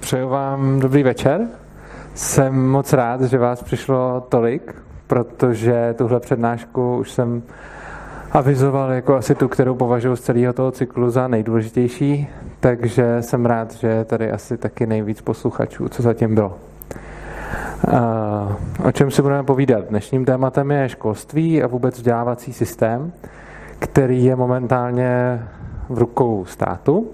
Přeju vám dobrý večer. Jsem moc rád, že vás přišlo tolik, protože tuhle přednášku už jsem avizoval jako asi tu, kterou považuji z celého toho cyklu za nejdůležitější, takže jsem rád, že je tady asi taky nejvíc posluchačů, co zatím bylo. O čem si budeme povídat? Dnešním tématem je školství a vůbec vzdělávací systém, který je momentálně v rukou státu.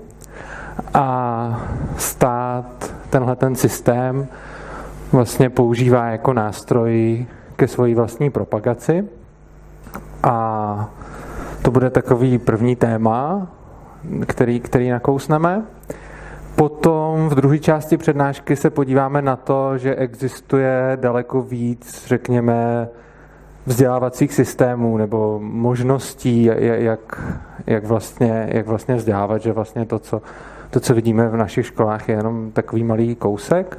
A stát tenhle ten systém vlastně používá jako nástroj ke své vlastní propagaci. A to bude takový první téma, který nakousneme. Potom v druhé části přednášky se podíváme na to, že existuje daleko víc, řekněme, vzdělávacích systémů nebo možností, jak vlastně vzdělávat, že vlastně to, co vidíme v našich školách, je jenom takový malý kousek.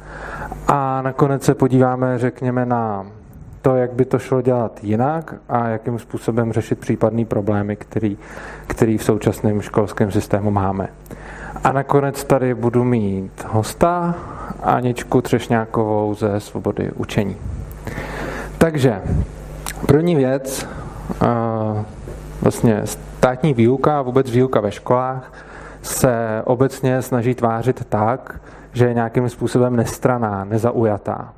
A nakonec se podíváme, řekněme, na to, jak by to šlo dělat jinak a jakým způsobem řešit případné problémy, který v současném školském systému máme. A nakonec tady budu mít hosta, Aničku Třešňákovou ze Svobody učení. Takže první věc, vlastně státní výuka a vůbec výuka ve školách se obecně snaží tvářit tak, že je nějakým způsobem nestranná, nezaujatá.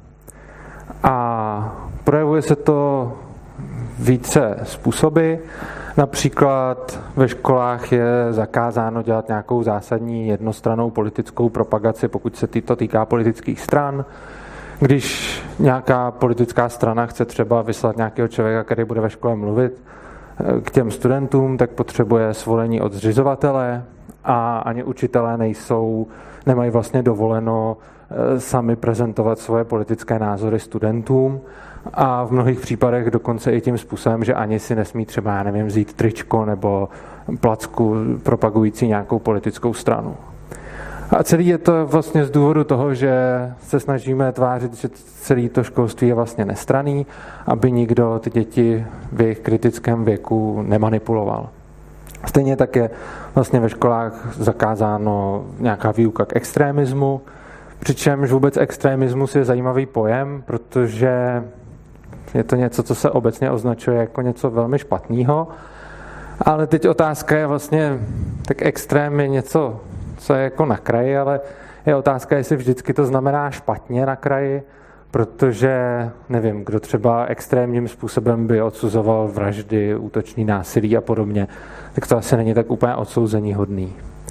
A projevuje se to více způsoby. Například ve školách je zakázáno dělat nějakou zásadní jednostrannou politickou propagaci, pokud se to týká politických stran. Když nějaká politická strana chce třeba vyslat nějakého člověka, který bude ve škole mluvit k těm studentům, tak potřebuje svolení od zřizovatele a ani učitelé nemají vlastně dovoleno sami prezentovat svoje politické názory studentům a v mnohých případech dokonce i tím způsobem, že ani si nesmí třeba, já nevím, vzít tričko nebo placku propagující nějakou politickou stranu. A celý je to vlastně z důvodu toho, že se snažíme tvářit, že celé to školství je vlastně nestranný, aby nikdo ty děti v jejich kritickém věku nemanipuloval. Stejně tak je vlastně ve školách zakázáno nějaká výuka k extremismu, přičemž vůbec extremismus je zajímavý pojem, protože je to něco, co se obecně označuje jako něco velmi špatného, ale teď otázka je vlastně, tak extrém je něco, co je jako na kraji, ale je otázka, jestli vždycky to znamená špatně na kraji, protože nevím, kdo třeba extrémním způsobem by odsuzoval vraždy, útočný násilí a podobně, tak to asi není tak úplně odsouzeníhodný.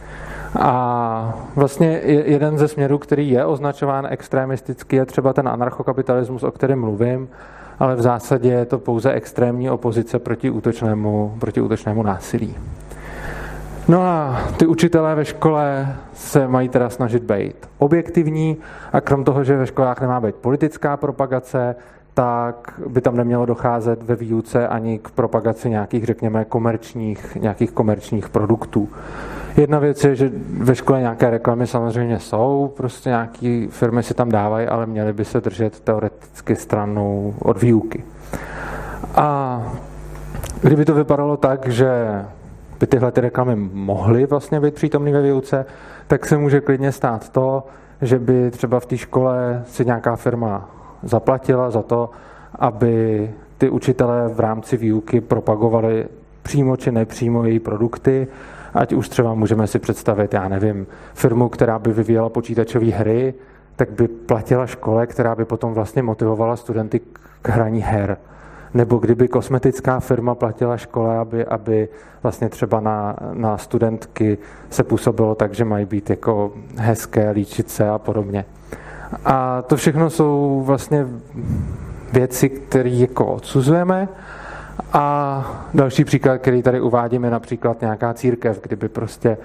A vlastně jeden ze směrů, který je označován extremisticky, je třeba ten anarchokapitalismus, o kterém mluvím, ale v zásadě je to pouze extrémní opozice proti útočnému násilí. No a ty učitelé ve škole se mají teda snažit být objektivní a krom toho, že ve školách nemá být politická propagace, tak by tam nemělo docházet ve výuce ani k propagaci nějakých, řekněme, komerčních produktů. Jedna věc je, že ve škole nějaké reklamy samozřejmě jsou, prostě nějaké firmy si tam dávají, ale měly by se držet teoreticky stranou od výuky. A kdyby to vypadalo tak, že by tyhle ty reklamy mohly vlastně být přítomný ve výuce, tak se může klidně stát to, že by třeba v té škole si nějaká firma zaplatila za to, aby ty učitelé v rámci výuky propagovali přímo či nepřímo její produkty, ať už třeba můžeme si představit, já nevím, firmu, která by vyvíjela počítačové hry, tak by platila škole, která by potom vlastně motivovala studenty k hraní her. Nebo kdyby kosmetická firma platila škole, aby vlastně třeba na studentky se působilo tak, že mají být jako hezké, líčit se a podobně. A to všechno jsou vlastně věci, které jako odsuzujeme. A další příklad, který tady uvádím, je například nějaká církev, kdyby prostě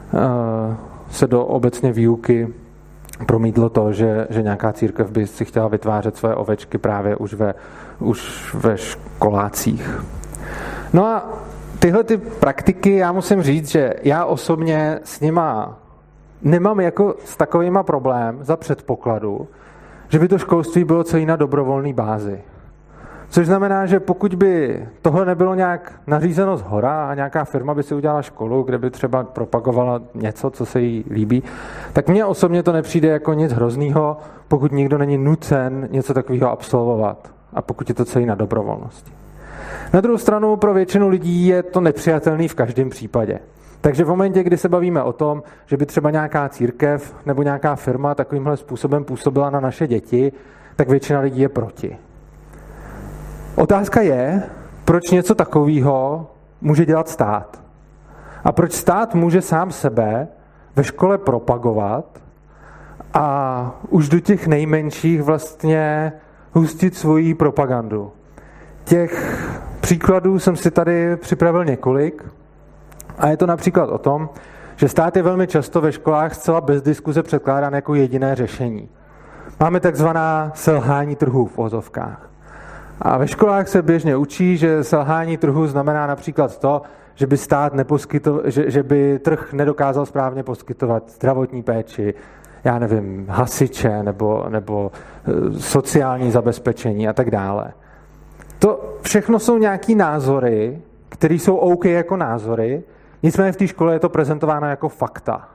se do obecně výuky promítlo to, že nějaká církev by si chtěla vytvářet své ovečky právě už ve školácích. No a tyhle ty praktiky, já musím říct, že já osobně s nima nemám jako s takovýma problém za předpokladu, že by to školství bylo celý na dobrovolné bázi. Což znamená, že pokud by tohle nebylo nějak nařízeno zhora a nějaká firma by si udělala školu, kde by třeba propagovala něco, co se jí líbí, tak mně osobně to nepřijde jako nic hroznýho, pokud nikdo není nucen něco takového absolvovat a pokud je to celý na dobrovolnosti. Na druhou stranu pro většinu lidí je to nepřijatelný v každém případě. Takže v momentě, kdy se bavíme o tom, že by třeba nějaká církev nebo nějaká firma takovýmhle způsobem působila na naše děti, tak většina lidí je proti. Otázka je, proč něco takového může dělat stát. A proč stát může sám sebe ve škole propagovat a už do těch nejmenších vlastně hustit svoji propagandu. Těch příkladů jsem si tady připravil několik a je to například o tom, že stát je velmi často ve školách zcela bez diskuze předkládán jako jediné řešení. Máme takzvaná selhání trhu v uvozovkách. A ve školách se běžně učí, že selhání trhu znamená například to, že by stát že by trh nedokázal správně poskytovat zdravotní péči, já nevím, hasiče nebo sociální zabezpečení a tak dále. To všechno jsou nějaký názory, které jsou OK jako názory, nicméně v té škole je to prezentováno jako fakta.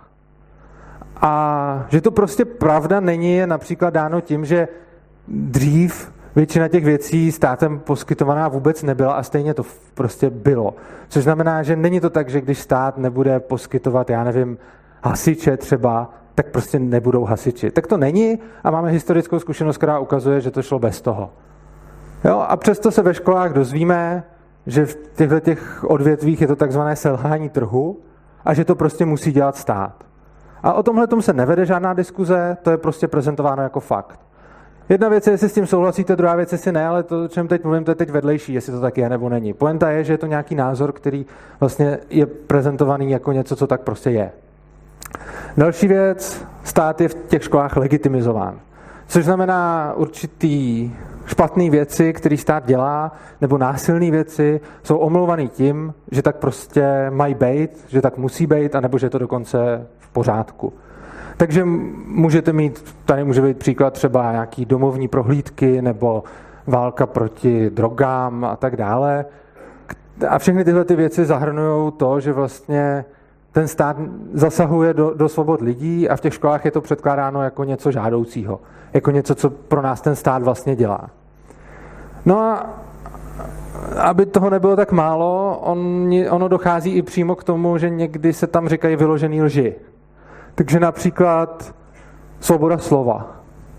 A že to prostě pravda není, je například dáno tím, že dřív většina těch věcí státem poskytovaná vůbec nebyla a stejně to prostě bylo. Což znamená, že není to tak, že když stát nebude poskytovat, já nevím, hasiče třeba, tak prostě nebudou hasiči. Tak to není a máme historickou zkušenost, která ukazuje, že to šlo bez toho. Jo, a přesto se ve školách dozvíme, že v těchto odvětvích je to takzvané selhání trhu a že to prostě musí dělat stát. A o tomhletom se nevede žádná diskuze, to je prostě prezentováno jako fakt. Jedna věc je, jestli s tím souhlasíte, druhá věc, jestli ne, ale to, o čem teď mluvím, to je teď vedlejší, jestli to tak je nebo není. Pointa je, že je to nějaký názor, který vlastně je prezentovaný jako něco, co tak prostě je. Další věc, stát je v těch školách legitimizován. Což znamená určitý špatné věci, které stát dělá, nebo násilné věci, jsou omlouvaný tím, že tak prostě mají být, že tak musí být, anebo že je to dokonce v pořádku. Takže můžete mít, tady může být příklad třeba nějaký domovní prohlídky nebo válka proti drogám a tak dále. A všechny tyhle ty věci zahrnují to, že vlastně ten stát zasahuje do svobod lidí a v těch školách je to předkládáno jako něco žádoucího. Jako něco, co pro nás ten stát vlastně dělá. No a aby toho nebylo tak málo, ono dochází i přímo k tomu, že někdy se tam říkají vyložený lži. Takže například svoboda slova.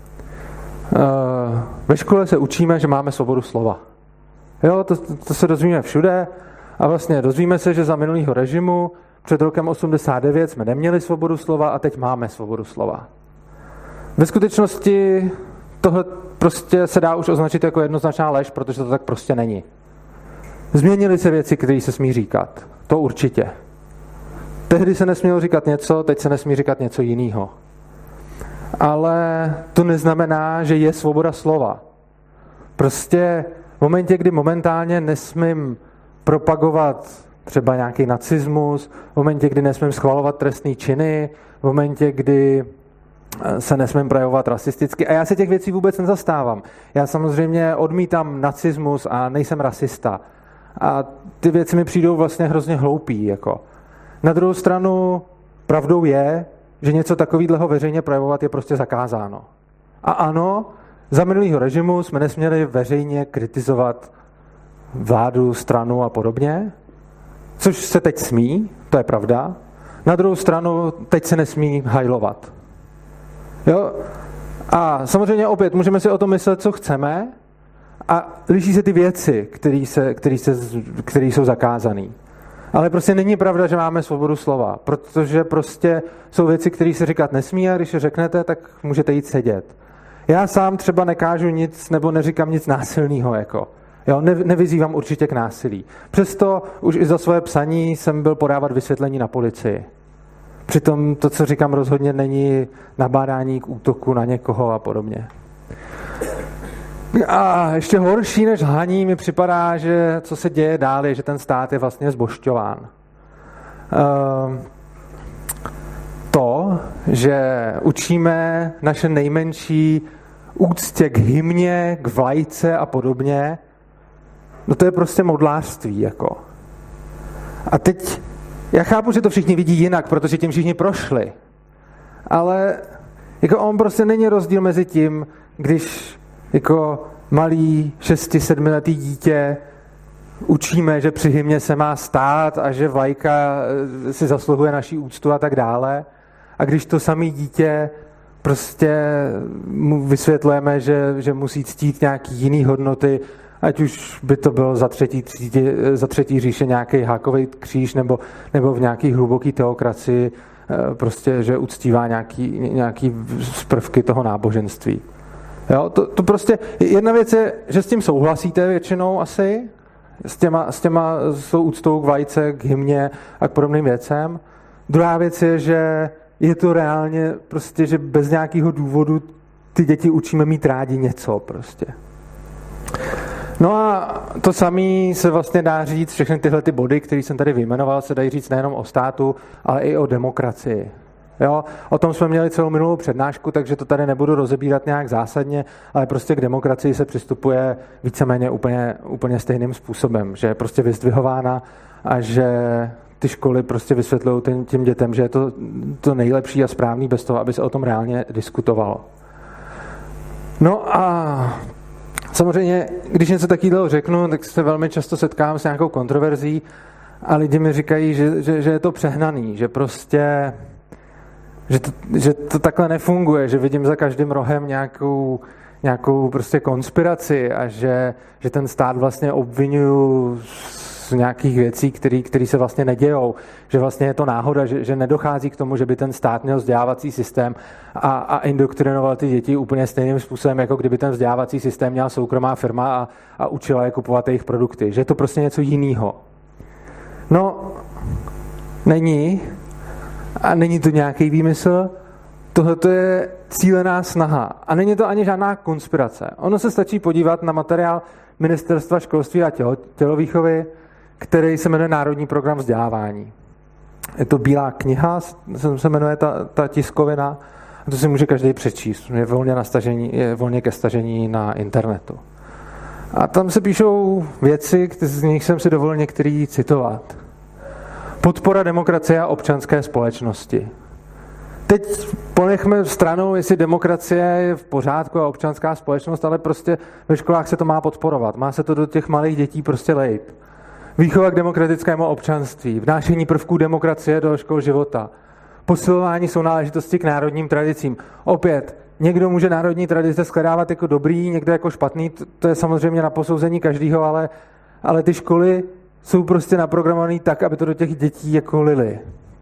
Ve škole se učíme, že máme svobodu slova. Jo, to se dozvíme všude a vlastně dozvíme se, že za minulého režimu před rokem 89 jsme neměli svobodu slova a teď máme svobodu slova. Ve skutečnosti tohle prostě se dá už označit jako jednoznačná lež, protože to tak prostě není. Změnily se věci, které se smí říkat. To určitě. Tehdy se nesmělo říkat něco, teď se nesmí říkat něco jiného. Ale to neznamená, že je svoboda slova. Prostě v momentě, kdy momentálně nesmím propagovat třeba nějaký nacismus, v momentě, kdy nesmím schvalovat trestné činy, v momentě, kdy se nesmím projevovat rasisticky. A já se těch věcí vůbec nezastávám. Já samozřejmě odmítám nacismus a nejsem rasista. A ty věci mi přijdou vlastně hrozně hloupý. Jako. Na druhou stranu pravdou je, že něco takového veřejně projevovat je prostě zakázáno. A ano, za minulého režimu jsme nesměli veřejně kritizovat vládu, stranu a podobně, což se teď smí, to je pravda. Na druhou stranu teď se nesmí hajlovat. Jo? A samozřejmě opět můžeme si o tom myslet, co chceme, a liší se ty věci, které jsou zakázané. Ale prostě není pravda, že máme svobodu slova, protože prostě jsou věci, které se říkat nesmí a když je řeknete, tak můžete jít sedět. Já sám třeba nekážu nic nebo neříkám nic násilného, jako. Jo, nevyzývám určitě k násilí. Přesto už i za svoje psaní jsem byl podávat vysvětlení na policii. Přitom to, co říkám, rozhodně není nabádání k útoku na někoho a podobně. A ještě horší než lhaní mi připadá, že co se děje dál, je, že ten stát je vlastně zbožťován. To, že učíme naše nejmenší úctě k hymně, k vlajce a podobně, No to je prostě modlářství, jako. A teď, já chápu, že to všichni vidí jinak, protože tím všichni prošli. Ale jako on prostě není rozdíl mezi tím, když jako malý 6-7letý dítě učíme, že při hymně se má stát a že vlajka si zasluhuje naší úctu a tak dále. A když to samé dítě prostě mu vysvětlujeme, že musí ctít nějaký jiný hodnoty, ať už by to bylo za třetí říše nějaký hákový kříž nebo v nějaký hluboký teokracii, prostě, že uctívá nějaký prvky toho náboženství. Jo, to prostě, jedna věc je, že s tím souhlasíte většinou asi, s tou úctou k vlajce, k hymně a k podobným věcem. Druhá věc je, že je to reálně prostě, že bez nějakého důvodu ty děti učíme mít rádi něco prostě. No a to samé se vlastně dá říct, všechny tyhle ty body, které jsem tady vyjmenoval, se dají říct nejenom o státu, ale i o demokracii. Jo? O tom jsme měli celou minulou přednášku, takže to tady nebudu rozebírat nějak zásadně, ale prostě k demokracii se přistupuje víceméně úplně stejným způsobem, že je prostě vyzdvihována a že ty školy prostě vysvětlují těm dětem, že je to nejlepší a správný bez toho, aby se o tom reálně diskutovalo. No a samozřejmě, když něco takového řeknu, tak se velmi často setkám s nějakou kontroverzí a lidi mi říkají, že je to přehnaný, že prostě že to takhle nefunguje, že vidím za každým rohem nějakou prostě konspiraci a že ten stát vlastně obvinuju z nějakých věcí, které se vlastně nedějou, že vlastně je to náhoda, že nedochází k tomu, že by ten stát měl vzdělávací systém a indoktrinoval ty děti úplně stejným způsobem, jako kdyby ten vzdělávací systém měla soukromá firma a učila je kupovat jejich produkty. Že je to prostě něco jiného. No, není. A není to nějaký výmysl. Tohle je cílená snaha. A není to ani žádná konspirace. Ono se stačí podívat na materiál Ministerstva školství a tělovýchovy, který se jmenuje Národní program vzdělávání. Je to bílá kniha, se jmenuje ta tiskovina, a to si může každý přečíst. Je volně ke stažení na internetu. A tam se píšou věci, z nich jsem si dovolil některý citovat. Podpora demokracie a občanské společnosti. Teď ponechme stranou, jestli demokracie je v pořádku a občanská společnost, ale prostě ve školách se to má podporovat. Má se to do těch malých dětí prostě lejt. Výchova k demokratickému občanství, vnášení prvků demokracie do škol života, posilování sounáležitosti k národním tradicím. Opět, někdo může národní tradice shledávat jako dobrý, někdo jako špatný, to je samozřejmě na posouzení každého, ale ty školy jsou prostě naprogramovaný tak, aby to do těch dětí jako lili.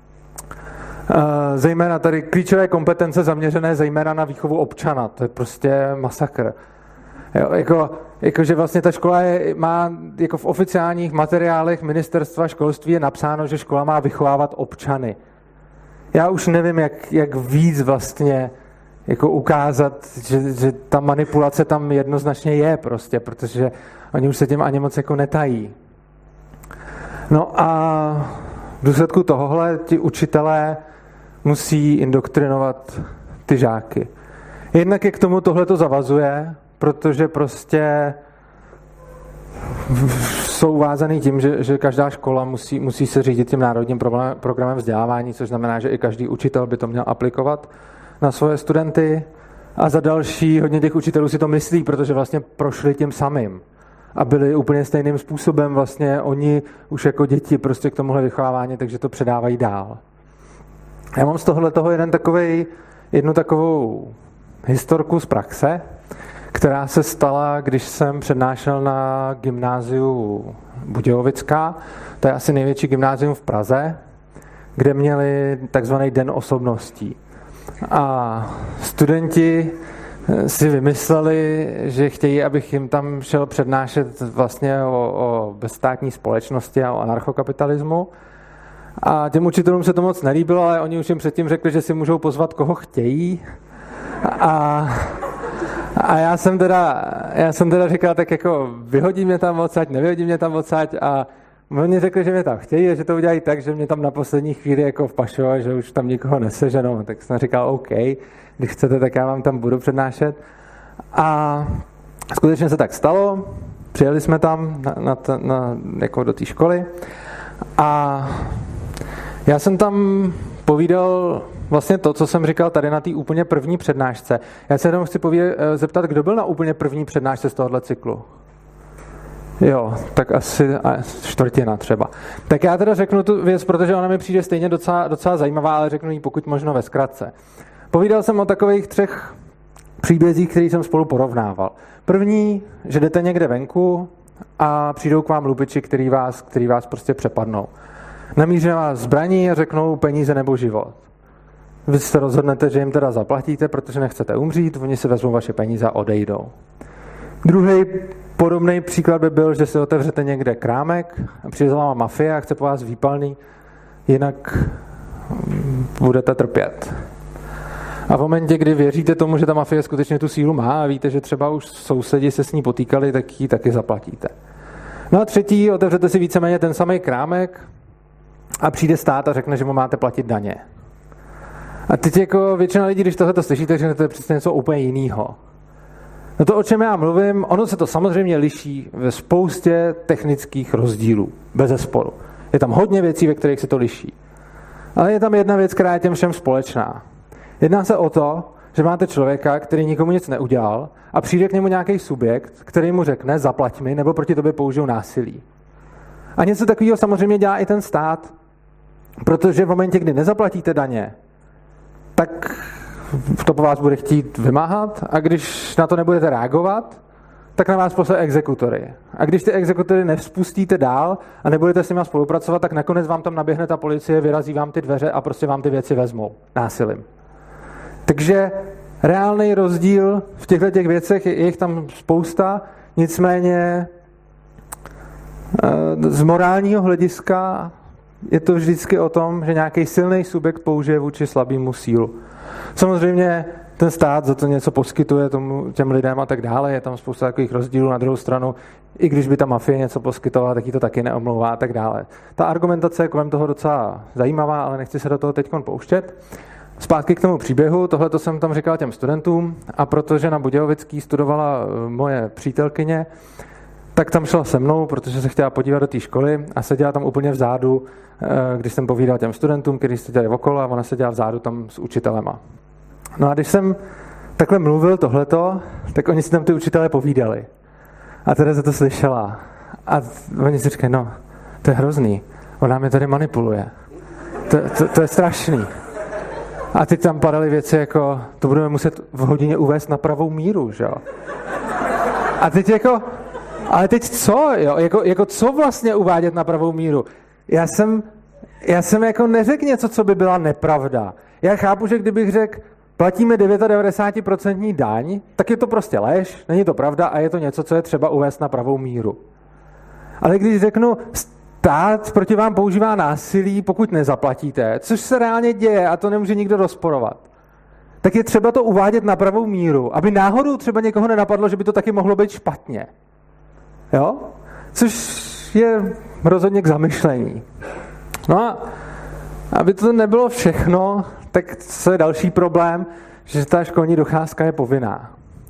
Zejména tady klíčové kompetence zaměřené zejména na výchovu občana. To je prostě masakr. Jo, že vlastně ta škola má jako v oficiálních materiálech Ministerstva školství je napsáno, že škola má vychovávat občany. Já už nevím, jak víc vlastně jako ukázat, že ta manipulace tam jednoznačně je prostě, protože oni už se tím ani moc jako netají. No a v důsledku tohohle ti učitelé musí indoktrinovat ty žáky. Jednak je k tomu tohleto zavazuje, protože prostě jsou vázaný tím, že každá škola musí se řídit tím národním programem vzdělávání, což znamená, že i každý učitel by to měl aplikovat na svoje studenty. A za další, hodně těch učitelů si to myslí, protože vlastně prošli tím samým. A byli úplně stejným způsobem vlastně oni už jako děti prostě k tomuhle vychovávání, takže to předávají dál. Já mám z toho jednu takovou historku z praxe, která se stala, když jsem přednášel na gymnáziu Budějovická. To je asi největší gymnázium v Praze, kde měli takzvaný den osobností. A studenti si vymysleli, že chtějí, abych jim tam šel přednášet vlastně o bezstátní společnosti a o anarchokapitalismu. A těm učitelům se to moc nelíbilo, ale oni už jim předtím řekli, že si můžou pozvat, koho chtějí. A já jsem teda říkal, tak jako vyhodí mě tam odsaď, nevyhodí mě tam odsaď a oni řekli, že mě tam chtějí a že to udělají tak, že mě tam na poslední chvíli jako vpašovali, že už tam nikoho neseženou. Tak jsem říkal, OK, když chcete, tak já vám tam budu přednášet. A skutečně se tak stalo. přijeli jsme tam jako do té školy a já jsem tam povídal vlastně to, co jsem říkal tady na té úplně první přednášce. Já se jenom chci zeptat, kdo byl na úplně první přednášce z tohohle cyklu? Jo, tak asi čtvrtina třeba. Tak já teda řeknu tu věc, protože ona mi přijde stejně docela zajímavá, ale řeknu ji pokud možno ve zkratce. Povídal jsem o takových 3 příbězích, který jsem spolu porovnával. První, že jdete někde venku a přijdou k vám lupiči, který vás prostě přepadnou. Namíří na vás zbraní a řeknou peníze nebo život. Vy se rozhodnete, že jim teda zaplatíte, protože nechcete umřít, oni si vezmou vaše peníze a odejdou. Druhý podobný příklad by byl, že si otevřete někde krámek, přijde za váma mafie a chce po vás výpalný, jinak budete trpět. A v momentě, kdy věříte tomu, že ta mafie skutečně tu sílu má a víte, že třeba už sousedi se s ní potýkali, tak ji taky zaplatíte. No a třetí, otevřete si víceméně ten samý krámek a přijde stát a řekne, že mu máte platit daně. A teď jako většina lidí, když tohle slyšíte, že to je přesně něco úplně jiného. No to, o čem já mluvím, ono se to samozřejmě liší ve spoustě technických rozdílů, bezesporu. Je tam hodně věcí, ve kterých se to liší. Ale je tam jedna věc, která je těm všem společná. Jedná se o to, že máte člověka, který nikomu nic neudělal a přijde k němu nějaký subjekt, který mu řekne zaplať mi, nebo proti tobě použiju násilí. A něco takového samozřejmě dělá i ten stát, protože v momentě, kdy nezaplatíte daně, tak to po vás bude chtít vymáhat a když na to nebudete reagovat, tak na vás pošle exekutory. A když ty exekutory nevzpustíte dál a nebudete s nimi spolupracovat, tak nakonec vám tam naběhne ta policie, vyrazí vám ty dveře a prostě vám ty věci vezmou násilím. Takže reálný rozdíl v těchto věcech, je jich tam spousta, nicméně z morálního hlediska je to vždycky o tom, že nějaký silný subjekt použije vůči slabému sílu. Samozřejmě ten stát za to něco poskytuje těm lidem a tak dále, je tam spousta takových rozdílů. Na druhou stranu, i když by ta mafie něco poskytovala, tak jí to taky neomlouvá a tak dále. Ta argumentace je kolem toho docela zajímavá, ale nechci se do toho teď pouštět. Zpátky k tomu příběhu, tohle jsem tam říkal těm studentům a protože na Budějovický studovala moje přítelkyně, tak tam šla se mnou, protože se chtěla podívat do té školy a seděla tam úplně vzadu, když jsem povídal těm studentům, kteří seděli okolo a ona seděla vzadu tam s učitelema. No a když jsem takhle mluvil tohleto, tak oni si tam ty učitelé povídali. A teda se to slyšela. A oni si říkají, no, to je hrozný, ona mě tady manipuluje. To je strašný. A teď tam padaly věci jako, to budeme muset v hodině uvést na pravou míru, že jo? A teď jako, ale teď co, jo? Jako co vlastně uvádět na pravou míru? Já jsem jako neřekl něco, co by byla nepravda. Já chápu, že kdybych řekl, platíme 99% daň, tak je to prostě lež, není to pravda a je to něco, co je třeba uvést na pravou míru. Ale když řeknu, stát proti vám používá násilí, pokud nezaplatíte, což se reálně děje a to nemůže nikdo rozporovat, tak je třeba to uvádět na pravou míru, aby náhodou třeba někoho nenapadlo, že by to taky mohlo být špatně. Jo? Což je rozhodně k zamyšlení. No a aby to nebylo všechno, tak co je další problém, že ta školní docházka je povinná.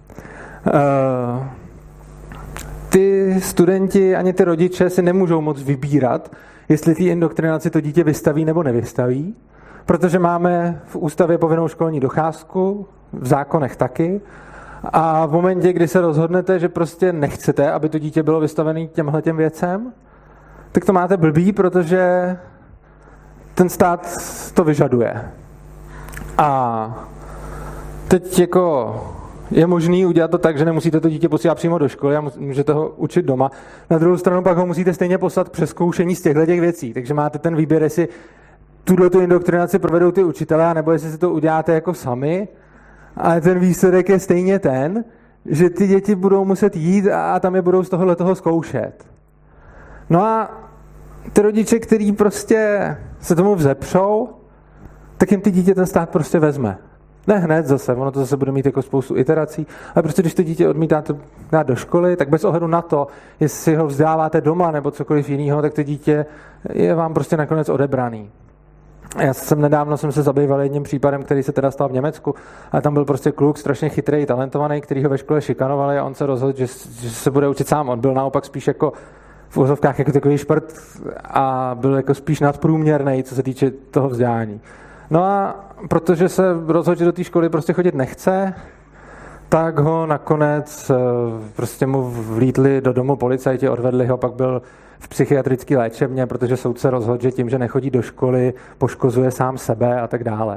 Ty studenti ani ty rodiče si nemůžou moc vybírat, jestli té indoktrinaci to dítě vystaví nebo nevystaví, protože máme v ústavě povinnou školní docházku, v zákonech taky, a v momentě, kdy se rozhodnete, že prostě nechcete, aby to dítě bylo vystavené těmhletěm věcem, tak to máte blbý, protože ten stát to vyžaduje. A teď jako je možný udělat to tak, že nemusíte to dítě posílat přímo do školy a můžete ho učit doma. Na druhou stranu pak ho musíte stejně poslat přes zkoušení z těchto věcí. Takže máte ten výběr, jestli tu indoktrinaci provedou ty učitelé, nebo jestli si to uděláte jako sami. Ale ten výsledek je stejně ten, že ty děti budou muset jít a tam je budou z toho zkoušet. No a ty rodiče, kteří prostě se tomu vzepřou, tak jim ty dítě ten stát prostě vezme. Ne hned zase, ono to zase bude mít jako spoustu iterací, ale prostě když to dítě odmítáte dát do školy, tak bez ohledu na to, jestli ho vzdáváte doma nebo cokoliv jiného, tak to dítě je vám prostě nakonec odebraný. Nedávno jsem se zabýval jedním případem, který se teda stal v Německu, a tam byl prostě kluk strašně chytrý, talentovaný, který ho ve škole šikanovali, a on se rozhodl, že se bude učit sám. On byl naopak spíš jako v uvozovkách jako takový šprt a byl jako spíš nadprůměrný, co se týče toho vzdělání. No a protože se rozhodl, že do té školy prostě chodit nechce, tak ho nakonec prostě mu vlítli do domu policajti, odvedli ho, pak byl v psychiatrické léčebně, protože soudce rozhodl, že tím, že nechodí do školy, poškozuje sám sebe a tak dále.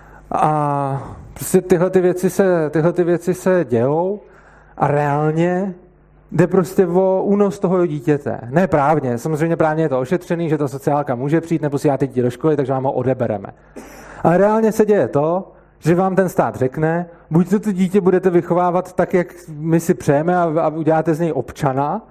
A prostě tyhle ty věci se dějou a reálně jde prostě o únos toho dítěte. Ne právně, samozřejmě právně je to ošetřený, že ta sociálka může přijít nebo si já teď jde do školy, takže vám ho odebereme. Ale reálně se děje to, že vám ten stát řekne, buď to dítě budete vychovávat tak, jak my si přejeme a uděláte z něj občana,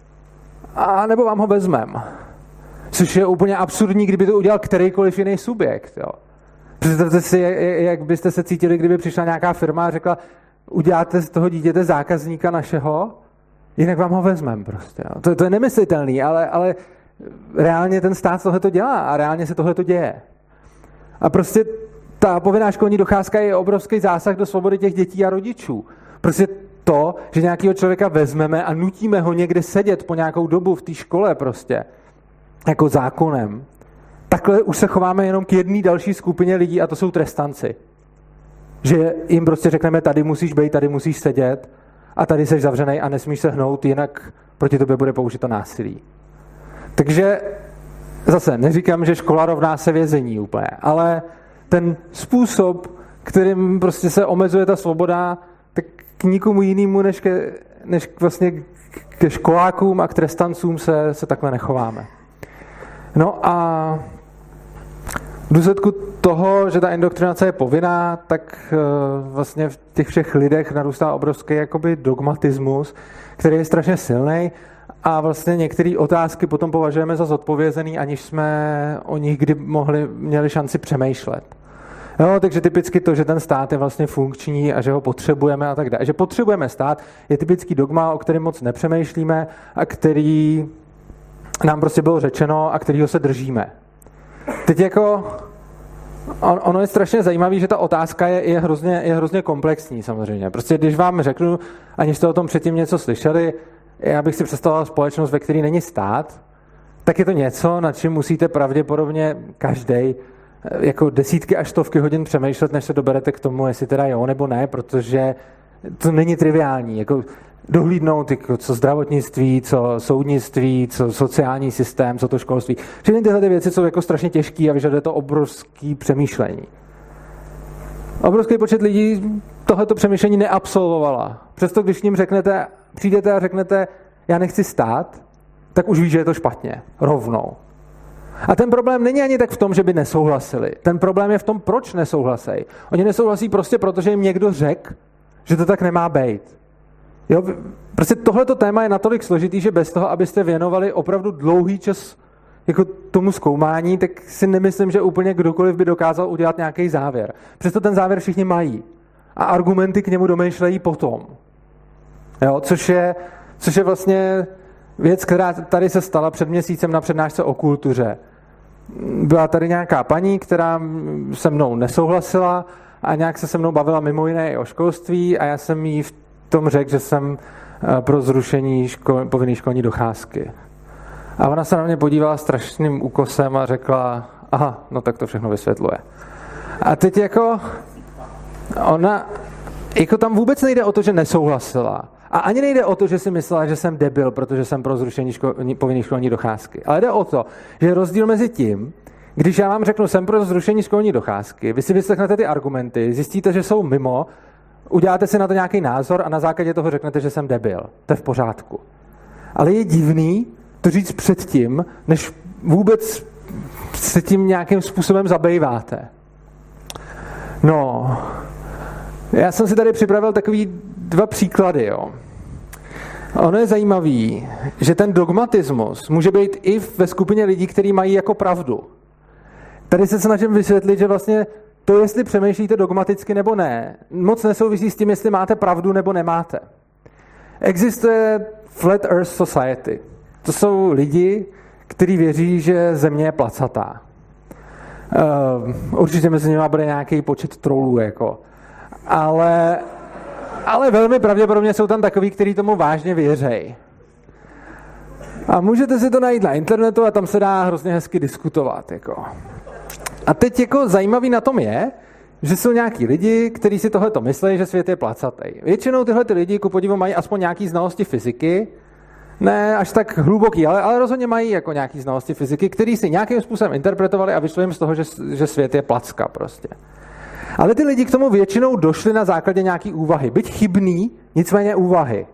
a nebo vám ho vezmeme. Což je úplně absurdní, kdyby to udělal kterýkoliv jiný subjekt. Jo. Představte si, jak byste se cítili, kdyby přišla nějaká firma a řekla, uděláte z toho dítěte zákazníka našeho, jinak vám ho vezmeme prostě. Jo. To je nemyslitelný, ale reálně ten stát tohleto dělá a reálně se tohleto děje. A prostě ta povinná školní docházka je obrovský zásah do svobody těch dětí a rodičů. Prostě to, že nějakého člověka vezmeme a nutíme ho někde sedět po nějakou dobu v té škole prostě, jako zákonem, takhle už se chováme jenom k jedné další skupině lidí a to jsou trestanci. Že jim prostě řekneme, tady musíš být, tady musíš sedět a tady seš zavřenej a nesmíš se hnout, jinak proti tobě bude použito násilí. Takže zase neříkám, že škola rovná se vězení úplně, ale ten způsob, kterým prostě se omezuje ta svoboda, tak k nikomu jinému, než vlastně ke školákům a k trestancům se takhle nechováme. No a v důsledku toho, že ta indoktrinace je povinná, tak vlastně v těch všech lidech narůstá obrovský jakoby dogmatismus, který je strašně silný a vlastně některé otázky potom považujeme za zodpovězený, aniž jsme o nich kdy měli šanci přemýšlet. Jo, takže typicky to, že ten stát je vlastně funkční a že ho potřebujeme a tak dále. Že potřebujeme stát, je typický dogma, o kterém moc nepřemýšlíme a který nám prostě bylo řečeno a kterýho se držíme. Teď jako ono je strašně zajímavé, že ta otázka je hrozně komplexní samozřejmě. Prostě když vám řeknu, aniž jste o tom předtím něco slyšeli, já bych si představoval společnost, ve které není stát, tak je to něco, nad čím musíte pravděpodobně každej jako desítky až stovky hodin přemýšlet, než se doberete k tomu, jestli teda jo nebo ne, protože to není triviální. Jako dohlídnout, jako co zdravotnictví, co soudnictví, co sociální systém, co to školství. Všechny tyhle věci jsou jako strašně těžké a vyžaduje to obrovské přemýšlení. Obrovský počet lidí tohleto přemýšlení neabsolvovala. Přesto, když ním přijdete a řeknete, já nechci stát, tak už víš, že je to špatně. Rovnou. A ten problém není ani tak v tom, že by nesouhlasili. Ten problém je v tom, proč nesouhlasejí. Oni nesouhlasí prostě proto, že jim někdo řekl, že to tak nemá být. Jo, prostě tohleto téma je natolik složitý, že bez toho, abyste věnovali opravdu dlouhý čas jako tomu zkoumání, tak si nemyslím, že úplně kdokoliv by dokázal udělat nějaký závěr. Přesto ten závěr všichni mají. A argumenty k němu domýšlejí potom. Jo, což je vlastně věc, která tady se stala před měsícem na přednášce o kultuře. Byla tady nějaká paní, která se mnou nesouhlasila a nějak se mnou bavila mimo jiné i o školství a já jsem jí v tom řekl, že jsem pro zrušení povinné školní docházky. A ona se na mě podívala strašným úkosem a řekla, aha, no tak to všechno vysvětluje. A teď jako ona, jako tam vůbec nejde o to, že nesouhlasila. A ani nejde o to, že si myslela, že jsem debil, protože jsem pro zrušení povinné školní docházky. Ale jde o to, že je rozdíl mezi tím, když já vám řeknu, jsem pro zrušení školní docházky, vy si vyslechnete ty argumenty, zjistíte, že jsou mimo, uděláte si na to nějaký názor a na základě toho řeknete, že jsem debil. To je v pořádku. Ale je divný to říct předtím, než vůbec se tím nějakým způsobem zabýváte. No, já jsem si tady připravil takový 2 příklady, jo. Ono je zajímavý, že ten dogmatismus může být i ve skupině lidí, kteří mají jako pravdu. Tady se snažím vysvětlit, že vlastně to, jestli přemýšlíte dogmaticky nebo ne, moc nesouvisí s tím, jestli máte pravdu nebo nemáte. Existuje Flat Earth Society. To jsou lidi, kteří věří, že Země je placatá. Určitě mezi nimi bude nějaký počet trollů, jako. Ale velmi pravděpodobně jsou tam takový, kteří tomu vážně věří. A můžete si to najít na internetu a tam se dá hrozně hezky diskutovat. Jako. A teď jako zajímavý na tom je, že jsou nějaký lidi, kteří si tohleto myslí, že svět je placatý. Většinou tyhle lidi ku podivu mají aspoň nějaký znalosti fyziky, ne až tak hluboký, ale rozhodně mají jako nějaký znalosti fyziky, který si nějakým způsobem interpretovali a vyšlo jim z toho, že svět je placka prostě. Ale ty lidi k tomu většinou došli na základě nějaký úvahy. Byť chybný, nicméně úvahy.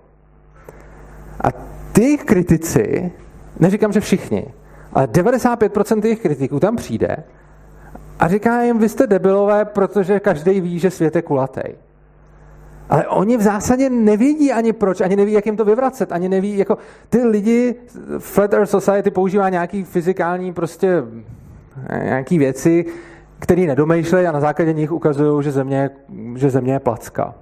A ty jejich kritici, neříkám, že všichni, ale 95% těch kritiků tam přijde a říká jim, vy jste debilové, protože každý ví, že svět je kulatý. Ale oni v zásadě nevědí ani proč, ani neví, jak jim to vyvracet, ani neví, jako ty lidi, Flat Earth Society používá nějaký fyzikální prostě nějaký věci, který nedomýšlejí a na základě nich ukazují, že země je placka.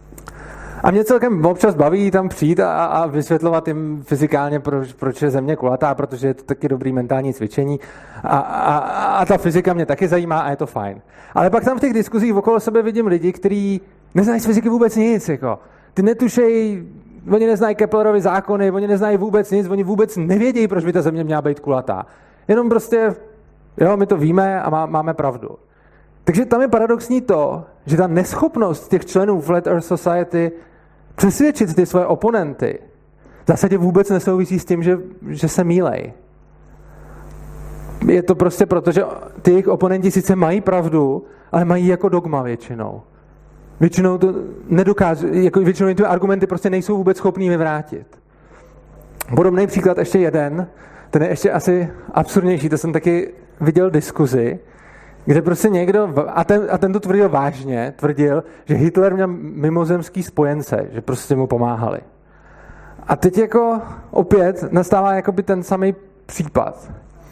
A mě celkem občas baví tam přijít a vysvětlovat jim fyzikálně, proč je země kulatá, protože je to taky dobrý mentální cvičení a ta fyzika mě taky zajímá a je to fajn. Ale pak tam v těch diskuzích okolo sebe vidím lidi, kteří neznají z fyziky vůbec nic. Jako. Ty netušejí, oni neznají Keplerovy zákony, oni neznají vůbec nic, oni vůbec nevědí, proč by ta země měla být kulatá. Jenom prostě, jo, my to víme a máme pravdu. Takže tam je paradoxní to, že ta neschopnost těch členů Flat Earth Society přesvědčit ty svoje oponenty v zásadě vůbec nesouvisí s tím, že se mýlej. Je to prostě proto, že ty jejich oponenti sice mají pravdu, ale mají jako dogma většinou. Většinou to nedokážu, jako většinou ty argumenty prostě nejsou vůbec schopný vyvrátit. Podobný příklad ještě jeden, ten je ještě asi absurdnější, to jsem taky viděl diskuzi, kde prostě někdo, a ten to tvrdil vážně, tvrdil, že Hitler měl mimozemský spojence, že prostě mu pomáhali. A teď jako opět nastává jakoby ten samý případ.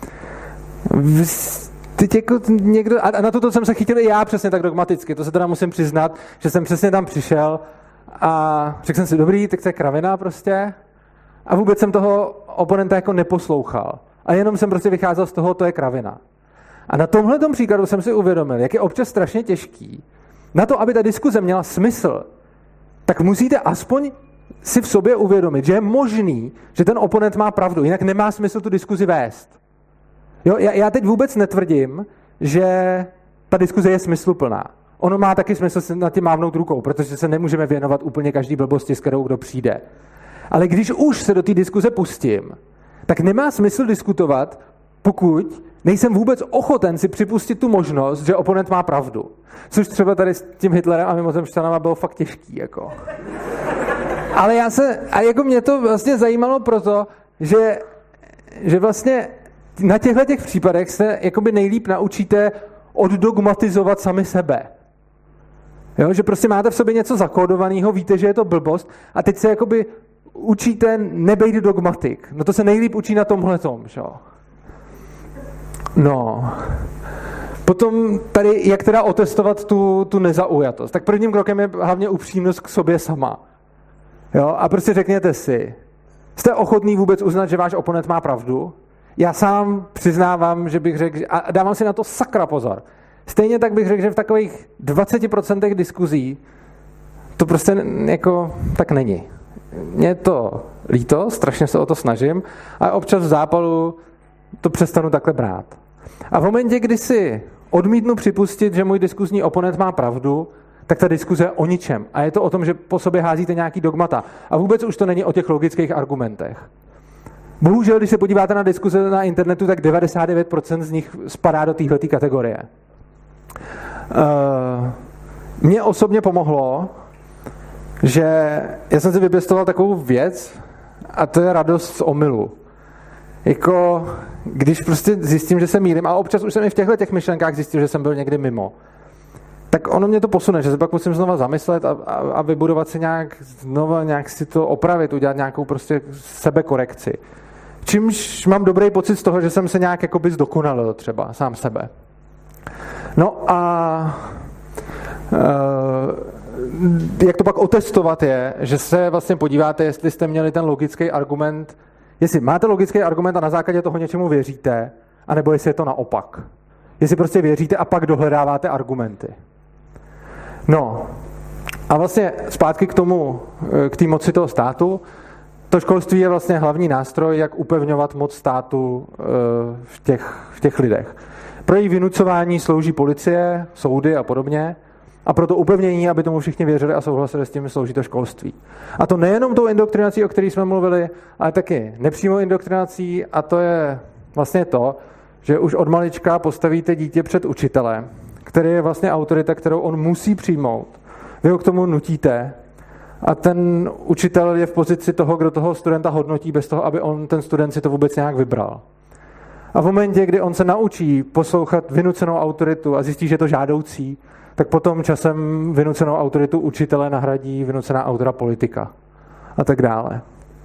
Teď jako někdo, a na toto jsem se chytil i já přesně tak dogmaticky, to se teda musím přiznat, že jsem přesně tam přišel a řekl jsem si, dobrý, tak to je kravina prostě. A vůbec jsem toho oponenta jako neposlouchal. A jenom jsem prostě vycházel z toho, to je kravina. A na tomhletom příkladu jsem si uvědomil, jak je občas strašně těžký. Na to, aby ta diskuze měla smysl, tak musíte aspoň si v sobě uvědomit, že je možný, že ten oponent má pravdu, jinak nemá smysl tu diskuzi vést. Jo, já teď vůbec netvrdím, že ta diskuze je smysluplná. Ono má taky smysl se nad tím mávnout rukou, protože se nemůžeme věnovat úplně každý blbosti, s kterou kdo přijde. Ale když už se do té diskuze pustím, tak nemá smysl diskutovat, pokud nejsem vůbec ochoten si připustit tu možnost, že oponent má pravdu. Což třeba tady s tím Hitlerem a mimozemšťanama bylo fakt těžký. Jako. Ale jako mě to vlastně zajímalo proto, že vlastně na těchto případech se jakoby nejlíp naučíte oddogmatizovat sami sebe. Jo? Že prostě máte v sobě něco zakódovaného, víte, že je to blbost a teď se jakoby učíte nebejt dogmatik. No to se nejlíp učí na tomhletom, že jo? No. Potom tady, jak teda otestovat tu nezaujatost. Tak prvním krokem je hlavně upřímnost k sobě sama. Jo? A prostě řekněte si, jste ochotný vůbec uznat, že váš oponent má pravdu? Já sám přiznávám, že bych řekl, a dávám si na to sakra pozor. Stejně tak bych řekl, že v takových 20% diskuzí to prostě jako tak není. Mně je to líto, strašně se o to snažím, ale občas v zápalu to přestanu takhle brát. A v momentě, kdy si odmítnu připustit, že můj diskuzní oponent má pravdu, tak ta diskuze je o ničem. A je to o tom, že po sobě házíte nějaký dogmata. A vůbec už to není o těch logických argumentech. Bohužel, když se podíváte na diskuze na internetu, tak 99% z nich spadá do téhleté kategorie. Mně osobně pomohlo, že já jsem si vypěstoval takovou věc a to je radost z omylu. Jako, když prostě zjistím, že se mýlím, a občas už jsem i v těchto myšlenkách zjistil, že jsem byl někdy mimo, tak ono mě to posune, že se pak musím znova zamyslet a vybudovat si nějak si to opravit, udělat nějakou prostě sebekorekci. Čímž mám dobrý pocit z toho, že jsem se nějak jakoby zdokonalil třeba sám sebe. No a jak to pak otestovat je, že se vlastně podíváte, jestli jste měli ten logický argument, jestli máte logický argument a na základě toho něčemu věříte, anebo jestli je to naopak. jestli prostě věříte a pak dohledáváte argumenty. No a vlastně zpátky k té moci toho státu. To školství je vlastně hlavní nástroj, jak upevňovat moc státu v těch lidech. Pro její vynucování slouží policie, soudy a podobně. A pro to upevnění, aby tomu všichni věřili a souhlasili s tím, slouží to školství. A to nejenom tou indoktrinací, o které jsme mluvili, ale taky nepřímou indoktrinací, a to je vlastně to, že už od malička postavíte dítě před učitele, který je vlastně autorita, kterou on musí přijmout. Vy ho k tomu nutíte a ten učitel je v pozici toho, kdo toho studenta hodnotí, bez toho, aby ten student si to vůbec nějak vybral. A v momentě, kdy on se naučí poslouchat vynucenou autoritu a zjistí, že je to žádoucí, tak potom časem vynucenou autoritu učitele nahradí vynucená autora politika a tak dále.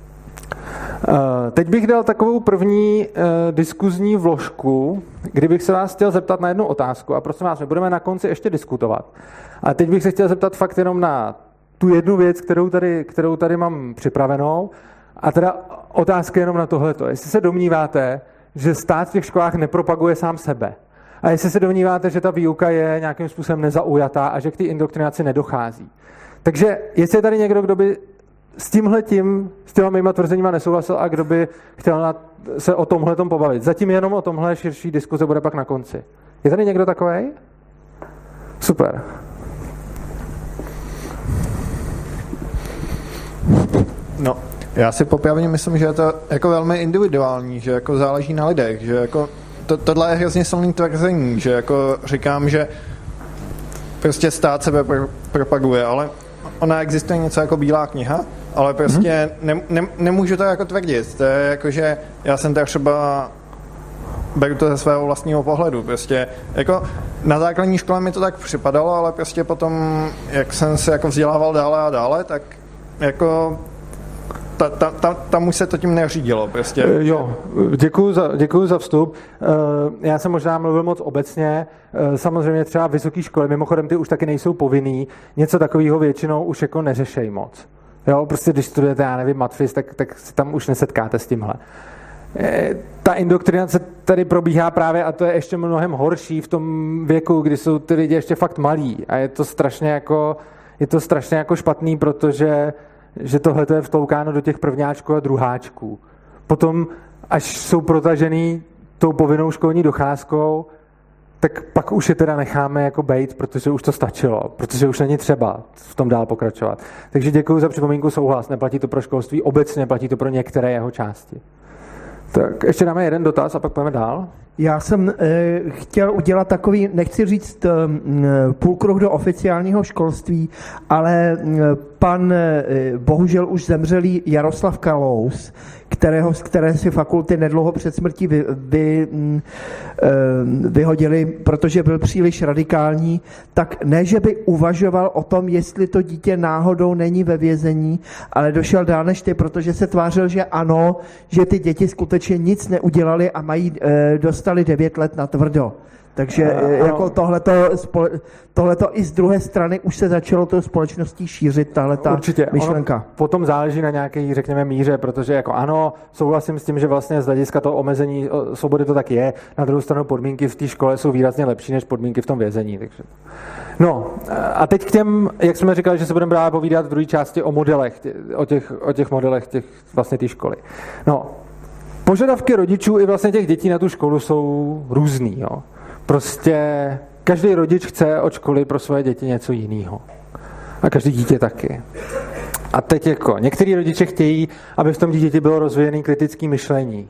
Teď bych dal takovou první diskuzní vložku, kdybych se vás chtěl zeptat na jednu otázku a prosím vás, my budeme na konci ještě diskutovat. A teď bych se chtěl zeptat fakt jenom na tu jednu věc, kterou tady mám připravenou, a teda otázka jenom na tohleto. Jestli se domníváte, že stát v těch školách nepropaguje sám sebe, a jestli se domníváte, že ta výuka je nějakým způsobem nezaujatá a že k té indoktrinaci nedochází. Takže jestli je tady někdo, kdo by s těma mýma tvrzeníma nesouhlasil a kdo by chtěl se o tomhletom pobavit. Zatím jenom o tomhle širší diskuze bude pak na konci. Je tady někdo takovej? Super. No, já si popravdě myslím, že je to jako velmi individuální, že jako záleží na lidech, že jako tohle je hrozně silný tvrzení, že jako říkám, že prostě stát sebe propaguje, ale ona existuje něco jako bílá kniha, ale prostě nemůžu to jako tvrdit. To je jako, že já jsem tak třeba beru to ze svého vlastního pohledu. Prostě jako na základní škole mi to tak připadalo, ale prostě potom, jak jsem se jako vzdělával dále a dále, tak jako tam už se to tím neřídilo. Prostě. Jo, děkuju za vstup. Já jsem možná mluvil moc obecně. Samozřejmě třeba vysoké školy, mimochodem ty už taky nejsou povinný. Něco takového většinou už jako neřešej moc. Jo, prostě když studujete, já nevím, matfis, tak se tam už nesetkáte s tímhle. Ta indoktrinace tady probíhá právě, a to je ještě mnohem horší v tom věku, kdy jsou ty lidi ještě fakt malí. A je to strašně jako špatný, protože tohle je vtloukáno do těch prvňáčků a druháčků. Potom, až jsou protažený tou povinnou školní docházkou, tak pak už je teda necháme jako bejt, protože už to stačilo, protože už není třeba v tom dál pokračovat. Takže děkuji za připomínku, souhlas. Neplatí to pro školství obecně, platí to pro některé jeho části. Tak ještě dáme jeden dotaz a pak půjdeme dál. Já jsem chtěl udělat takový, nechci říct půlkruh do oficiálního školství, ale pan bohužel už zemřelý Jaroslav Kalous, z které si fakulty nedlouho před smrtí vyhodili, protože byl příliš radikální, tak ne, že by uvažoval o tom, jestli to dítě náhodou není ve vězení, ale došel dál než ty, protože se tvářil, že ano, že ty děti skutečně nic neudělali a dostali 9 let na tvrdo. Takže jako tohleto i z druhé strany už se začalo tou společností šířit tahleta myšlenka. Ono potom záleží na nějaké, řekněme, míře, protože jako ano, souhlasím s tím, že vlastně z hlediska toho omezení svobody to tak je. Na druhou stranu podmínky v té škole jsou výrazně lepší než podmínky v tom vězení. Takže. No a teď k těm, jak jsme říkali, že se budeme právě povídat v druhé části o modelech, o těch modelech vlastně té školy. No, požadavky rodičů i vlastně těch dětí na tu školu jsou různý, jo. Prostě každý rodič chce od školy pro své děti něco jiného. A každý dítě taky. A teď jako, některý rodiče chtějí, aby v tom dítěti bylo rozvíjené kritické myšlení.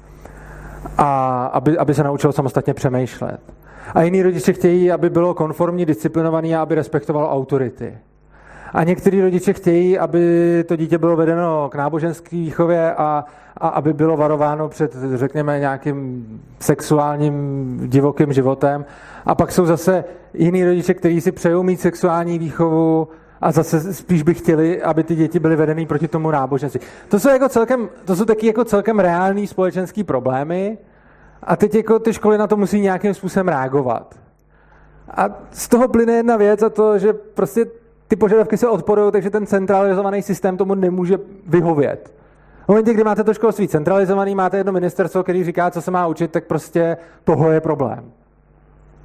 A aby se naučilo samostatně přemýšlet. A jiní rodiče chtějí, aby bylo konformní, disciplinovaný a aby respektovalo autority. A některý rodiče chtějí, aby to dítě bylo vedeno k náboženské výchově a aby bylo varováno před, řekněme, nějakým sexuálním divokým životem. A pak jsou zase jiní rodiče, kteří si přejou mít sexuální výchovu a zase spíš by chtěli, aby ty děti byly vedený proti tomu náboženství. To jsou taky jako celkem reální společenský problémy a teď jako ty školy na to musí nějakým způsobem reagovat. A z toho plyne jedna věc a to, že prostě ty požadavky se odporují, takže ten centralizovaný systém tomu nemůže vyhovět. V momentě, kdy máte to školství centralizovaný, máte jedno ministerstvo, který říká, co se má učit, tak prostě toho je problém.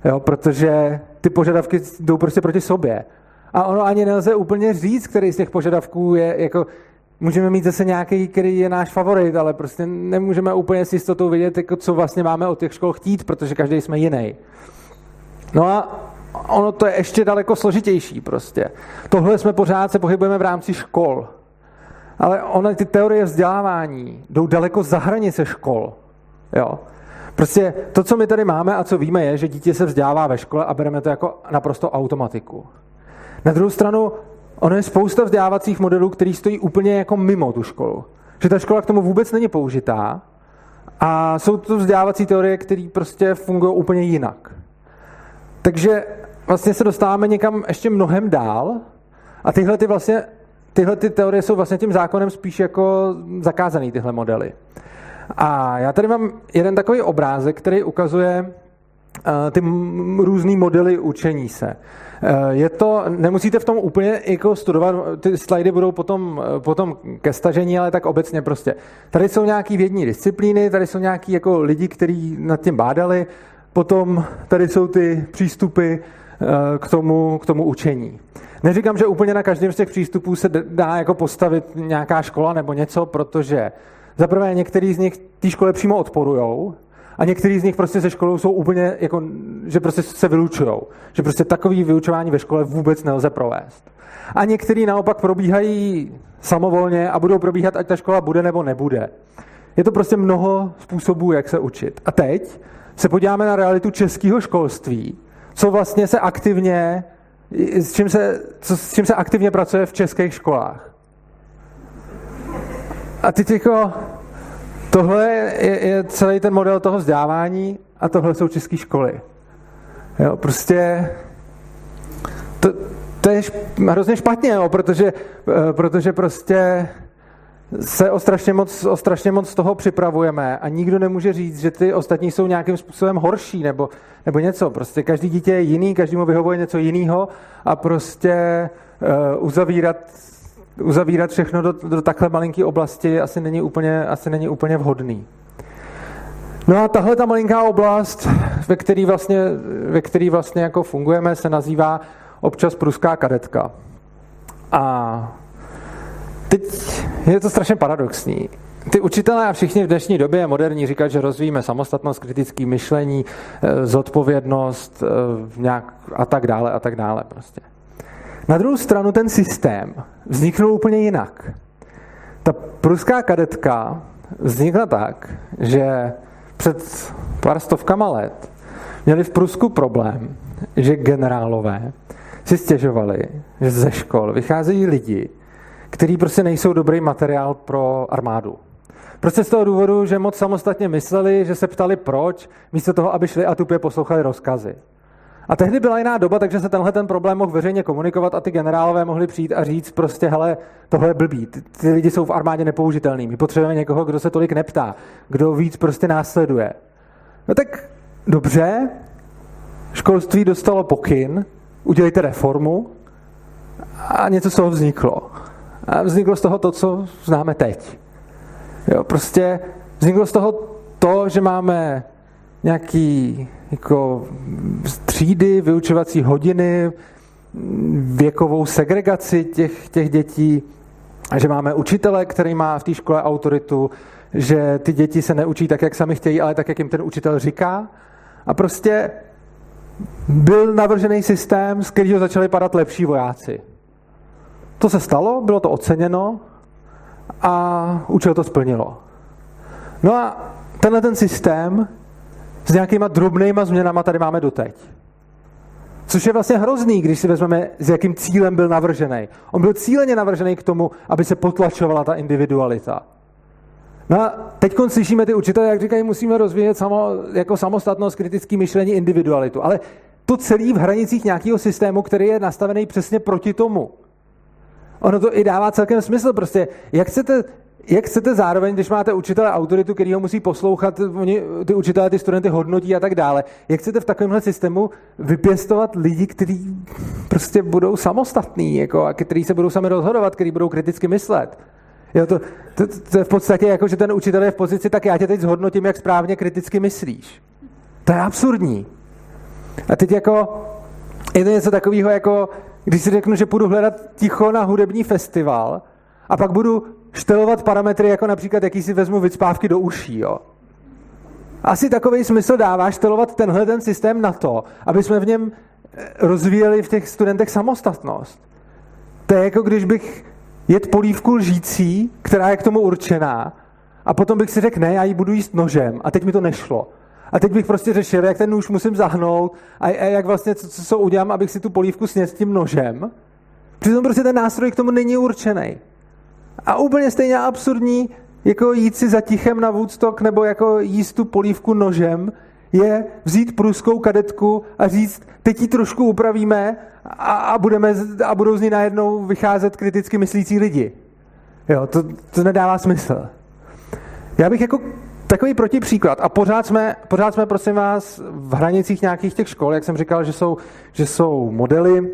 Jo, protože ty požadavky jdou prostě proti sobě. A ono ani nelze úplně říct, který z těch požadavků je jako... Můžeme mít zase nějaký, který je náš favorit, ale prostě nemůžeme úplně s jistotou vědět, jako co vlastně máme od těch škol chtít, protože každý jsme jiný. No a ono to je ještě daleko složitější prostě. Tohle jsme pořád se pohybujeme v rámci škol. Ale ono, ty teorie vzdělávání jdou daleko za hranice škol. Jo. Prostě to, co my tady máme a co víme, je, že dítě se vzdělává ve škole a bereme to jako naprosto automatiku. Na druhou stranu, ono je spousta vzdělávacích modelů, který stojí úplně jako mimo tu školu. Že ta škola k tomu vůbec není použitá a jsou to vzdělávací teorie, které prostě fungují úplně jinak. Takže vlastně se dostáváme někam ještě mnohem dál a tyhle teorie jsou vlastně tím zákonem spíš jako zakázaný, tyhle modely. A já tady mám jeden takový obrázek, který ukazuje ty různý modely učení se. Je to, nemusíte v tom úplně jako studovat, ty slajdy budou potom ke stažení, ale tak obecně prostě. Tady jsou nějaký vědní disciplíny, tady jsou nějaký jako lidi, kteří nad tím bádali, potom tady jsou ty přístupy k tomu učení. Neříkám, že úplně na každém z těch přístupů se dá jako postavit nějaká škola nebo něco, protože zaprvé některý z nich té škole přímo odporujou a některý z nich prostě se školou jsou úplně jako, že prostě se vylučujou. Že prostě takový vyučování ve škole vůbec nelze provést. A některý naopak probíhají samovolně a budou probíhat, ať ta škola bude nebo nebude. Je to prostě mnoho způsobů, jak se učit. A teď se podíváme na realitu českého školství, co vlastně se aktivně, s čím se aktivně pracuje v českých školách. A teď jako, tohle je celý ten model toho vzdělávání a tohle jsou české školy. Jo, prostě to je hrozně špatně, jo, protože prostě se o strašně moc toho připravujeme a nikdo nemůže říct, že ty ostatní jsou nějakým způsobem horší nebo něco. Prostě každý dítě je jiný, každému vyhovuje něco jiného a prostě uzavírat všechno do takhle malinké oblasti asi není úplně vhodný. No a tahle ta malinká oblast, ve který vlastně jako fungujeme, se nazývá občas pruská kadetka. A teď je to strašně paradoxní. Ty učitelé a všichni v dnešní době moderní říkají, že rozvíjíme samostatnost, kritické myšlení, zodpovědnost a tak dále prostě. Na druhou stranu ten systém vzniknul úplně jinak. Ta pruská kadetka vznikla tak, že před pár stovkama let měli v Prusku problém, že generálové si stěžovali, že ze škol vycházejí lidi, kteří prostě nejsou dobrý materiál pro armádu. Prostě z toho důvodu, že moc samostatně mysleli, že se ptali proč, místo toho, aby šli a tupě poslouchali rozkazy. A tehdy byla jiná doba, takže se tenhle ten problém mohl veřejně komunikovat a ty generálové mohli přijít a říct prostě, hele, tohle je blbý, ty lidi jsou v armádě nepoužitelný, my potřebujeme někoho, kdo se tolik neptá, kdo víc prostě následuje. No tak dobře, školství dostalo pokyn, udělejte reformu a něco z toho vzniklo. A vzniklo z toho to, co známe teď. Jo, prostě vzniklo z toho to, že máme nějaký jako třídy, vyučovací hodiny, věkovou segregaci těch dětí, že máme učitele, který má v té škole autoritu, že ty děti se neučí tak, jak sami chtějí, ale tak, jak jim ten učitel říká. A prostě byl navržený systém, z kterého začali padat lepší vojáci. To se stalo, bylo to oceněno a účel to splnilo. No a tenhle ten systém s nějakýma drobnýma změnama tady máme doteď. Což je vlastně hrozný, když si vezmeme, s jakým cílem byl navržený. On byl cíleně navržený k tomu, aby se potlačovala ta individualita. No a teď slyšíme ty učitelé, jak říkají, musíme rozvíjet jako samostatnost, kritické myšlení, individualitu. Ale to celé v hranicích nějakého systému, který je nastavený přesně proti tomu. Ono to i dává celkem smysl. Prostě, jak chcete zároveň, když máte učitele autoritu, který ho musí poslouchat, ty učitelé, ty studenty hodnotí a tak dále, jak chcete v takovémhle systému vypěstovat lidi, kteří prostě budou samostatní, jako, a kteří se budou sami rozhodovat, kteří budou kriticky myslet. Jo, to je v podstatě jako, že ten učitel je v pozici, tak já tě teď zhodnotím, jak správně kriticky myslíš. To je absurdní. A teď jako je to něco takového, jako když si řeknu, že půjdu hledat ticho na hudební festival a pak budu štelovat parametry, jako například, jaký si vezmu vycpávky do uší, jo. Asi takový smysl dává štelovat ten systém na to, aby jsme v něm rozvíjeli v těch studentech samostatnost. To je jako když bych jet polívku lžící, která je k tomu určená, a potom bych si řekl, ne, já ji budu jíst nožem, a teď mi to nešlo. A teď bych prostě řešil, jak ten nůž musím zahnout a jak vlastně, co udělám, abych si tu polívku snědl tím nožem. Přitom prostě ten nástroj k tomu není určený. A úplně stejně absurdní, jako jít si za tichem na Woodstock nebo jako jíst tu polívku nožem, je vzít pruskou kadetku a říct, teď ji trošku upravíme a budou z ní najednou vycházet kriticky myslící lidi. Jo, to nedává smysl. Já bych jako takový protipříklad, a pořád jsme, prosím vás, v hranicích nějakých těch škol, jak jsem říkal, že jsou modely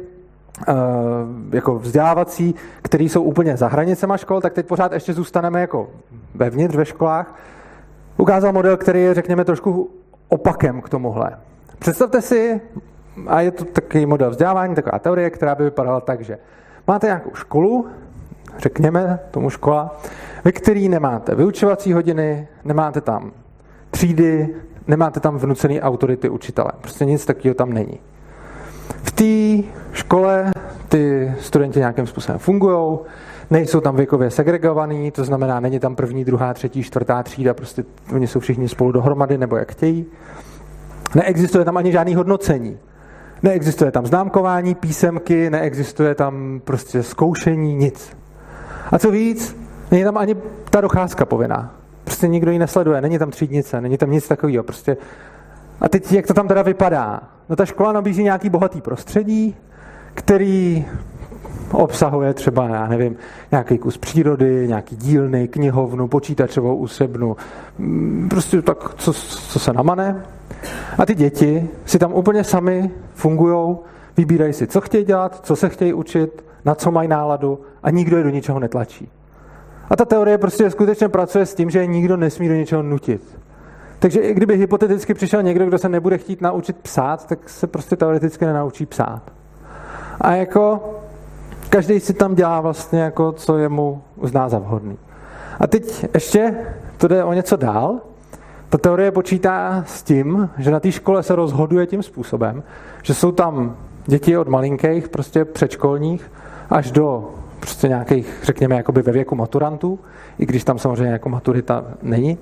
jako vzdělávací, které jsou úplně za hranicema škol, tak teď pořád ještě zůstaneme jako vevnitř ve školách. Ukázal model, který je, řekněme, trošku opakem k tomuhle. Představte si, a je to takový model vzdělávání, taková teorie, která by vypadala tak, že máte nějakou školu, řekněme tomu škola, ve který nemáte vyučovací hodiny, nemáte tam třídy, nemáte tam vnucený autority učitele. Prostě nic takového tam není. V té škole ty studenti nějakým způsobem fungujou, nejsou tam věkově segregovaný, to znamená, není tam první, druhá, třetí, čtvrtá třída, prostě oni jsou všichni spolu dohromady, nebo jak chtějí. Neexistuje tam ani žádný hodnocení. Neexistuje tam známkování, písemky, neexistuje tam prostě zkoušení, nic. A co víc, není tam ani ta docházka povinná. Prostě nikdo ji nesleduje, není tam třídnice, není tam nic takového. Prostě. A teď, jak to tam teda vypadá? No ta škola nabízí nějaký bohatý prostředí, který obsahuje třeba, já nevím, nějaký kus přírody, nějaký dílny, knihovnu, počítačovou úsebnu, prostě tak, co se namane. A ty děti si tam úplně sami fungujou, vybírají si, co chtějí dělat, co se chtějí učit, na co mají náladu a nikdo je do ničeho netlačí. A ta teorie prostě skutečně pracuje s tím, že nikdo nesmí do ničeho nutit. Takže i kdyby hypoteticky přišel někdo, kdo se nebude chtít naučit psát, tak se prostě teoreticky nenaučí psát. A jako každý si tam dělá vlastně jako, co je mu uzná za vhodný. A teď ještě to jde o něco dál. Ta teorie počítá s tím, že na té škole se rozhoduje tím způsobem, že jsou tam děti od malinkých, prostě předškolních, až do prostě nějakých, řekněme, jakoby ve věku maturantů, i když tam samozřejmě jako maturita není.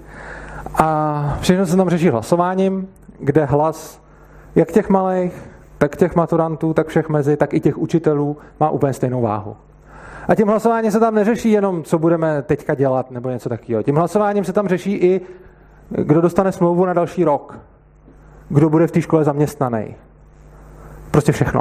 A všechno se tam řeší hlasováním, kde hlas jak těch malých, tak těch maturantů, tak všech mezi, tak i těch učitelů má úplně stejnou váhu. A tím hlasováním se tam neřeší jenom, co budeme teďka dělat, nebo něco takového. Tím hlasováním se tam řeší i, kdo dostane smlouvu na další rok, kdo bude v té škole zaměstnaný. Prostě všechno.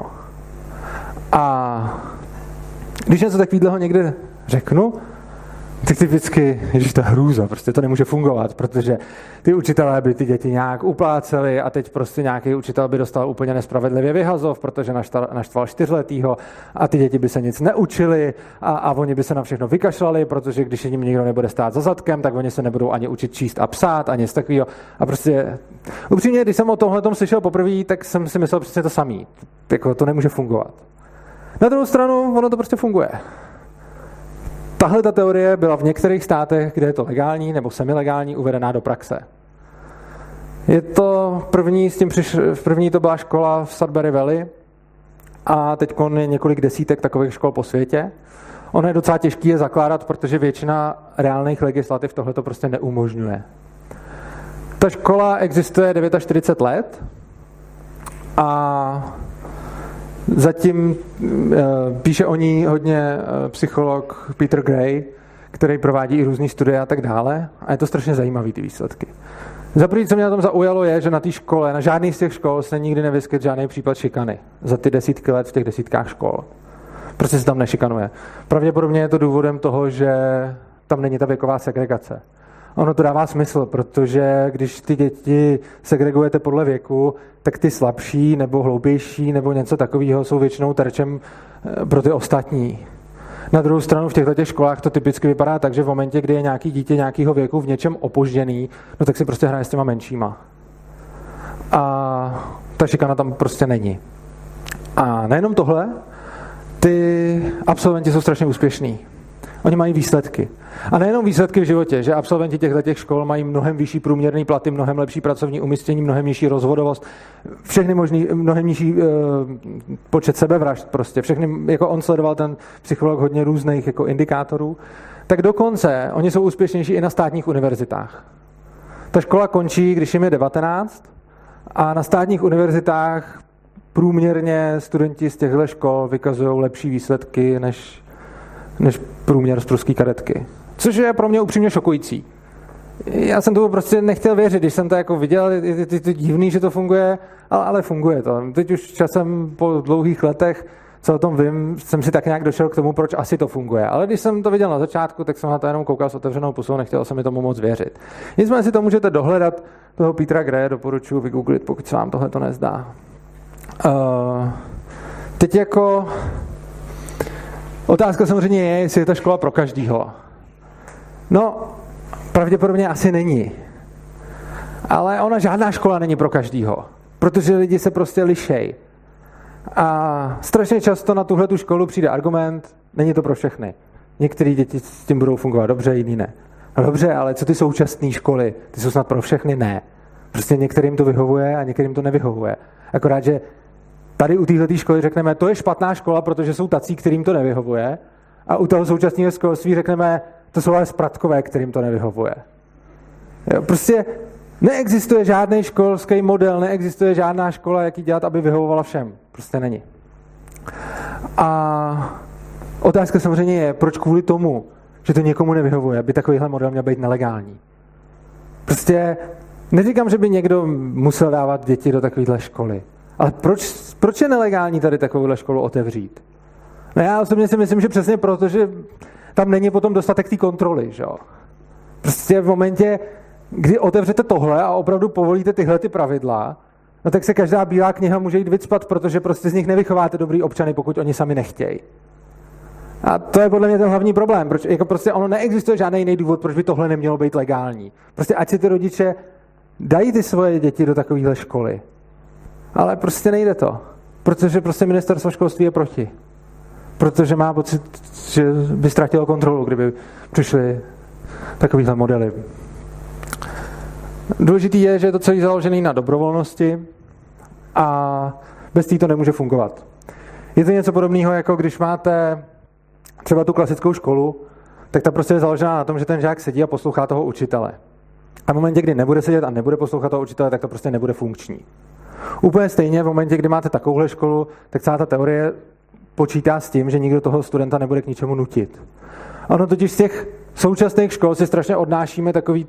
A když něco takového někde řeknu, tak ty vždycky, ježiš, to je hrůza, prostě to nemůže fungovat, protože ty učitelé by ty děti nějak upláceli a teď prostě nějaký učitel by dostal úplně nespravedlivě vyhazov, protože naštval 4letýho a ty děti by se nic neučili a oni by se na všechno vykašlali, protože když jim nikdo nebude stát za zadkem, tak oni se nebudou ani učit číst a psát a nic takového. A prostě upřímně, když jsem o tomhletom slyšel poprvé, tak jsem si myslel přesně to samý. Jako to nemůže fungovat. Na druhou stranu, ono to prostě funguje. Tahle ta teorie byla v některých státech, kde je to legální nebo semilegální, uvedená do praxe. Je to první to byla škola v Sudbury Valley a teď je několik desítek takových škol po světě. Ono je docela těžké je zakládat, protože většina reálných legislativ tohle to prostě neumožňuje. Ta škola existuje 49 let a zatím píše o ní hodně psycholog Peter Gray, který provádí i různý studie a tak dále. A je to strašně zajímavý, ty výsledky. Za první, co mě na tom zaujalo, je, že na té škole, na žádný z těch škol se nikdy nevyskyt žádný případ šikany. Za ty desítky let v těch desítkách škol. Prostě se tam nešikanuje. Pravděpodobně je to důvodem toho, že tam není ta věková segregace. Ono to dává smysl, protože když ty děti segregujete podle věku, tak ty slabší nebo hloupější nebo něco takového jsou většinou terčem pro ty ostatní. Na druhou stranu v těchto školách to typicky vypadá tak, že v momentě, kdy je nějaký dítě nějakého věku v něčem opožděný, no tak si prostě hraje s těma menšíma. A ta šikana tam prostě není. A nejenom tohle, ty absolventi jsou strašně úspěšní. Oni mají výsledky. A nejenom výsledky v životě, že absolventi těchto škol mají mnohem vyšší průměrný platy, mnohem lepší pracovní umístění, mnohem nižší rozvodovost, všechny možný, mnohem nižší počet sebevražd prostě. Všechny, jako on sledoval ten psycholog hodně různých jako indikátorů, tak dokonce oni jsou úspěšnější i na státních univerzitách. Ta škola končí, když jim je 19 a na státních univerzitách průměrně studenti z těchto škol vykazují lepší výsledky než průměr z pruské kadetky. Což je pro mě upřímně šokující. Já jsem tomu prostě nechtěl věřit, když jsem to jako viděl, je to divný, že to funguje, ale funguje to. Teď už časem po dlouhých letech, co o tom vím, jsem si tak nějak došel k tomu, proč asi to funguje. Ale když jsem to viděl na začátku, tak jsem na to jenom koukal s otevřenou pusou, nechtěl jsem mi tomu moc věřit. Nicméně si to můžete dohledat, toho Petera Greje doporučuji vygooglit, pokud se vám tohle to nezdá. Teď jako otázka samozřejmě je, jestli je ta škola pro každýho. No, pravděpodobně asi není. Ale ona žádná škola není pro každýho, protože lidi se prostě lišej. A strašně často na tuhletu školu přijde argument, není to pro všechny. Některé děti s tím budou fungovat dobře, jiný ne. No dobře, ale co ty současné školy? Ty jsou snad pro všechny? Ne. Prostě některým to vyhovuje a některým to nevyhovuje. Akorát, že tady u této školy řekneme, to je špatná škola, protože jsou tací, kterým to nevyhovuje. A u toho současného školství řekneme, to jsou ale spratkové, kterým to nevyhovuje. Jo, prostě neexistuje žádný školský model, neexistuje žádná škola, jak ji dělat, aby vyhovovala všem. Prostě není. A otázka samozřejmě je, proč kvůli tomu, že to někomu nevyhovuje, by takovýhle model měl být nelegální. Prostě neříkám, že by někdo musel dávat děti do takovéhle školy. Ale proč je nelegální tady takovouhle školu otevřít? No já osobně si myslím, že přesně proto, že tam není potom dostatek té kontroly. Že? Prostě v momentě, kdy otevřete tohle a opravdu povolíte tyhle ty pravidla, no tak se každá bílá kniha může jít vycpat, protože prostě z nich nevychováte dobrý občany, pokud oni sami nechtějí. A to je podle mě ten hlavní problém. Jako prostě ono neexistuje žádný jiný důvod, proč by tohle nemělo být legální. Prostě ať si ty rodiče dají ty svoje děti do takovéhle školy. Ale prostě nejde to. Protože prostě ministerstvo školství je proti. Protože má pocit, že by ztratilo kontrolu, kdyby přišly takovýhle modely. Důležitý je, že je to celý založený na dobrovolnosti a bez té to nemůže fungovat. Je to něco podobného, jako když máte třeba tu klasickou školu, tak ta prostě je založená na tom, že ten žák sedí a poslouchá toho učitele. A v momentě, kdy nebude sedět a nebude poslouchat toho učitele, tak to prostě nebude funkční. Úplně stejně v momentě, kdy máte takovouhle školu, tak celá ta teorie počítá s tím, že nikdo toho studenta nebude k ničemu nutit. Ono totiž z těch současných škol si strašně odnášíme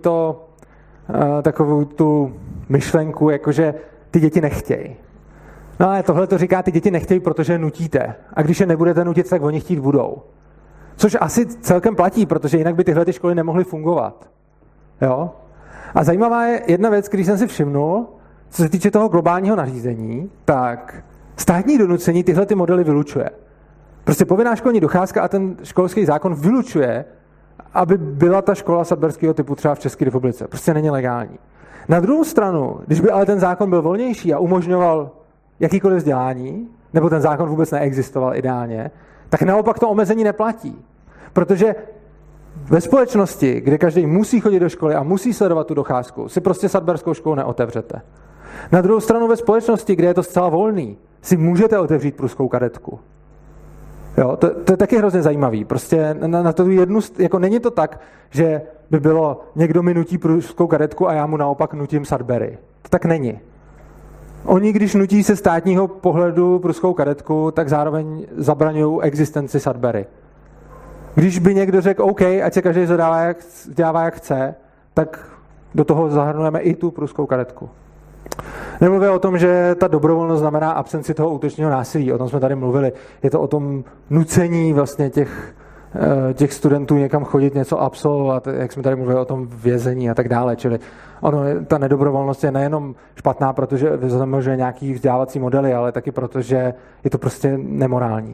takovou tu myšlenku, jakože ty děti nechtějí. No ale tohle to říká, ty děti nechtějí, protože je nutíte. A když je nebudete nutit, tak oni chtít budou. Což asi celkem platí, protože jinak by tyhle ty školy nemohly fungovat. Jo? A zajímavá je jedna věc, když jsem si všimnul, co se týče toho globálního nařízení, tak státní donucení tyhle ty modely vylučuje. Prostě povinná školní docházka a ten školský zákon vylučuje, aby byla ta škola sadberského typu třeba v České republice. Prostě není legální. Na druhou stranu, když by ale ten zákon byl volnější a umožňoval jakýkoliv vzdělání, nebo ten zákon vůbec neexistoval ideálně, tak naopak to omezení neplatí. Protože ve společnosti, kde každý musí chodit do školy a musí sledovat tu docházku, si prostě sadberskou školu neotevřete. Na druhou stranu ve společnosti, kde je to zcela volný, si můžete otevřít pruskou kadetku. Jo, to je taky hrozně zajímavý. Prostě na tu jednu, jako není to tak, že by bylo někdo mi nutí pruskou kadetku a já mu naopak nutím Sudbury. To tak není. Oni, když nutí se státního pohledu pruskou kadetku, tak zároveň zabraňují existenci Sudbury. Když by někdo řekl, OK, ať se každý vzdělává jak chce, tak do toho zahrnujeme i tu pruskou kadetku. Nemluvím o tom, že ta dobrovolnost znamená absenci toho útočního násilí. O tom jsme tady mluvili. Je to o tom nucení vlastně těch studentů někam chodit, něco absolvovat, jak jsme tady mluvili o tom vězení a tak dále. Čili ta nedobrovolnost je nejenom špatná, protože vyzamlžuje nějaký vzdělávací modely, ale taky proto, že je to prostě nemorální.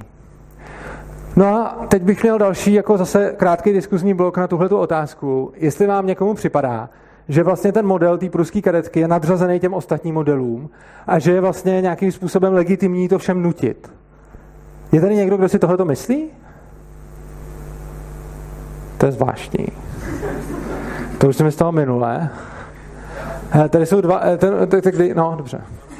No a teď bych měl další jako zase krátký diskuzní blok na tuhletu otázku. Jestli vám někomu připadá, že vlastně ten model té pruské kadetky je nadřazený těm ostatním modelům a že je vlastně nějakým způsobem legitimní to všem nutit. Je tady někdo, kdo si tohleto myslí? To je zvláštní. To už se mi stalo minule. Tady jsou dva... No, dobře.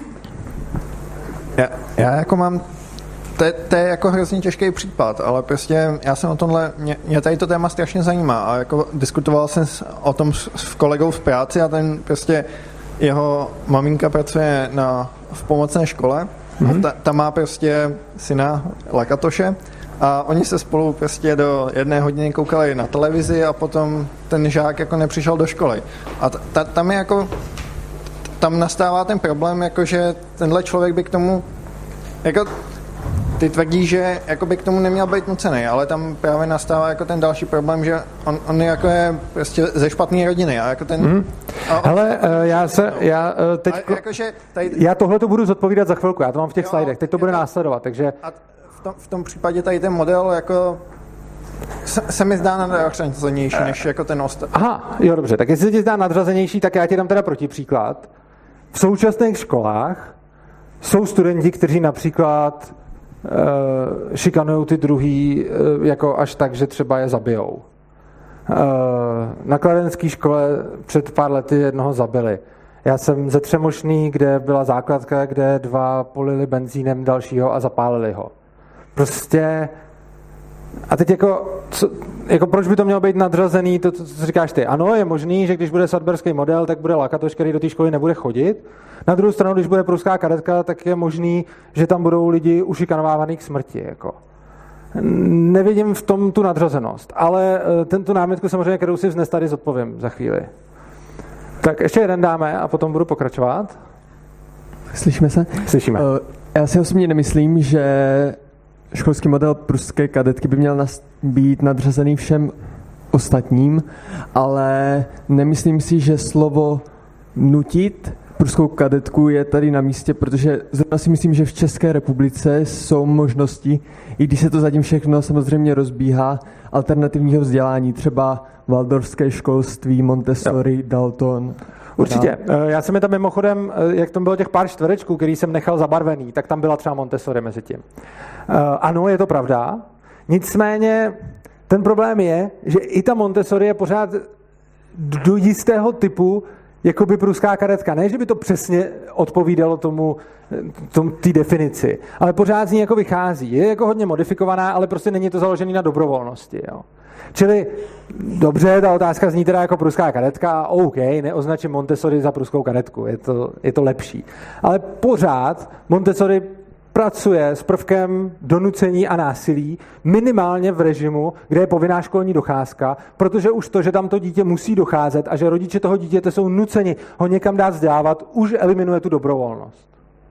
Já jako mám... To je jako hrozně těžký případ, ale prostě já jsem o tomhle... Mě tady to téma strašně zajímá a jako diskutoval jsem o tom s kolegou v práci a ten prostě... Jeho maminka pracuje v pomocné škole a ta má prostě syna Lakatoše a oni se spolu prostě do 1 hodiny koukali na televizi a potom ten žák jako nepřišel do školy. A tam je jako... Tam nastává ten problém, jako že tenhle člověk by k tomu... Jako, ty tvrdí, že jako by k tomu neměl být nucený, ale tam právě nastává jako ten další problém, že on jako je prostě ze špatné rodiny a jako ten... Hele, já tohle to budu zodpovídat za chvilku, já to mám v těch slidech, teď to bude následovat, takže... A v tom případě tady ten model jako se mi zdá nadřazenější než jako ten ostatní. Aha, jo dobře, tak jestli se ti zdá nadřazenější, tak já ti dám teda protipříklad. V současných školách jsou studenti, kteří například šikanují ty druhý jako až tak, že třeba je zabijou. Na kladenské škole před pár lety jednoho zabili. Já jsem ze Třemošný, kde byla základka, kde 2 polili benzínem dalšího a zapálili ho. Prostě a teď jako proč by to mělo být nadřazený, to, co říkáš ty? Ano, je možný, že když bude Sudberský model, tak bude Lakatoš, který do té školy nebude chodit. Na druhou stranu, když bude pruská kadetka, tak je možný, že tam budou lidi ušikanovávaný k smrti. Jako. Nevidím v tom tu nadřazenost, ale tu námitku samozřejmě, kterou si vznes tady zodpovím za chvíli. Tak ještě jeden dáme a potom budu pokračovat. Slyšíme se? Slyšíme. Já si osobně nemyslím, že školský model pruské kadetky by měl být nadřazený všem ostatním, ale nemyslím si, že slovo nutit pruskou kadetku je tady na místě, protože zrovna si myslím, že v České republice jsou možnosti, i když se to zatím všechno samozřejmě rozbíhá, alternativního vzdělání, třeba waldorfské školství, Montessori, Dalton. Určitě. Já jsem je tam mimochodem, jak tam bylo těch pár čtverečků, který jsem nechal zabarvený, tak tam byla třeba Montessori mezi tím. Ano, je to pravda. Nicméně ten problém je, že i ta Montessori je pořád do jistého typu jakoby pruská kadetka. Ne, že by to přesně odpovídalo té definici, ale pořád z ní jako vychází. Je jako hodně modifikovaná, ale prostě není to založené na dobrovolnosti. Jo. Čili dobře, ta otázka zní teda jako pruská kadetka, OK, neoznačím Montessori za pruskou kadetku, je to lepší. Ale pořád Montessori pracuje s prvkem donucení a násilí minimálně v režimu, kde je povinná školní docházka, protože už to, že tam to dítě musí docházet a že rodiče toho dítěte jsou nuceni ho někam dát vzdělávat, už eliminuje tu dobrovolnost.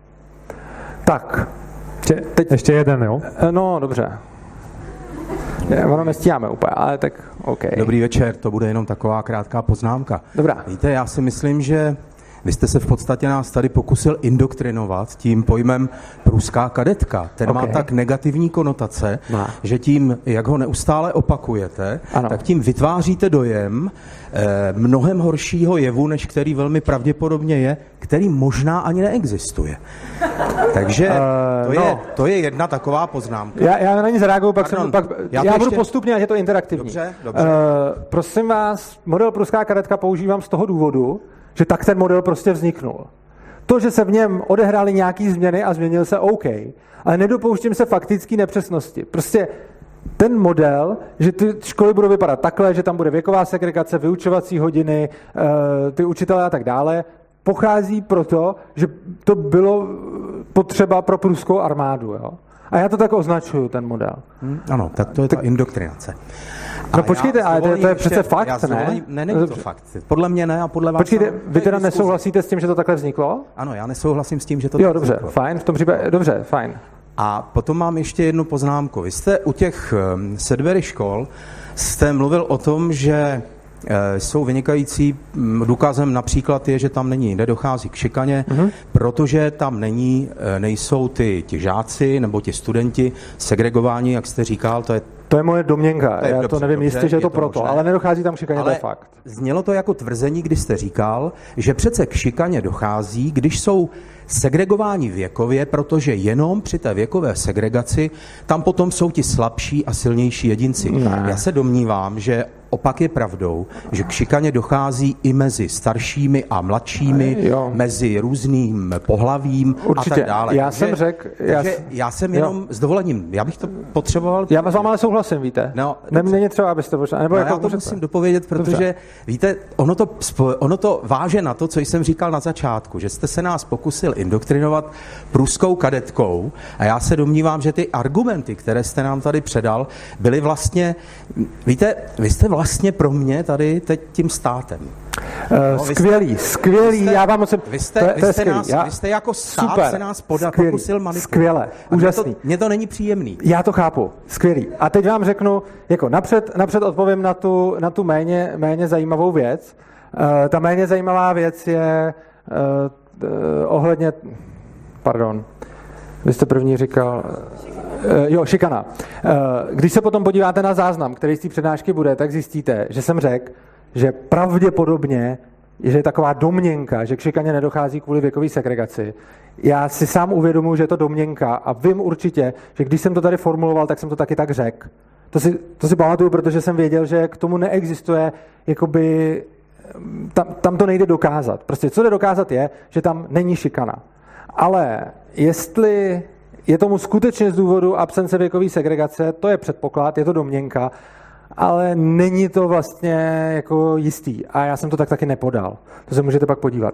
Tak. Teď ještě jeden, jo? No, dobře. Ono nestíháme úplně, ale tak OK. Dobrý večer, to bude jenom taková krátká poznámka. Dobrá. Víte, já si myslím, že vy jste se v podstatě nás tady pokusil indoktrinovat tím pojmem pruská kadetka. Ten má tak negativní konotace, že tím, jak ho neustále opakujete, tak tím vytváříte dojem mnohem horšího jevu, než který velmi pravděpodobně je, který možná ani neexistuje. Takže to je jedna taková poznámka. Já na ní zareaguju, já budu postupně, ať je to interaktivní. Dobře. Prosím vás, model pruská kadetka používám z toho důvodu, že tak ten model prostě vzniknul. To, že se v něm odehrály nějaký změny a změnil se OK, ale nedopouštím se faktické nepřesnosti. Prostě ten model, že ty školy budou vypadat takhle, že tam bude věková segregace, vyučovací hodiny, ty učitelé a tak dále, pochází proto, že to bylo potřeba pro pruskou armádu. Jo? A já to tak označuju, ten model. Ano, tak to je ta indoktrinace. No počkejte, ale to je přece fakt, ne? Ne, není to fakt. Podle mě ne a podle vás... Počkejte, vy teda nesouhlasíte s tím, že to takhle vzniklo? Ano, já nesouhlasím s tím, že to takhle vzniklo. vzniklo. Fajn, v tom případě, dobře, fajn. A potom mám ještě jednu poznámku. Vy jste u těch Sudbury škol jste mluvil o tom, že jsou vynikající, důkazem například je, že tam nedochází k šikaně, protože tam nejsou ti žáci nebo ti studenti segregováni, jak jste říkal, to je To je moje domněnka, já to nevím jistě, že je to proto, možné. Ale nedochází tam k šikaně, to je fakt. Znělo to jako tvrzení, kdy jste říkal, že přece k šikaně dochází, když jsou segregováni věkově, protože jenom při té věkové segregaci tam potom jsou ti slabší a silnější jedinci. Ne. Já se domnívám, že opak je pravdou, že k šikaně dochází i mezi staršími a mladšími, mezi různým pohlavím a tak dále. Já jsem řekl... Já jsem jenom s dovolením, já bych to potřeboval... Já s vámi ale souhlasím, víte. No, není třeba, abyste pošli. Nebo jako já to musím dopovědět, protože víte, ono to váže na to, co jsem říkal na začátku, že jste se nás pokusil indoktrinovat pruskou kadetkou a já se domnívám, že ty argumenty, které jste nám tady předal, byly vlastně, víte, vy jste vlastně pro mě tady teď tím státem. Skvělý, já vám moc... Vy jste jako stát super, se nás pokusil manipulovat. Skvěle, úžasný. Mně to není příjemný. Já to chápu, skvělý. A teď vám řeknu, jako napřed odpovím na tu méně zajímavou věc. Ta méně zajímavá věc je ohledně... Pardon, vy jste první říkal... šikana. Když se potom podíváte na záznam, který z té přednášky bude, tak zjistíte, že jsem řekl, že pravděpodobně je taková domněnka, že k šikaně nedochází kvůli věkové segregaci. Já si sám uvědomuji, že je to domněnka a vím určitě, že když jsem to tady formuloval, tak jsem to taky tak řekl. To si pamatuju, protože jsem věděl, že k tomu neexistuje, jakoby, tam to nejde dokázat. Prostě co jde dokázat je, že tam není šikana. Ale jestli je tomu skutečně z důvodu absence věkové segregace, to je předpoklad, je to domněnka, ale není to vlastně jako jistý. A já jsem to tak taky nepodal. To se můžete pak podívat.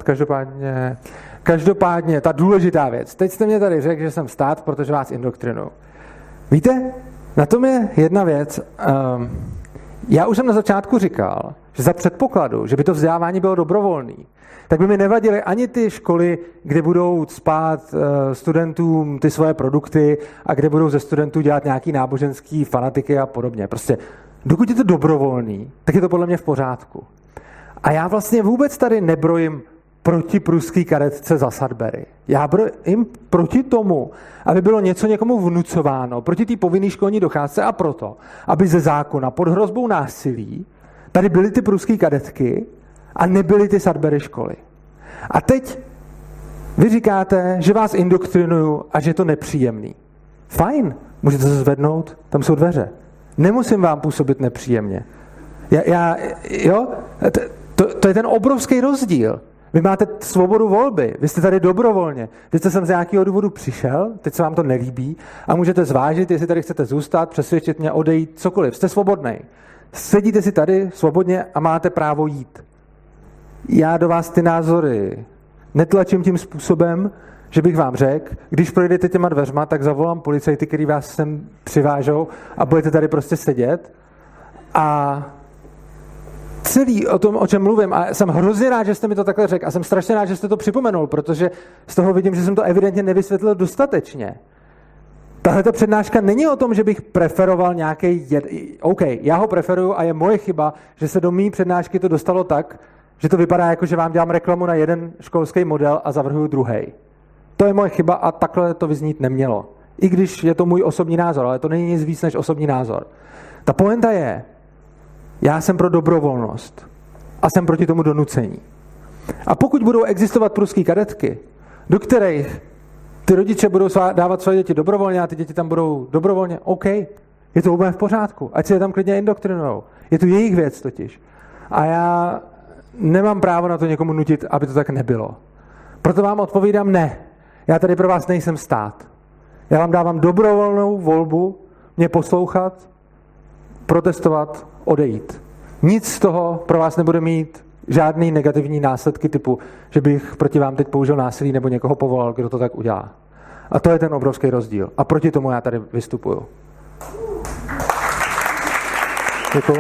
Každopádně ta důležitá věc. Teď jste mě tady řekl, že jsem stát, protože vás indoktrinuju. Víte, na tom je jedna věc. Já už jsem na začátku říkal, že za předpokladu, že by to vzdělávání bylo dobrovolné, tak by mi nevadily ani ty školy, kde budou cpát studentům ty svoje produkty a kde budou ze studentů dělat nějaký náboženský fanatiky a podobně. Prostě dokud je to dobrovolný, tak je to podle mě v pořádku. A já vlastně vůbec tady nebrojím proti pruský kadetce za Sudbury. Já brojím proti tomu, aby bylo něco někomu vnucováno, proti té povinné školní docházce a proto, aby ze zákona pod hrozbou násilí tady byly ty pruský kadetky a nebyly ty Sudbury školy. A teď vy říkáte, že vás indoktrinuju a že je to nepříjemný. Fajn, můžete se zvednout, tam jsou dveře. Nemusím vám působit nepříjemně. To je ten obrovský rozdíl. Vy máte svobodu volby, vy jste tady dobrovolně. Vy jste sem z nějakého důvodu přišel, teď se vám to nelíbí a můžete zvážit, jestli tady chcete zůstat, přesvědčit mě, odejít, cokoliv. Jste svobodnej. Sedíte si tady svobodně a máte právo jít. Já do vás ty názory netlačím tím způsobem, že bych vám řekl, když projdete těma dveřma, tak zavolám policajty, který vás sem přivážou a budete tady prostě sedět. A celý o tom, o čem mluvím, a jsem hrozně rád, že jste mi to takhle řekl a jsem strašně rád, že jste to připomenul, protože z toho vidím, že jsem to evidentně nevysvětlil dostatečně. Tahle ta přednáška není o tom, že bych preferoval nějaký... OK, já ho preferuju a je moje chyba, že se do mý přednášky to dostalo tak, že to vypadá jako, že vám dělám reklamu na jeden školský model a zavrhuju druhej. To je moje chyba a takhle to vyznít nemělo. I když je to můj osobní názor, ale to není nic víc než osobní názor. Ta pointa je, já jsem pro dobrovolnost a jsem proti tomu donucení. A pokud budou existovat pruský kadetky, do kterých ty rodiče budou dávat své děti dobrovolně a ty děti tam budou dobrovolně, OK, je to úplně v pořádku, ať si je tam klidně indoktrinujou. Je to jejich věc totiž. A já nemám právo na to někomu nutit, aby to tak nebylo. Proto vám odpovídám ne. Já tady pro vás nejsem stát. Já vám dávám dobrovolnou volbu mě poslouchat, protestovat, odejít. Nic z toho pro vás nebude mít žádný negativní následky typu, že bych proti vám teď použil násilí nebo někoho povolal, kdo to tak udělá. A to je ten obrovský rozdíl. A proti tomu já tady vystupuju. Děkuju.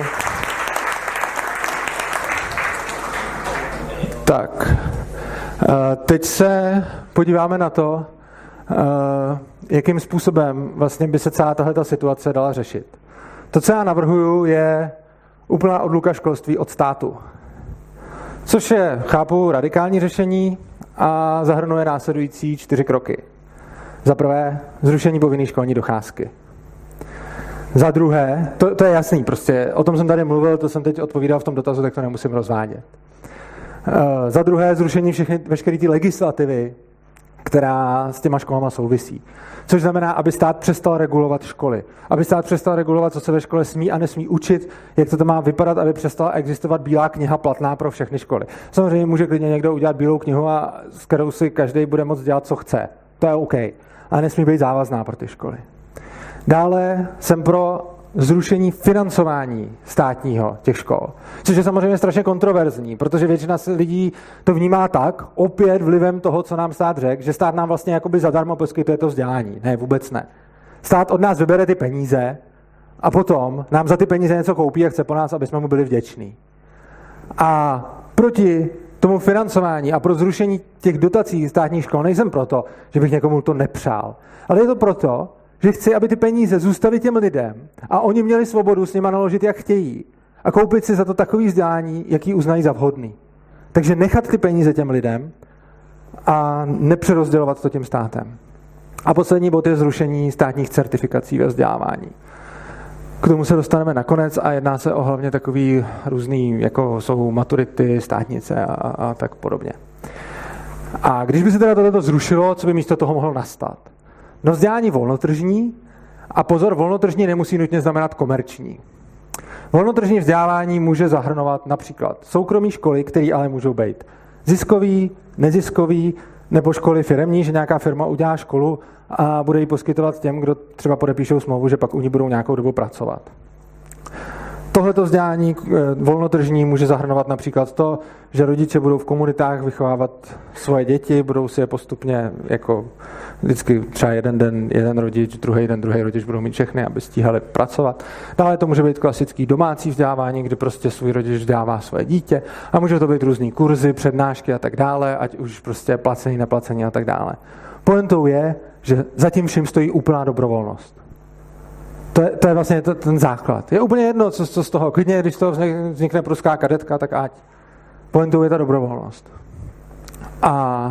Tak, teď se podíváme na to, jakým způsobem vlastně by se celá tahleta situace dala řešit. To, co já navrhuju, je úplná odluka školství od státu. Což je, chápu, radikální řešení a zahrnuje následující 4 kroky. Za prvé, zrušení povinné školní docházky. Za druhé, to je jasný, prostě o tom jsem tady mluvil, to jsem teď odpovídal v tom dotazu, tak to nemusím rozvádět. Za druhé, zrušení veškeré té legislativy, která s těma školama souvisí. Což znamená, aby stát přestal regulovat školy. Aby stát přestal regulovat, co se ve škole smí a nesmí učit, jak to má vypadat, aby přestala existovat bílá kniha platná pro všechny školy. Samozřejmě může klidně někdo udělat bílou knihu, s kterou si každý bude moct dělat, co chce. To je OK. Ale nesmí být závazná pro ty školy. Dále jsem pro zrušení financování státního těch škol. Což je samozřejmě strašně kontroverzní, protože většina lidí to vnímá tak, opět vlivem toho, co nám stát řekl, že stát nám vlastně jakoby zadarmo poskytuje to vzdělání. Ne, vůbec ne. Stát od nás vybere ty peníze a potom nám za ty peníze něco koupí a chce po nás, aby jsme mu byli vděční. A proti tomu financování a pro zrušení těch dotací státních škol nejsem proto, že bych někomu to nepřál. Ale je to proto, že chci, aby ty peníze zůstaly těm lidem a oni měli svobodu s nima naložit, jak chtějí a koupit si za to takový vzdělání, jaký uznají za vhodný. Takže nechat ty peníze těm lidem a nepřerozdělovat to tím státem. A poslední bod je zrušení státních certifikací ve vzdělávání. K tomu se dostaneme nakonec a jedná se o hlavně takový různý, jako jsou maturity, státnice a tak podobně. A když by se teda toto zrušilo, co by místo toho mohlo nastat? No vzdělání volnotržní a pozor, volnotržní nemusí nutně znamenat komerční. Volnotržní vzdělávání může zahrnovat například soukromé školy, které ale můžou být ziskový, neziskový, nebo školy firemní, že nějaká firma udělá školu a bude ji poskytovat těm, kdo třeba podepíšou smlouvu, že pak u ní budou nějakou dobu pracovat. Tohleto vzdělání volnotržní může zahrnovat například to, že rodiče budou v komunitách vychovávat svoje děti, budou si je postupně jako vždycky třeba jeden den jeden rodič, druhý den druhý rodič budou mít všechny, aby stíhali pracovat. Dále to může být klasický domácí vzdělávání, kdy prostě svůj rodič vzdělává svoje dítě a může to být různý kurzy, přednášky a tak dále, ať už prostě placení, neplacení a tak dále. Pointou je, že zatím vším stojí úplná dobrovolnost. To je vlastně ten základ. Je úplně jedno, co z toho. Klidně, když z toho vznikne pruská kadetka, tak ať. Pointou je ta dobrovolnost. A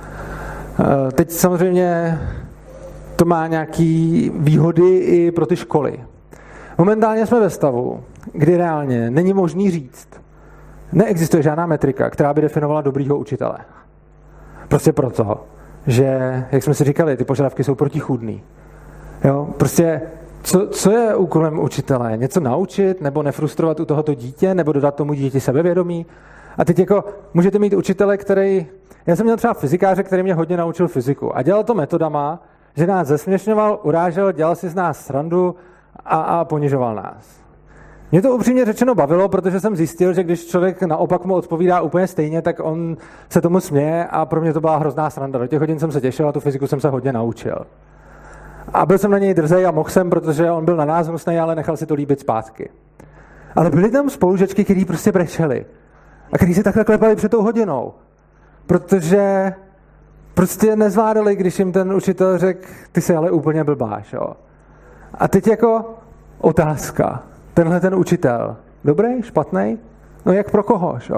teď samozřejmě to má nějaké výhody i pro ty školy. Momentálně jsme ve stavu, kdy reálně není možný říct, neexistuje žádná metrika, která by definovala dobrýho učitele. Prostě proto, že, jak jsme si říkali, ty požadavky jsou protichůdný. Jo, prostě co je úkolem učitele? Něco naučit, nebo nefrustrovat u tohoto dítě, nebo dodat tomu dítěti sebevědomí? A teď jako můžete mít učitele, který... Já jsem měl třeba fyzikáře, který mě hodně naučil fyziku. A dělal to metodama, že nás zesměšňoval, urážel, dělal si z nás srandu a ponižoval nás. Mě to upřímně řečeno bavilo, protože jsem zjistil, že když člověk naopak mu odpovídá úplně stejně, tak on se tomu směje a pro mě to byla hrozná sranda. Do těch hodin jsem se těšil a tu fyziku jsem se hodně naučil. A byl jsem na něj drzej a mohl jsem, protože on byl na nás hnusnej, ale nechal si to líbit zpátky. Ale byly tam spolužačky, který prostě brečeli. A který si takhle klepali před tou hodinou. Protože prostě nezvládali, když jim ten učitel řekl, ty jsi ale úplně blbáš, jo. A teď jako otázka. Tenhle ten učitel, dobrý, špatný? No jak pro koho, jo?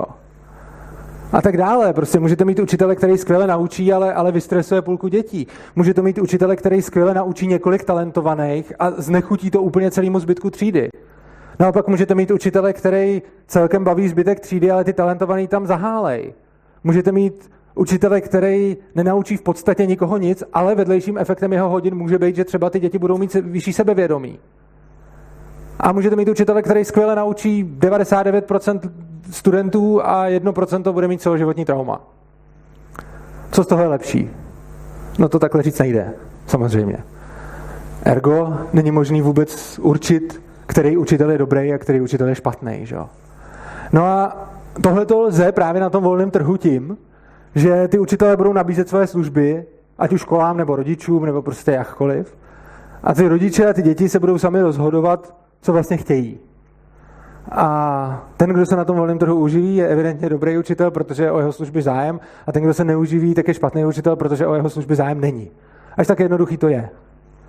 A tak dále. Prostě můžete mít učitele, který skvěle naučí, ale vystresuje půlku dětí. Můžete mít učitele, který skvěle naučí několik talentovaných a znechutí to úplně celému zbytku třídy. Naopak můžete mít učitele, který celkem baví zbytek třídy, ale ty talentovaný tam zahálej. Můžete mít učitele, který nenaučí v podstatě nikoho nic, ale vedlejším efektem jeho hodin může být, že třeba ty děti budou mít vyšší sebevědomí. A můžete mít učitele, který skvěle naučí 99% studentů a 1% bude mít celoživotní trauma. Co z toho je lepší? No to takhle říct nejde, samozřejmě. Ergo není možný vůbec určit, který učitel je dobrý a který učitel je špatný. Že? No a tohle to lze právě na tom volném trhu tím, že ty učitelé budou nabízet své služby, ať už školám nebo rodičům, nebo prostě jakkoliv. A ty rodiče a ty děti se budou sami rozhodovat, co vlastně chtějí. A ten, kdo se na tom volném trhu uživí, je evidentně dobrý učitel, protože je o jeho služby zájem, a ten, kdo se neuživí, tak je špatný učitel, protože o jeho služby zájem není. Až tak jednoduchý to je.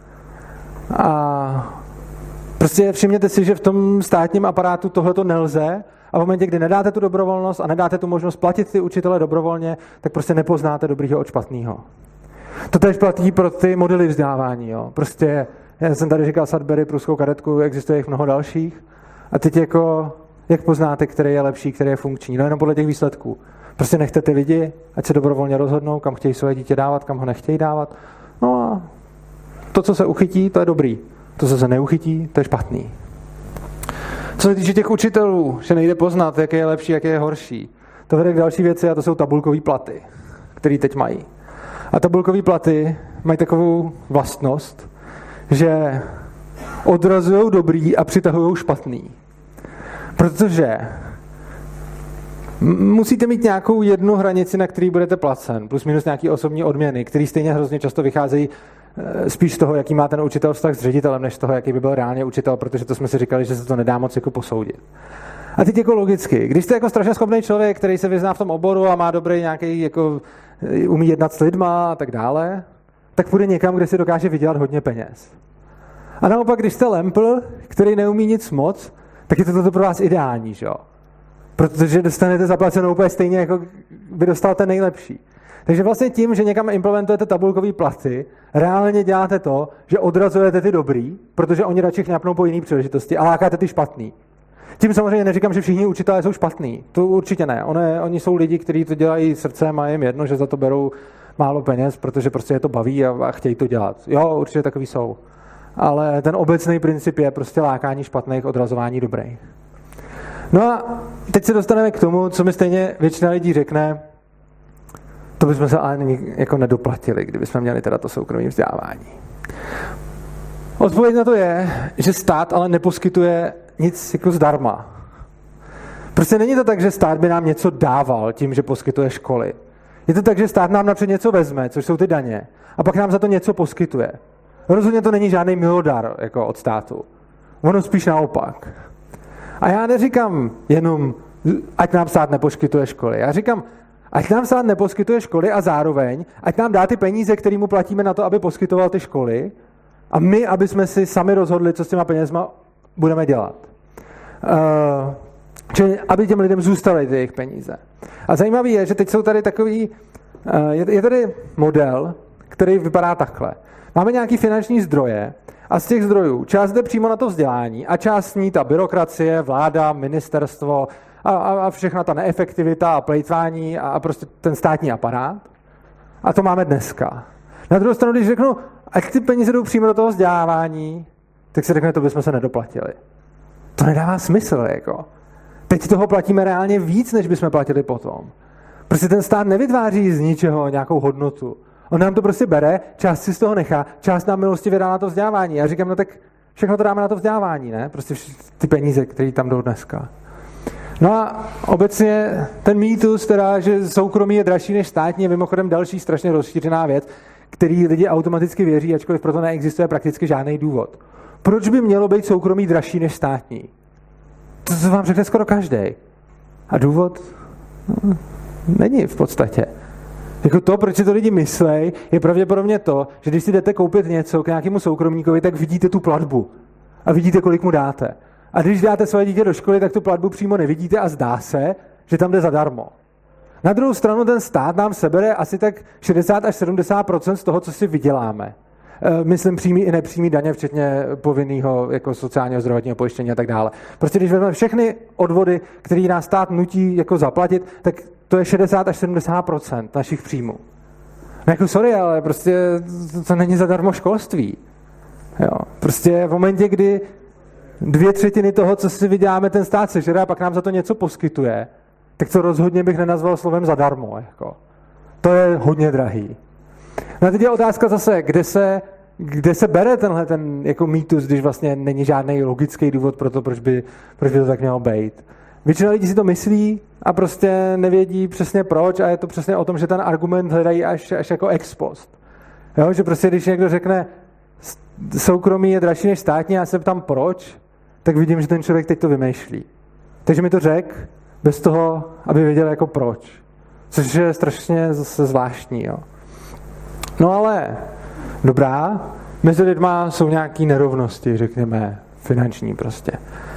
A prostě všimněte si, že v tom státním aparátu tohleto nelze, a v momentě, kdy nedáte tu dobrovolnost a nedáte tu možnost platit ty učitele dobrovolně, tak prostě nepoznáte dobrýho od špatného. To též platí pro ty modely vzdělávání. Jo. Prostě Já jsem tady říkal Sudbury, pruskou kadetku, existuje jich mnoho dalších. A teď jako, jak poznáte, který je lepší, který je funkční? No jenom podle těch výsledků. Prostě nechte ty lidi, ať se dobrovolně rozhodnou, kam chtějí své dítě dávat, kam ho nechtějí dávat. No a to, co se uchytí, to je dobrý. To, co se neuchytí, to je špatný. Co se týče těch učitelů, že nejde poznat, jaký je lepší, jaký je horší, to vede k další věci a to jsou tabulkové platy, které teď mají. A tabulkové platy mají takovou vlastnost, že odrazují dobrý a přitahují špatný. Protože musíte mít nějakou jednu hranici, na který budete placen, plus minus nějaký osobní odměny, které stejně hrozně často vycházejí spíš z toho, jaký má ten učitel vztah s ředitelem, než z toho, jaký by byl reálně učitel, protože to jsme si říkali, že se to nedá moc jako posoudit. A teď jako logicky, když jste jako strašně schopný člověk, který se vyzná v tom oboru a má dobrý nějaký, jako umí jednat s lidma a tak dále, tak půjde někam, kde si dokáže vydělat hodně peněz. A naopak, když jste lempl, který neumí nic moc, tak je to pro vás ideální, že jo? Protože dostanete zaplacenou úplně stejně, jako by dostal ten nejlepší. Takže vlastně tím, že někam implementujete tabulkové platy, reálně děláte to, že odrazujete ty dobrý, protože oni radši chňapnou po jiný příležitosti a lákáte ty špatný. Tím samozřejmě neříkám, že všichni učitelé jsou špatný. To určitě ne. Oni jsou lidi, kteří to dělají srdcem a jim jedno, že za to berou málo peněz, protože prostě je to baví a chtějí to dělat. Jo, určitě takový jsou. Ale ten obecný princip je prostě lákání špatných, odrazování dobrých. No a teď se dostaneme k tomu, co mi stejně většina lidí řekne, to bychom se ale jako nedoplatili, kdybychom měli teda to soukromé vzdělávání. Odpověď na to je, že stát ale neposkytuje nic jako zdarma. Prostě není to tak, že stát by nám něco dával tím, že poskytuje školy. Je to tak, že stát nám napřed něco vezme, což jsou ty daně, a pak nám za to něco poskytuje. Rozhodně to není žádný milodar jako od státu. Ono spíš naopak. A já neříkám jenom, ať nám stát neposkytuje školy. Já říkám, ať nám stát neposkytuje školy a zároveň, ať nám dá ty peníze, který mu platíme na to, aby poskytoval ty školy, a my, aby jsme si sami rozhodli, co s těma penězma budeme dělat. Čili aby těm lidem zůstaly ty jejich peníze. A zajímavý je, že teď jsou tady takový, je tady model, který vypadá takhle. Máme nějaký finanční zdroje a z těch zdrojů část jde přímo na to vzdělání a část ní ta byrokracie, vláda, ministerstvo a všechna ta neefektivita a plejtvání a prostě ten státní aparát. A to máme dneska. Na druhou stranu, když řeknu, ať ty peníze jdou přímo do toho vzdělávání, tak si řekne, to bychom se nedoplatili. To nedává smysl, jako. Teď toho platíme reálně víc, než bychom platili potom. Prostě ten stát nevytváří z ničeho nějakou hodnotu. On nám to prostě bere, část si z toho nechá, část nám milostivě dá na to vzdělávání. Já říkám, no tak všechno to dáme na to vzdělávání, ne? Prostě ty peníze, které tam jdou dneska. No a obecně ten mýtus, teda, že soukromí je dražší než státní, je mimochodem další strašně rozšířená věc, který lidi automaticky věří, ačkoliv proto neexistuje prakticky žádný důvod. Proč by mělo být soukromí dražší než státní? To vám řekne skoro každý. A důvod? No, není v podstatě. Jako to, proč si to lidi myslejí, je pravděpodobně to, že když si jdete koupit něco k nějakému soukromníkovi, tak vidíte tu platbu. A vidíte, kolik mu dáte. A když dáte své dítě do školy, tak tu platbu přímo nevidíte a zdá se, že tam jde zadarmo. Na druhou stranu ten stát nám sebere asi tak 60 až 70% z toho, co si vyděláme. Myslím přímý i nepřímý daně, včetně povinného jako sociálního zdravotního pojištění a tak dále. Prostě když vezmeme všechny odvody, které nás stát nutí jako zaplatit, tak to je 60 až 70% našich příjmů. No jako sorry, ale prostě to není zadarmo školství. Jo. Prostě v momentě, kdy 2/3 toho, co si vyděláme, ten stát sežere a pak nám za to něco poskytuje, tak to rozhodně bych nenazval slovem zadarmo. Jako. To je hodně drahý. No a teď je otázka zase, kde se bere tenhle ten jako mýtus, když vlastně není žádný logický důvod pro to, proč by to tak mělo být. Většina lidí si to myslí a prostě nevědí přesně proč a je to přesně o tom, že ten argument hledají až jako ex post. Jo, že prostě když někdo řekne soukromí je dražší než státní, já se ptám proč, tak vidím, že ten člověk teď to vymýšlí. Takže mi to řekl bez toho, aby věděl jako proč. Což je strašně zase zvláštní. Jo. No ale dobrá, mezi lidma jsou nějaké nerovnosti, řekněme, finanční prostě.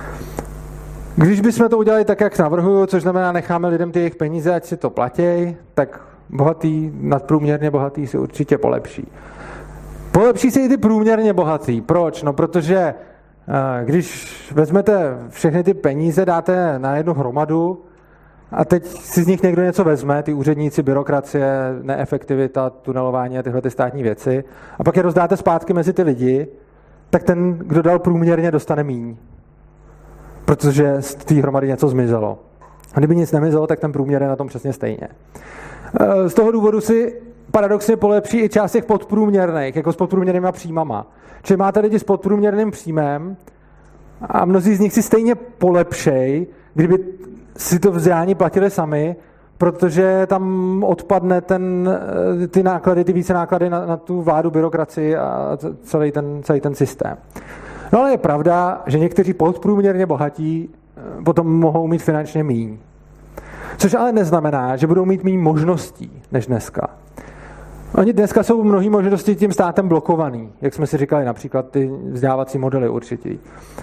Když bychom to udělali tak, jak navrhuju, což znamená, necháme lidem ty jejich peníze, ať si to platí, tak bohatý, nadprůměrně bohatý si určitě polepší. Polepší se i ty průměrně bohatý. Proč? No protože když vezmete všechny ty peníze, dáte na jednu hromadu a teď si z nich někdo něco vezme, ty úředníci, byrokracie, neefektivita, tunelování a tyhle ty státní věci, a pak je rozdáte zpátky mezi ty lidi, tak ten, kdo dal průměrně, dostane míň. Protože z té hromady něco zmizelo. A kdyby nic nemizelo, tak ten průměr je na tom přesně stejně. Z toho důvodu si paradoxně polepší i část těch podprůměrných, jako s podprůměrnýma příjmama. Čili máte lidi s podprůměrným příjmem a mnozí z nich si stejně polepšej, kdyby si to vzdělání platili sami, protože tam odpadne ty náklady, ty více náklady na tu vládu, byrokracii a celý ten systém. No ale je pravda, že někteří podprůměrně bohatí potom mohou mít finančně míň. Což ale neznamená, že budou mít míň možností než dneska. Oni dneska jsou mnohé možnosti tím státem blokovaný, jak jsme si říkali, například ty vzdělávací modely určitě.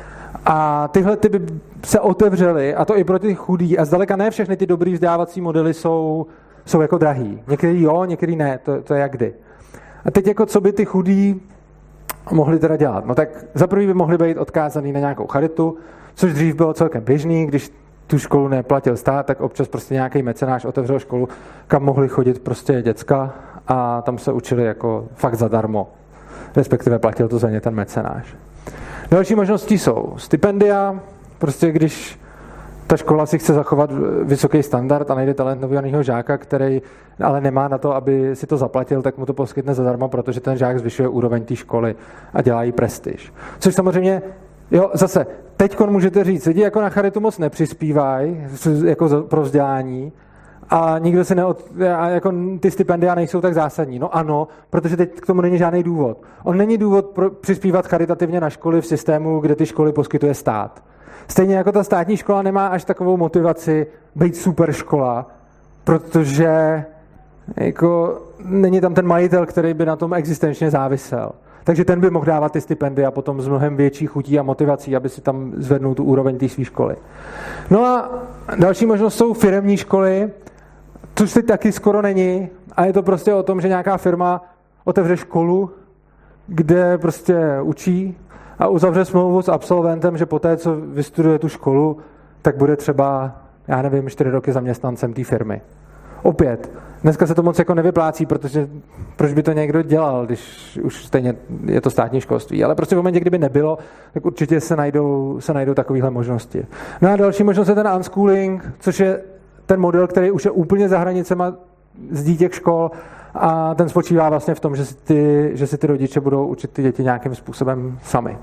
A tyhle ty by se otevřely, a to i pro ty chudý, a zdaleka ne všechny ty dobrý vzdělávací modely jsou jako drahý. Některý jo, některý ne, to je jak kdy. A teď jako co by ty chudí mohli teda dělat? No tak za prvý by mohli být odkázaný na nějakou charitu, což dřív bylo celkem běžný, když tu školu neplatil stát, tak občas prostě nějaký mecenáš otevřel školu, kam mohli chodit prostě děcka a tam se učili jako fakt zadarmo. Respektive platil to za ně ten mecenáš. Další možnosti jsou stipendia, prostě když ta škola si chce zachovat vysoký standard a najde talentovaného žáka, který ale nemá na to, aby si to zaplatil, tak mu to poskytne zadarmo, protože ten žák zvyšuje úroveň té školy a dělá jí prestiž. Což samozřejmě, jo, zase, teďkon můžete říct, lidi jako na charitu moc nepřispívají jako pro vzdělání a nikdo si jako ty stipendia nejsou tak zásadní. No ano, protože teď k tomu není žádný důvod. On není důvod přispívat charitativně na školy v systému, kde ty školy poskytuje stát. Stejně jako ta státní škola nemá až takovou motivaci být super škola, protože jako není tam ten majitel, který by na tom existenčně závisel. Takže ten by mohl dávat ty stipendia potom s mnohem větší chutí a motivací, aby si tam zvednul tu úroveň té své školy. No a další možnost jsou firemní školy, což teď taky skoro není, a je to prostě o tom, že nějaká firma otevře školu, kde prostě učí a uzavře smlouvu s absolventem, že poté, co vystuduje tu školu, tak bude třeba, 4 roky zaměstnancem té firmy. Opět, dneska se to moc jako nevyplácí, protože proč by to někdo dělal, když už stejně je to státní školství. Ale prostě v momentě, kdyby nebylo, tak určitě se najdou takovéhle možnosti. No a další možnost je ten unschooling, což je ten model, který už je úplně za hranicema z těch škol a ten spočívá vlastně v tom, že si ty rodiče budou učit ty děti nějakým způsobem sami.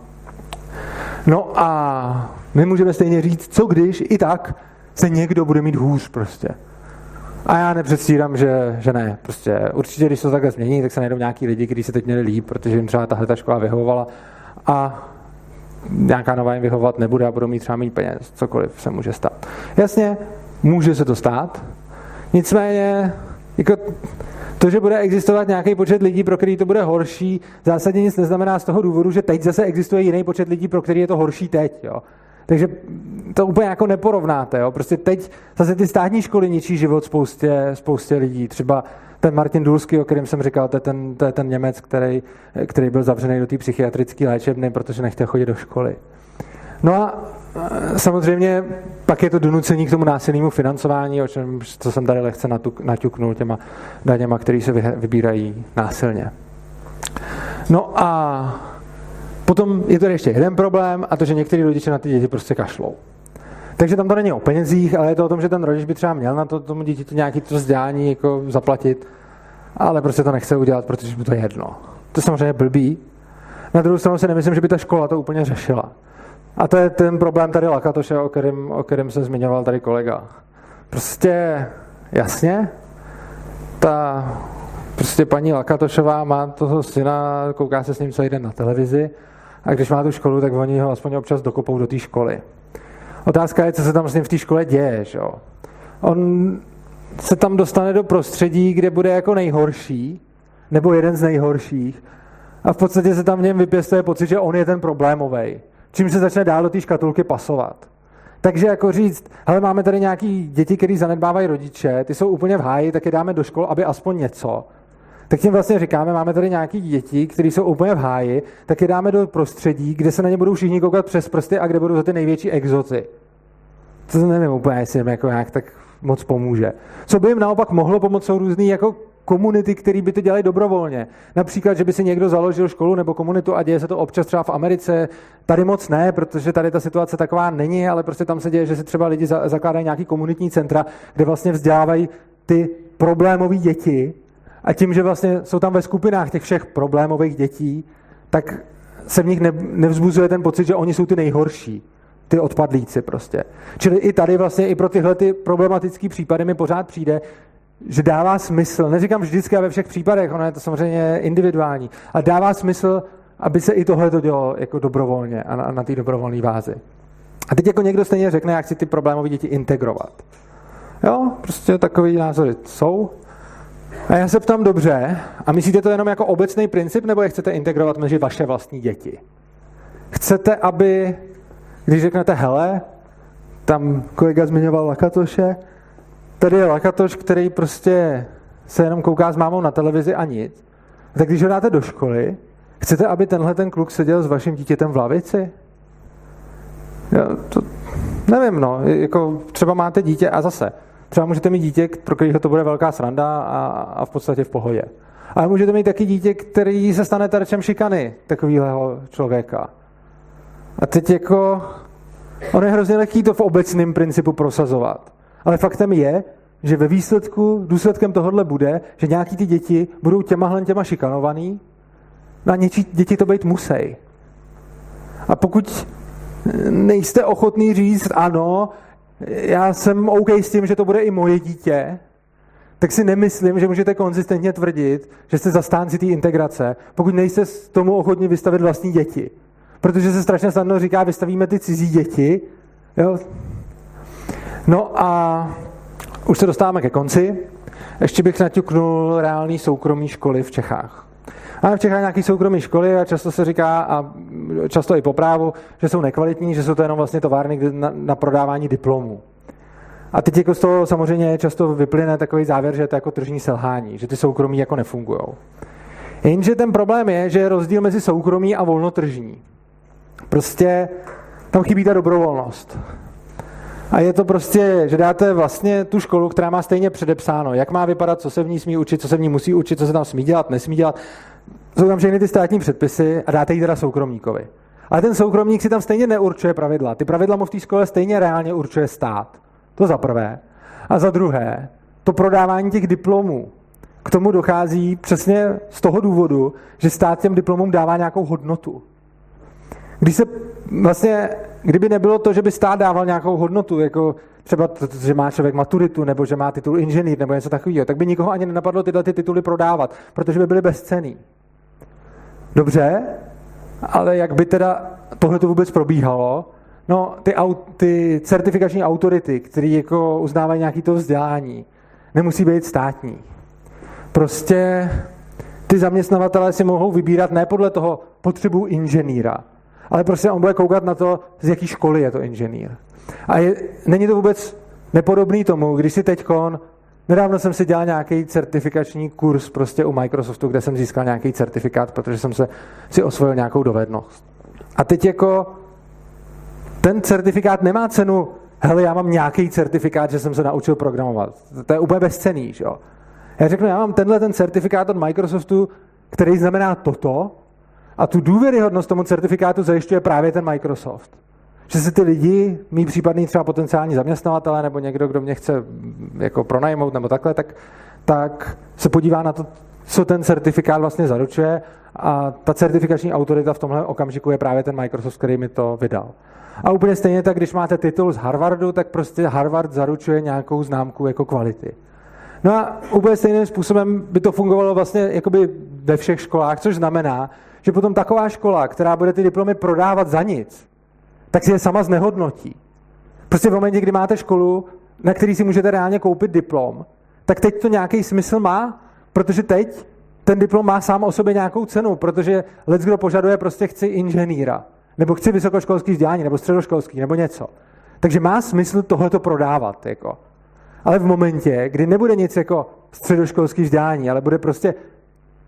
No a my můžeme stejně říct, co když i tak se někdo bude mít hůř prostě. A já nepředstírám, že ne. Prostě určitě, když se to takhle změní, tak se najdou nějaký lidi, kteří se teď měli líp, protože jim třeba tahle ta škola vyhovovala a nějaká nová jim vyhovovat nebude a budou mít třeba méně peněz. Cokoliv se může stát. Jasně, může se to stát. Nicméně, jako to, že bude existovat nějaký počet lidí, pro který to bude horší, zásadně nic neznamená z toho důvodu, že teď zase existuje jiný počet lidí, pro který je to horší teď. Jo. Takže to úplně jako neporovnáte. Jo. Prostě teď zase ty státní školy ničí život spoustě lidí. Třeba ten Martin Dulský, o kterém jsem říkal, to je ten Němec, který byl zavřený do té psychiatrické léčebny, protože nechtěl chodit do školy. No a samozřejmě pak je to donucení k tomu násilnému financování, o čem co jsem tady lehce naťuknul těma daněma, které se vybírají násilně. No a potom je tady ještě jeden problém, a to, že některý rodiče na ty děti prostě kašlou. Takže tam to není o penězích, ale je to o tom, že ten rodič by třeba měl na to tomu dítěti nějaký to vzdělání jako zaplatit, ale prostě to nechce udělat, protože mu to je jedno. To je samozřejmě blbý. Na druhou stranu si nemyslím, že by ta škola to úplně řešila. A to je ten problém tady Lakatoše, o kterém se zmiňoval tady kolega. Prostě jasně, prostě paní Lakatošová má toho syna, kouká se s ním celý den na televizi a když má tu školu, tak oni ho aspoň občas dokopou do té školy. Otázka je, co se tam s ním v té škole děje. Že? On se tam dostane do prostředí, kde bude jako nejhorší, nebo jeden z nejhorších a v podstatě se tam v něm vypěstuje pocit, že on je ten problémovej. Čím se začne dál do té škatulky pasovat. Takže jako říct, hele, máme tady nějaký děti, který zanedbávají rodiče, ty jsou úplně v háji, tak je dáme do škol, aby aspoň něco. tak tím vlastně říkáme, máme tady nějaký děti, které jsou úplně v háji, tak je dáme do prostředí, kde se na ně budou všichni koukat přes prsty a kde budou za ty největší exoty. To nevím úplně, jestli jim jako nějak tak moc pomůže. Co by jim naopak mohlo pomoct, jsou různý jako komunity, které by to dělaly dobrovolně. Například, že by si někdo založil školu nebo komunitu a děje se to občas třeba v Americe. Tady moc ne, protože tady ta situace taková není, ale prostě tam se děje, že si třeba lidi zakládají nějaký komunitní centra, kde vlastně vzdělávají ty problémové děti a tím, že vlastně jsou tam ve skupinách těch všech problémových dětí, tak se v nich nevzbuzuje ten pocit, že oni jsou ty nejhorší, ty odpadlíci prostě. Čili i tady vlastně i pro tyhle ty problematické případy mi pořád přijde, že dává smysl, neříkám vždycky a ve všech případech, ono je to samozřejmě individuální, ale dává smysl, aby se i tohle to dělalo jako dobrovolně a na té dobrovolné bázi. A teď jako někdo stejně řekne, jak si ty problémové děti integrovat. Jo, prostě takový názory jsou. A já se ptám dobře, a myslíte to jenom jako obecný princip, nebo je chcete integrovat mezi vaše vlastní děti? Chcete, aby, když řeknete hele, tam kolega zmiňoval Lakatoše, tady je Lakatoš, který prostě se jenom kouká s mámou na televizi a nic. Tak když ho dáte do školy, chcete, aby tenhle ten kluk seděl s vaším dítětem v lavici? Já to nevím, no. Jako třeba máte dítě a zase. Třeba můžete mít dítě, pro kterého to bude velká sranda a v podstatě v pohodě. Ale můžete mít taky dítě, který se stane terčem šikany takového člověka. A teď jako on je hrozně lehký to v obecném principu prosazovat. Ale faktem je, že ve výsledku, důsledkem tohohle bude, že nějaký ty děti budou těma šikanovaný, no a něčí děti to být musí. A pokud nejste ochotný říct ano, já jsem OK s tím, že to bude i moje dítě, tak si nemyslím, že můžete konzistentně tvrdit, že jste zastánci té integrace, pokud nejste s tomu ochotní vystavit vlastní děti. Protože se strašně snadno říká, vystavíme ty cizí děti. Jo? No a už se dostáváme ke konci. Ještě bych naťuknul reální soukromí školy v Čechách. Máme v Čechách nějaké soukromé školy a často se říká, a často i po právu, že jsou nekvalitní, že jsou to jenom vlastně továrny na prodávání diplomů. A teď jako z toho samozřejmě často vyplyne takový závěr, že je to jako tržní selhání, že ty soukromí jako nefungujou. Jenže ten problém je, že je rozdíl mezi soukromí a volnotržní. Prostě tam chybí ta dobrovolnost. A je to prostě, že dáte vlastně tu školu, která má stejně předepsáno, jak má vypadat, co se v ní smí učit, co se v ní musí učit, co se tam smí dělat, nesmí dělat. Jsou tam všechny ty státní předpisy a dáte ji teda soukromníkovi. Ale ten soukromník si tam stejně neurčuje pravidla. Ty pravidla mu v té škole stejně reálně určuje stát. To za prvé. A za druhé, to prodávání těch diplomů. K tomu dochází přesně z toho důvodu, že stát těm diplomům dává nějakou hodnotu. Kdyby nebylo to, že by stát dával nějakou hodnotu, jako třeba to, že má člověk maturitu, nebo že má titul inženýr, nebo něco takového, tak by nikoho ani nenapadlo tyhle ty tituly prodávat, protože by byly bezcenný. Dobře, ale jak by teda tohle to vůbec probíhalo? No, ty certifikační autority, které jako uznávají nějaké to vzdělání, nemusí být státní. Prostě ty zaměstnavatelé si mohou vybírat ne podle toho potřebu inženýra, ale prostě on bude koukat na to, z jaký školy je to inženýr. A není to vůbec nepodobný tomu, když si teďkon, nedávno jsem si dělal nějaký certifikační kurz prostě u Microsoftu, kde jsem získal nějaký certifikát, protože jsem si osvojil nějakou dovednost. A teď jako ten certifikát nemá cenu, hele, já mám nějaký certifikát, že jsem se naučil programovat. To je úplně bezcenný, že jo? Já řeknu, já mám ten certifikát od Microsoftu, který znamená toto, a tu důvěryhodnost tomu certifikátu zajišťuje právě ten Microsoft. Že se ty lidi, mý případný třeba potenciální zaměstnavatele nebo někdo, kdo mě chce jako pronajmout nebo takhle, tak se podívá na to, co ten certifikát vlastně zaručuje, a ta certifikační autorita v tomhle okamžiku je právě ten Microsoft, který mi to vydal. A úplně stejně tak, když máte titul z Harvardu, tak prostě Harvard zaručuje nějakou známku jako kvality. No a úplně stejným způsobem by to fungovalo vlastně jakoby ve všech školách, což znamená, že potom taková škola, která bude ty diplomy prodávat za nic, tak si je sama znehodnotí. Prostě v momentě, kdy máte školu, na který si můžete reálně koupit diplom, tak teď to nějaký smysl má, protože teď ten diplom má sám o sobě nějakou cenu, protože leckdo požaduje prostě chci inženýra, nebo chci vysokoškolský vzdělání, nebo středoškolský, nebo něco. Takže má smysl tohleto prodávat. Ale v momentě, kdy nebude nic jako středoškolský vzdělání, ale bude prostě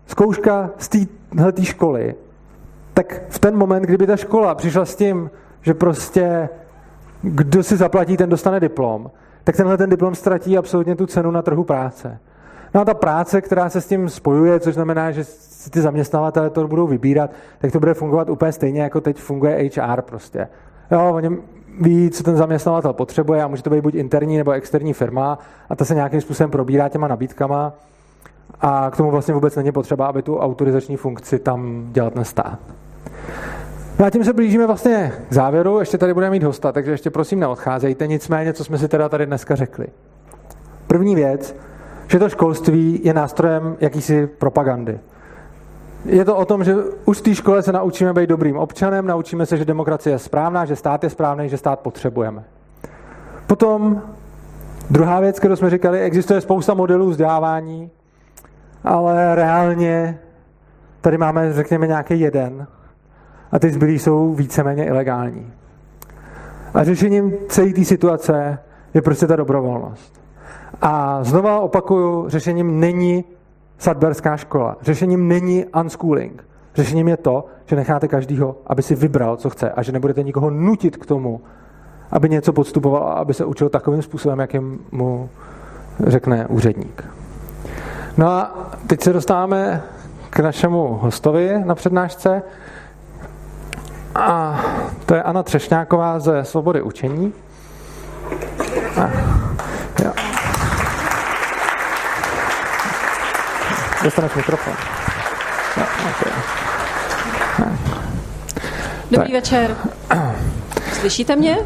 zkouška z téhletý školy, tak v ten moment, kdyby ta škola přišla s tím, že prostě kdo si zaplatí, ten dostane diplom, tak tenhle ten diplom ztratí absolutně tu cenu na trhu práce. No a ta práce, která se s tím spojuje, což znamená, že si ty zaměstnavatelé to budou vybírat, tak to bude fungovat úplně stejně, jako teď funguje HR prostě. Jo, oni ví, co ten zaměstnavatel potřebuje a může to být buď interní nebo externí firma a ta se nějakým způsobem probírá těma nabídkama a k tomu vlastně vůbec není potřeba, aby tu autorizační funkci tam dělat ten stát. No a tím se blížíme vlastně k závěru, ještě tady budeme mít hosta, takže ještě prosím neodcházejte, nicméně, co jsme si teda tady dneska řekli. První věc, že to školství je nástrojem jakýsi propagandy. Je to o tom, že už v té škole se naučíme být dobrým občanem, naučíme se, že demokracie je správná, že stát je správný, že stát potřebujeme. Potom druhá věc, kterou jsme říkali, existuje spousta modelů vzdělávání, ale reálně tady máme, řekněme, nějaký jeden a ty zbylí jsou víceméně ilegální. A řešením celé té situace je prostě ta dobrovolnost. A znova opakuju, řešením není Sudburská škola. Řešením není unschooling. Řešením je to, že necháte každýho, aby si vybral, co chce a že nebudete nikoho nutit k tomu, aby něco podstupoval a aby se učil takovým způsobem, jakým mu řekne úředník. No a teď se dostáváme k našemu hostovi na přednášce. A to je Anna Třešňáková ze Svobody učení. Jo. Dostaneš mikrofon. No, okay. Dobrý večer. Slyšíte mě?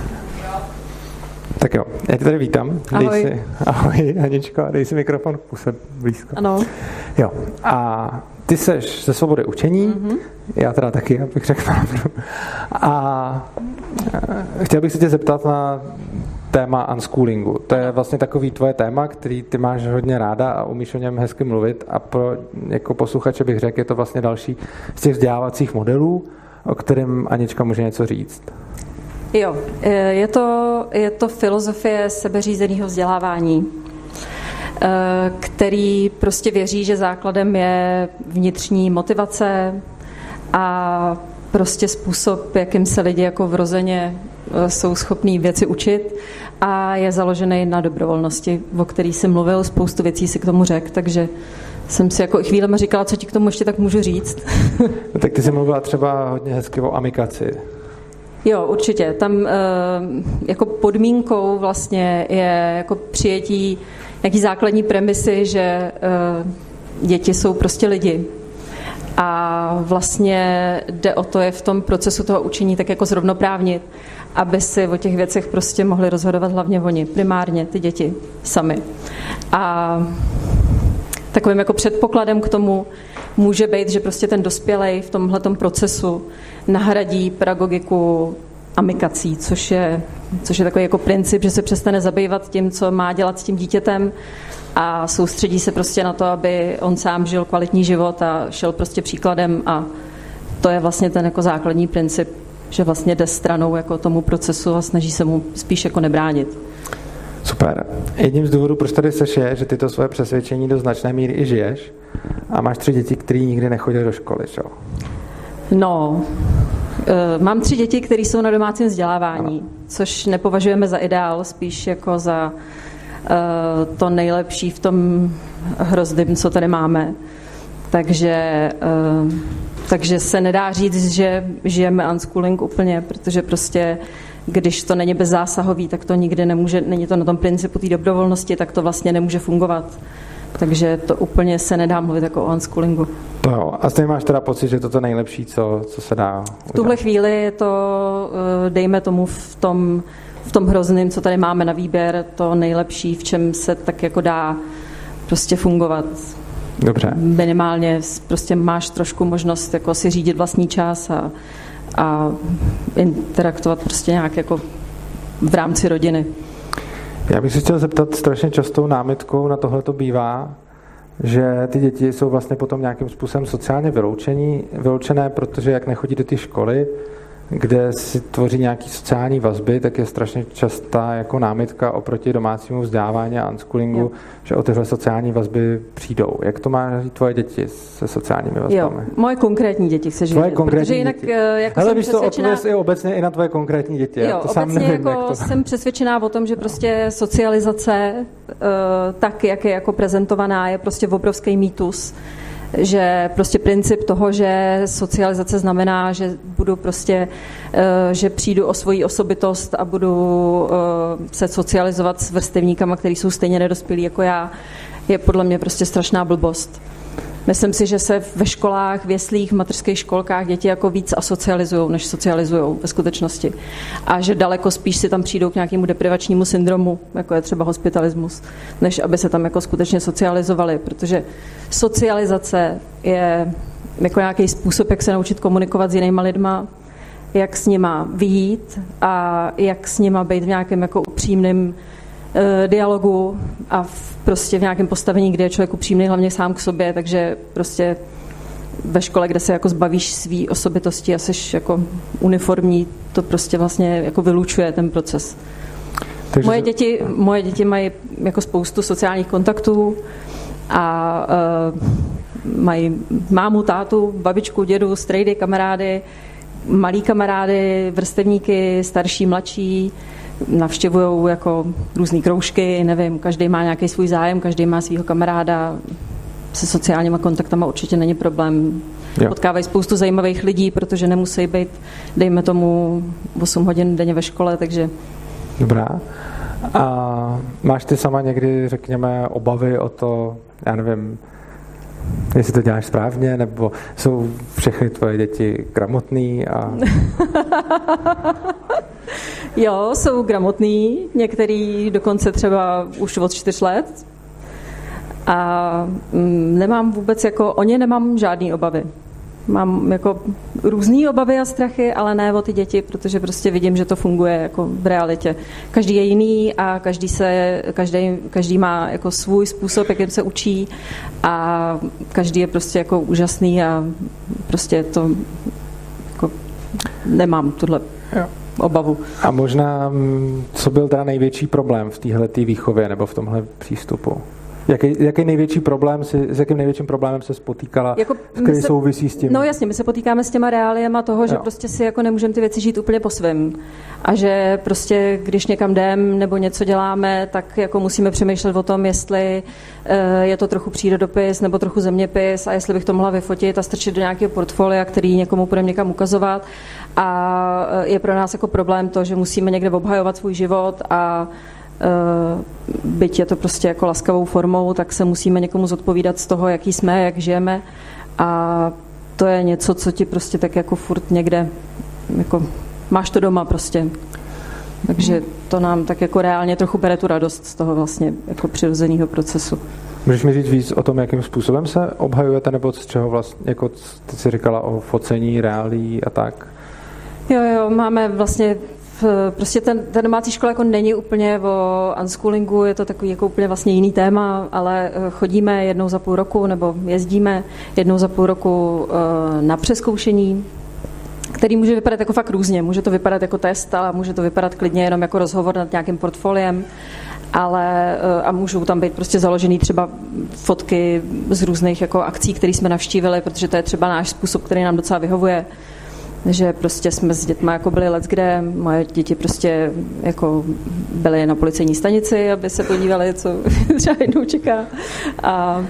Tak jo, já tě tady vítám. Ahoj. Ahoj, Aničko, dej si mikrofon k puse blízko. Ano. Jo, a ty seš ze Svobody učení, já teda taky, abych řekl pravdu. A chtěl bych se tě zeptat na téma unschoolingu. To je vlastně takový tvoje téma, který ty máš hodně ráda a umíš o něm hezky mluvit a pro jako posluchače bych řekl, je to vlastně další z těch vzdělávacích modelů, o kterém Anička může něco říct. Jo, je to filozofie sebeřízeného vzdělávání, který prostě věří, že základem je vnitřní motivace a prostě způsob, jakým se lidi jako vrozeně jsou schopní věci učit a je založený na dobrovolnosti, o který jsem mluvil, spoustu věcí si k tomu řekl, takže jsem si jako i chvílema říkala, co ti k tomu ještě tak můžu říct. No, tak ty jsi mluvila třeba hodně hezky o amikaci. Jo, určitě. Tam jako podmínkou vlastně je jako přijetí nějaký základní premisy, že děti jsou prostě lidi. A vlastně jde o to je v tom procesu toho učení tak jako zrovnoprávnit, aby si o těch věcech prostě mohli rozhodovat hlavně oni, primárně ty děti sami. A takovým jako předpokladem k tomu může být, že prostě ten dospělej v tomhletom procesu nahradí pedagogiku amikací, což je takový jako princip, že se přestane zabývat tím, co má dělat s tím dítětem a soustředí se prostě na to, aby on sám žil kvalitní život a šel prostě příkladem a to je vlastně ten jako základní princip, že vlastně jde stranou jako tomu procesu a snaží se mu spíš jako nebránit. Super. Jedním z důvodů, proč tady seš, je, že ty to svoje přesvědčení do značné míry i žiješ a máš 3 děti, které nikdy nechodí do školy, čo? No, mám 3 děti, které jsou na domácím vzdělávání, což nepovažujeme za ideál, spíš jako za to nejlepší v tom hrozném, co tady máme. Takže se nedá říct, že žijeme unschooling úplně, protože prostě když to není bezzásahový, tak to nikdy nemůže, není to na tom principu té dobrovolnosti, tak to vlastně nemůže fungovat. Takže to úplně se nedá mluvit jako o unschoolingu. To jo. A stejně máš teda pocit, že to je to nejlepší, co se dá udělat? V tuhle chvíli je to, dejme tomu v tom hrozném, co tady máme na výběr, to nejlepší, v čem se tak jako dá prostě fungovat. Dobře. Minimálně prostě máš trošku možnost jako si řídit vlastní čas a interaktovat prostě nějak jako v rámci rodiny. Já bych se chtěl zeptat, strašně častou námitkou na tohle to bývá, že ty děti jsou vlastně potom nějakým způsobem sociálně vyloučené, protože jak nechodí do té školy, kde si tvoří nějaký sociální vazby, tak je strašně častá jako námitka oproti domácímu vzdělávání a unschoolingu, že o tyhle sociální vazby přijdou. Jak to má tvoje děti se sociálními vazbami? Jo, moje konkrétní děti chceš říct, protože jinak jako ale jsem víš to, přesvědčená... i obecně i na tvoje konkrétní děti. Jo, to sám obecně nevím, jako jak to... jsem přesvědčená o tom, že prostě socializace, tak jak je jako prezentovaná, je prostě obrovský mýtus. Že prostě princip toho, že socializace znamená, že budu prostě, že přijdu o svoji osobitost a budu se socializovat s vrstevníkama, kteří jsou stejně nedospělí jako já, je podle mě prostě strašná blbost. Myslím si, že se ve školách, v jeslích, v mateřských školkách děti jako víc asocializují, než socializují ve skutečnosti. A že daleko spíš si tam přijdou k nějakému deprivačnímu syndromu, jako je třeba hospitalismus, než aby se tam jako skutečně socializovali, protože socializace je jako nějaký způsob, jak se naučit komunikovat s jinýma lidma, jak s nima vyjít a jak s nima být v nějakém jako upřímném dialogu a prostě v nějakém postavení, kde je člověk upřímný hlavně sám k sobě, takže prostě ve škole, kde se jako zbavíš svý osobitosti a seš jako uniformní, to prostě vlastně jako vylučuje ten proces. Takže... Moje děti mají jako spoustu sociálních kontaktů a mají mámu, tátu, babičku, dědu, strejdy, kamarády, malí kamarády, vrstevníky, starší, mladší, navštěvujou jako různý kroužky, nevím, každý má nějaký svůj zájem, každý má svýho kamaráda, se sociálníma kontaktama určitě není problém. Jo. Potkávají spoustu zajímavých lidí, protože nemusí být, dejme tomu, 8 hodin denně ve škole, takže... Dobrá. A máš ty sama někdy, řekněme, obavy o to, já nevím, jestli to děláš správně, nebo jsou všechny tvoje děti gramotný a... Jo, jsou gramotný, některý dokonce třeba už od 4 let a nemám vůbec jako, o ně nemám žádný obavy. Mám jako různý obavy a strachy, ale ne o ty děti, protože prostě vidím, že to funguje jako v realitě. Každý je jiný a každý má jako svůj způsob, jakým se učí a každý je prostě jako úžasný a prostě to jako nemám tuhle obavu. A možná, co byl teda největší problém v téhletý výchově nebo v tomhle přístupu? Jaký největší problém s jakým největším problémem se potýkala, jako který souvisí s tím? No jasně, my se potýkáme s těma reáliema toho, že prostě si jako nemůžeme ty věci žít úplně po svém. A že prostě, když někam jdem nebo něco děláme, tak jako musíme přemýšlet o tom, jestli je to trochu přírodopis nebo trochu zeměpis a jestli bych to mohla vyfotit a strčit do nějakého portfolia, který někomu budeme někam ukazovat. A je pro nás jako problém to, že musíme někde obhajovat svůj život a byť je to prostě jako laskavou formou, tak se musíme někomu zodpovídat z toho, jaký jsme, jak žijeme a to je něco, co ti prostě tak jako furt někde jako máš to doma prostě. Takže to nám tak jako reálně trochu bere tu radost z toho vlastně jako přirozeného procesu. Můžeš mi říct víc o tom, jakým způsobem se obhajujete, nebo z čeho vlastně, jako ty jsi říkala o focení, reálí a tak? Jo, máme vlastně prostě ten domácí škola jako není úplně o unschoolingu, je to takový jako úplně vlastně jiný téma, ale chodíme jednou za půl roku nebo jezdíme jednou za půl roku na přezkoušení, který může vypadat jako fakt různě. Může to vypadat jako test, ale může to vypadat klidně jenom jako rozhovor nad nějakým portfoliem, ale a můžou tam být prostě založený třeba fotky z různých jako akcí, které jsme navštívili, protože to je třeba náš způsob, který nám docela vyhovuje. Že prostě jsme s dětma jako byli leckde, moje děti prostě jako byly na policejní stanici, aby se podívali, co třeba jednou čeká. A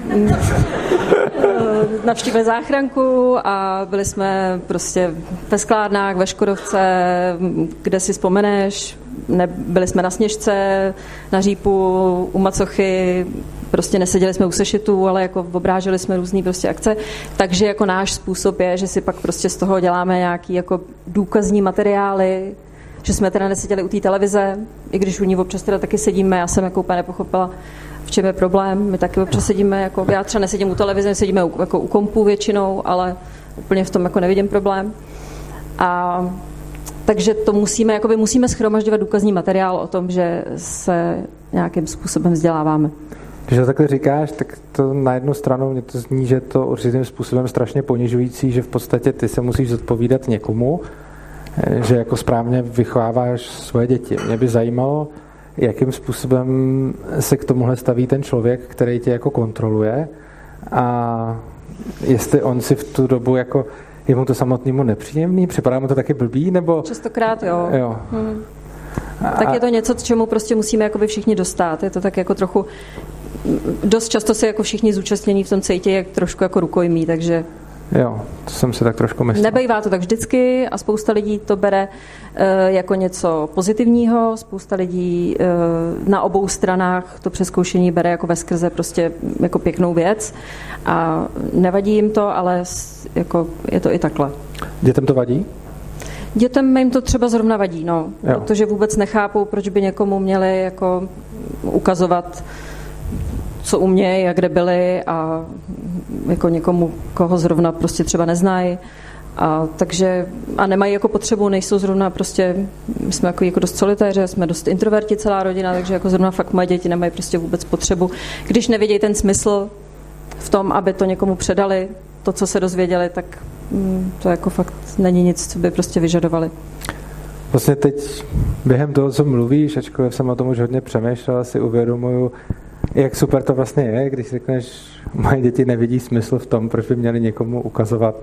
navštívili záchranku a byli jsme prostě ve skládnách, ve Škodovce, kde si vzpomeneš, byli jsme na Sněžce, na Řípu, u Macochy, prostě neseděli jsme u sešitů, ale jako obráželi jsme různý prostě akce, takže jako náš způsob je, že si pak prostě z toho děláme nějaký jako důkazní materiály, že jsme teda neseděli u té televize, i když u ní občas teda taky sedíme, já jsem jako úplně nepochopila, v čem je problém, my taky občas sedíme, jako já třeba nesedím u televize, sedíme jako u kompu většinou, ale úplně v tom jako nevidím problém. A takže to musíme shromažďovat důkazní materiál o tom, že se nějakým způsobem vzděláváme. Když to takhle říkáš, tak to na jednu stranu mě to zní, že to určitým způsobem strašně ponižující, že v podstatě ty se musíš zodpovídat někomu, že jako správně vychováváš svoje děti. Mě by zajímalo, jakým způsobem se k tomuhle staví ten člověk, který tě jako kontroluje a jestli on si v tu dobu jako je mu to samotnému nepříjemný, připadá mu to taky blbý, nebo... Častokrát jo. Tak je to něco, k čemu prostě musíme jakoby všichni dostat. Je to tak jako trochu... Dost často se jako všichni zúčastnění v tom cítí jak trošku jako rukojmí, takže... Jo, to jsem si tak trošku myslel. Nebejvá to tak vždycky a spousta lidí to bere jako něco pozitivního, spousta lidí na obou stranách to přezkoušení bere jako veskrze prostě jako pěknou věc a nevadí jim to, ale jako je to i takhle. Dětem to vadí? Dětem jim to třeba zrovna vadí, no, protože vůbec nechápou, proč by někomu měli jako ukazovat, co umějí a kde byli a jako někomu, koho zrovna prostě třeba neznají. A nemají jako potřebu, nejsou zrovna prostě, my jsme jako dost solitéři, jsme dost introverti celá rodina, takže jako zrovna fakt moje děti nemají prostě vůbec potřebu. Když nevědějí ten smysl v tom, aby to někomu předali, to, co se dozvěděli, tak to jako fakt není nic, co by prostě vyžadovali. Vlastně teď během toho, co mluvíš, ačkoliv jsem o tom už hodně přemýšlel, si uvědomuju, jak super to vlastně je, když řekneš, moje děti nevidí smysl v tom, proč by měli někomu ukazovat,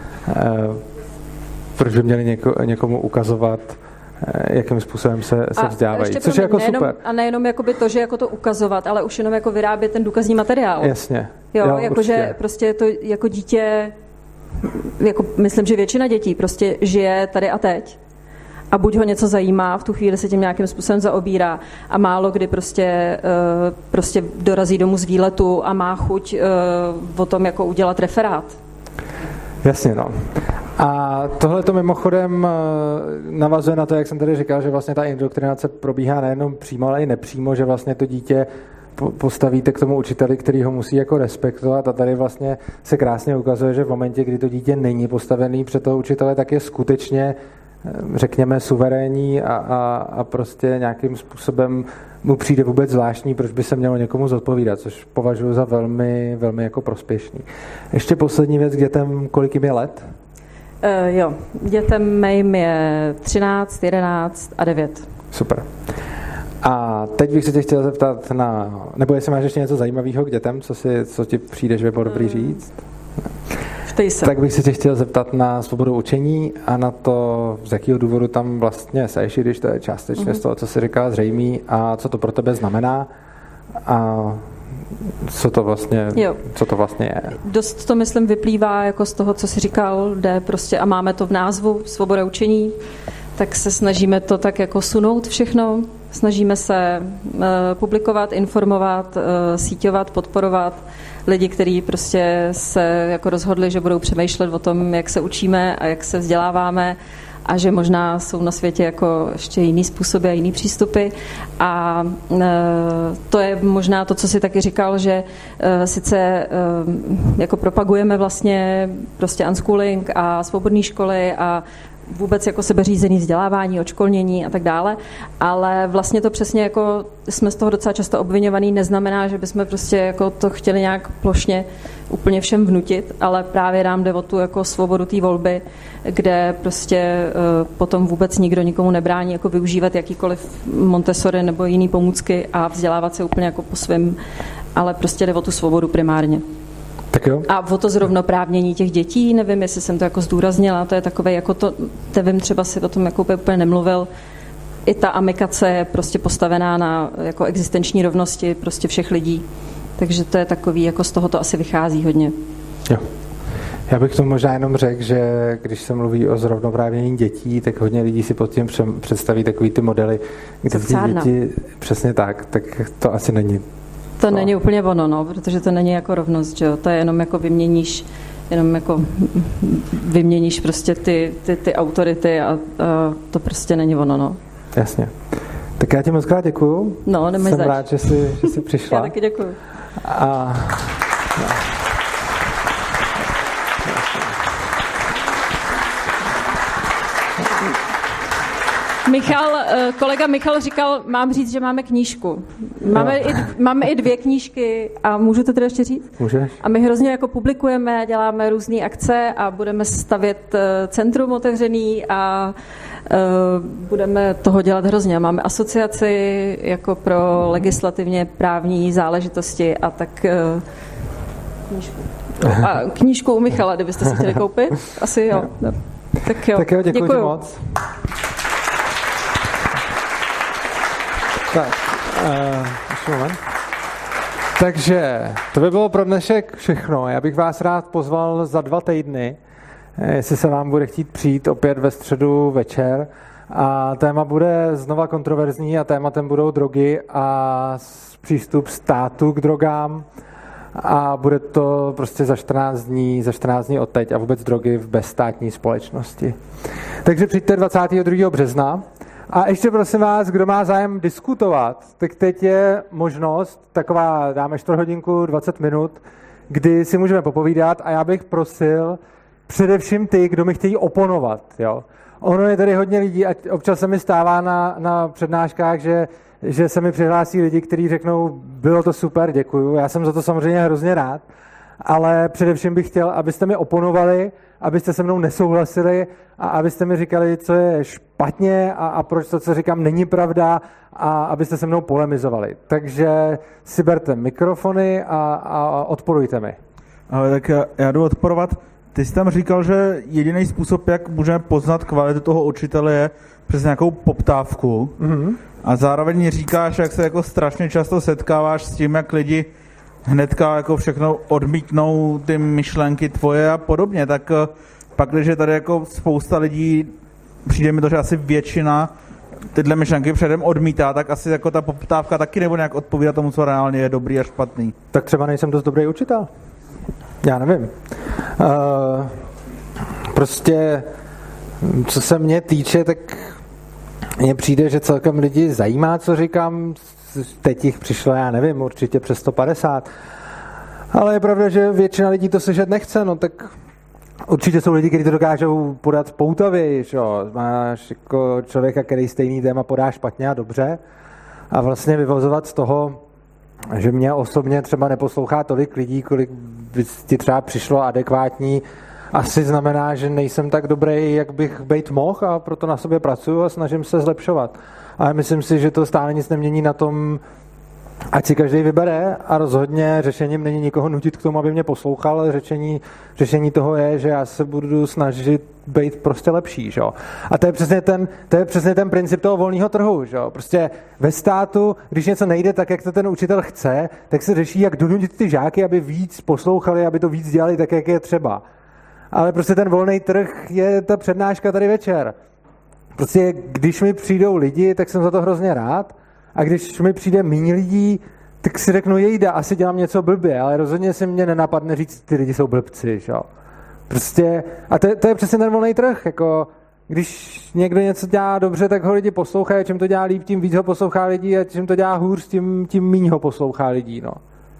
jakým způsobem se vzdělávají. Což je jako super. A nejenom jakoby to, že jako to ukazovat, ale už jenom jako vyrábět ten důkazní materiál. Jasně. Jo, jakože prostě to jako dítě, jako myslím, že většina dětí prostě žije tady a teď. A buď ho něco zajímá, v tu chvíli se tím nějakým způsobem zaobírá a málo kdy prostě dorazí domů z výletu a má chuť o tom jako udělat referát. Jasně, no. A tohle to mimochodem navazuje na to, jak jsem tady říkal, že vlastně ta indoktrinace probíhá nejenom přímo, ale i nepřímo, že vlastně to dítě postavíte k tomu učiteli, který ho musí jako respektovat a tady vlastně se krásně ukazuje, že v momentě, kdy to dítě není postavený před toho učitele, tak je skutečně řekněme suverénní a prostě nějakým způsobem mu přijde vůbec zvláštní, proč by se mělo někomu zodpovídat, což považuji za velmi, velmi jako prospěšný. Ještě poslední věc, k dětem, kolik jim je let? Jo, dětem mým je 13, 11 a 9. Super. A teď bych se tě chtěl zeptat nebo jestli máš ještě něco zajímavého k dětem, co ti přijde, že by bylo dobrý říct? Tak bych se tě chtěl zeptat na svobodu učení a na to, z jakého důvodu tam vlastně seš, když to je částečně z toho, co jsi říkala, zřejmý a co to pro tebe znamená a co to vlastně je. Dost to, myslím, vyplývá jako z toho, co jsi říkal, jde prostě a máme to v názvu svoboda učení, tak se snažíme to tak jako sunout všechno, snažíme se publikovat, informovat, síťovat, podporovat lidi, kteří prostě se jako rozhodli, že budou přemýšlet o tom, jak se učíme a jak se vzděláváme a že možná jsou na světě jako ještě jiný způsoby a jiný přístupy. A to je možná to, co jsi taky říkal, že sice jako propagujeme vlastně prostě unschooling a svobodné školy a vůbec jako sebeřízený vzdělávání, odškolnění a tak dále, ale vlastně to přesně jako jsme z toho docela často obviňovaný, neznamená, že bychom prostě jako to chtěli nějak plošně úplně všem vnutit, ale právě nám jde o tu jako svobodu té volby, kde prostě potom vůbec nikdo nikomu nebrání jako využívat jakýkoliv Montessori nebo jiný pomůcky a vzdělávat se úplně jako po svém, ale prostě jde o tu svobodu primárně. Tak jo. A o to zrovnoprávnění těch dětí, nevím, jestli jsem to jako zdůraznila, to je takové, jako to, nevím, třeba si o tom jako úplně nemluvil, i ta amikace je prostě postavená na jako existenční rovnosti prostě všech lidí, takže to je takový, jako z toho to asi vychází hodně. Jo. Já bych tomu možná jenom řekl, že když se mluví o zrovnoprávnění dětí, tak hodně lidí si pod tím představí takový ty modely, kde ty děti, přesně tak to asi není. To není úplně ono, no, protože to není jako rovnost, že jo? To je jenom jako vyměníš prostě ty autority a to prostě není ono, no. Jasně. Tak já ti moc krát děkuju. No, jsem rád, že jsi přišla. Já taky děkuju. Kolega Michal říkal, mám říct, že máme knížku. Máme i 2 knížky a můžu to teda ještě říct? Můžeš. A my hrozně jako publikujeme, děláme různé akce a budeme stavět centrum otevřený a budeme toho dělat hrozně. Máme asociaci jako pro legislativně právní záležitosti a tak knížku. A knížku u Michala, kdybyste si chtěli koupit? Asi jo. Tak jo, děkuji moc. Tak, moment. Takže to by bylo pro dnešek všechno. Já bych vás rád pozval za 2 týdny, jestli se vám bude chtít přijít opět ve středu večer. A téma bude znova kontroverzní a tématem budou drogy a přístup státu k drogám. A bude to prostě za 14 dní od teď a vůbec drogy v bezstátní společnosti. Takže přijďte 22. března. A ještě prosím vás, kdo má zájem diskutovat, tak teď je možnost, taková, dáme 4 hodinku, 20 minut, kdy si můžeme popovídat a já bych prosil především ty, kdo mi chtějí oponovat. Jo. Ono je tady hodně lidí a občas se mi stává na přednáškách, že se mi přihlásí lidi, kteří řeknou, bylo to super, děkuju, já jsem za to samozřejmě hrozně rád, ale především bych chtěl, abyste mi oponovali, abyste se mnou nesouhlasili a abyste mi říkali, co je špatně a proč to, co říkám, není pravda a abyste se mnou polemizovali. Takže si berte mikrofony a odporujte mi. Ale tak já jdu odporovat. Ty jsi tam říkal, že jediný způsob, jak můžeme poznat kvalitu toho učitele, je přes nějakou poptávku. Mm-hmm. A zároveň říkáš, jak se jako strašně často setkáváš s tím, jak lidi hnedka jako všechno odmítnou ty myšlenky tvoje a podobně. Tak pak, když je tady jako spousta lidí, přijde mi to, že asi většina tyhle myšlenky předem odmítá, tak asi jako ta poptávka taky nebo nějak odpovídá tomu, co reálně je dobrý a špatný. Tak třeba nejsem dost dobrý učitel. Já nevím. Prostě, co se mě týče, tak mně přijde, že celkem lidi zajímá, co říkám. Teď jich přišlo, já nevím, určitě přes 150. Ale je pravda, že většina lidí to slyšet nechce, no tak určitě jsou lidi, kteří to dokážou podat poutavě, jo. Máš jako člověka, který stejný téma podá špatně a dobře a vlastně vyvozovat z toho, že mě osobně třeba neposlouchá tolik lidí, kolik by ti třeba přišlo adekvátní, asi znamená, že nejsem tak dobrý, jak bych být mohl a proto na sobě pracuju a snažím se zlepšovat. Ale myslím si, že to stále nic nemění na tom, ať si každý vybere a rozhodně řešením není nikoho nutit k tomu, aby mě poslouchal, ale řešení toho je, že já se budu snažit být prostě lepší. Že? A to je přesně ten princip toho volného trhu. Že? Prostě ve státu, když něco nejde tak, jak to ten učitel chce, tak se řeší, jak donutit ty žáky, aby víc poslouchali, aby to víc dělali tak, jak je třeba. Ale prostě ten volný trh je ta přednáška tady večer. Prostě když mi přijdou lidi, tak jsem za to hrozně rád. A když mi přijde méně lidí, tak si řeknu, jejda, asi dělám něco blbě, ale rozhodně se mě nenapadne říct, ty lidi jsou blbci, že? Prostě, a to je přesně ten volný trh, jako, když někdo něco dělá dobře, tak ho lidi poslouchají, čím to dělá líp, tím víc ho poslouchá lidí a čím to dělá hůř, tím míň ho poslouchá lidí, no.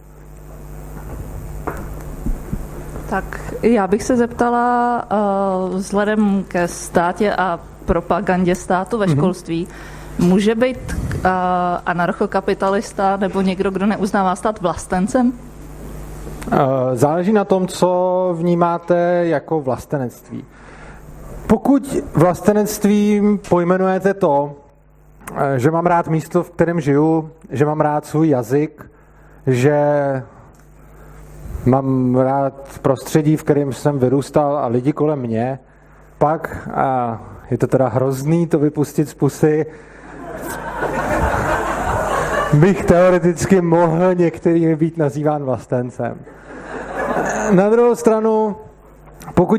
Tak já bych se zeptala vzhledem ke státě a propagandě státu ve školství, může být anarchokapitalista nebo někdo, kdo neuznává stát, vlastencem? Záleží na tom, co vnímáte jako vlastenectví. Pokud vlastenectvím pojmenujete to, že mám rád místo, v kterém žiju, že mám rád svůj jazyk, že mám rád prostředí, v kterém jsem vyrůstal a lidi kolem mě, pak, a je to teda hrozný to vypustit z pusy, bych teoreticky mohl některými být nazýván vlastencem. Na druhou stranu, pokud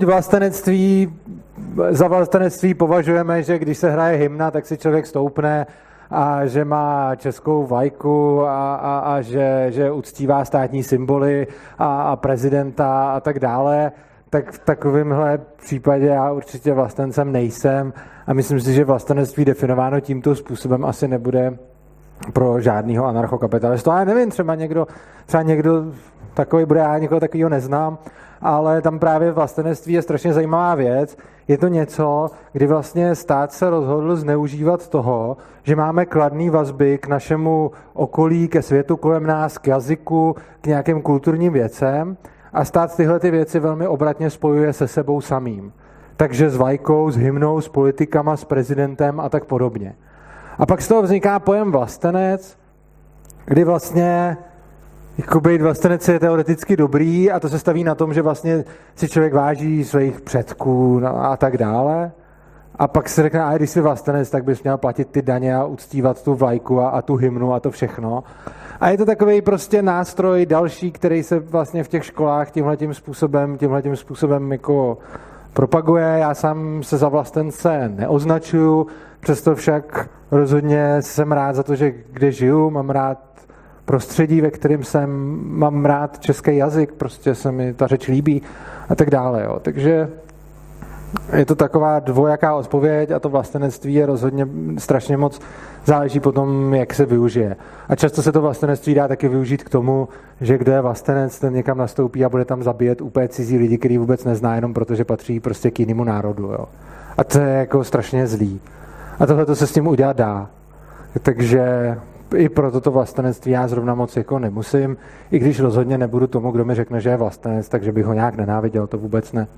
za vlastenectví považujeme, že když se hraje hymna, tak si člověk stoupne a že má českou vlajku a že uctívá státní symboly a prezidenta a tak dále, tak v takovémhle případě já určitě vlastencem nejsem a myslím si, že vlastenectví definováno tímto způsobem asi nebude pro žádného anarchokapitalistu. Já nevím, třeba někdo takový bude, já někoho takového neznám, ale tam právě vlastenectví je strašně zajímavá věc. Je to něco, kdy vlastně stát se rozhodl zneužívat toho, že máme kladné vazby k našemu okolí, ke světu kolem nás, k jazyku, k nějakým kulturním věcem a stát tyhle ty věci velmi obratně spojuje se sebou samým. Takže s vlajkou, s hymnou, s politikama, s prezidentem a tak podobně. A pak z toho vzniká pojem vlastenec, kdy vlastně jako být vlastenec je teoreticky dobrý a to se staví na tom, že vlastně si člověk váží svých předků a tak dále. A pak se řekne, a když jsi vlastenec, tak bys měl platit ty daně a uctívat tu vlajku a tu hymnu a to všechno. A je to takový prostě nástroj další, který se vlastně v těch školách tímhletím způsobem jako propaguje. Já sám se za vlastence neoznačuju, přesto však rozhodně jsem rád za to, že kde žiju, mám rád prostředí, ve kterém mám rád český jazyk, prostě se mi ta řeč líbí a tak dále. Jo. Takže je to taková dvojaká odpověď a to vlastenectví je rozhodně strašně moc záleží potom, jak se využije. A často se to vlastenectví dá taky využít k tomu, že kdo je vlastenec, ten někam nastoupí a bude tam zabíjet úplně cizí lidi, který vůbec nezná, jenom protože patří prostě k jinému národu. Jo. A to je jako strašně zlý. A tohle to se s tím udělat dá. Takže i proto to vlastenectví já zrovna moc jako nemusím, i když rozhodně nebudu tomu, kdo mi řekne, že je vlastenec, takže bych ho nějak nenáviděl, to vůbec ne.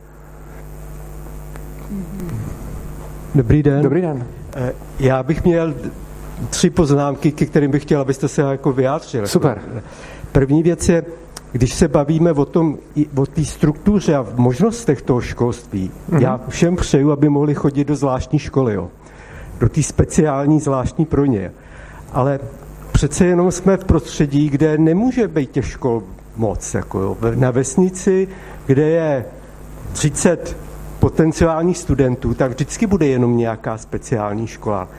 Dobrý den. Dobrý den. Já bych měl 3 poznámky, ke kterým bych chtěl, abyste se jako vyjádřil. Super. První věc je, když se bavíme o té struktuře a možnostech toho školství, já všem přeju, aby mohli chodit do zvláštní školy, jo. Do té speciální zvláštní pro ně. Ale přece jenom jsme v prostředí, kde nemůže být těch škol moc. Jako jo. Na vesnici, kde je 30 potenciálních studentů, tak vždycky bude jenom nějaká speciální škola.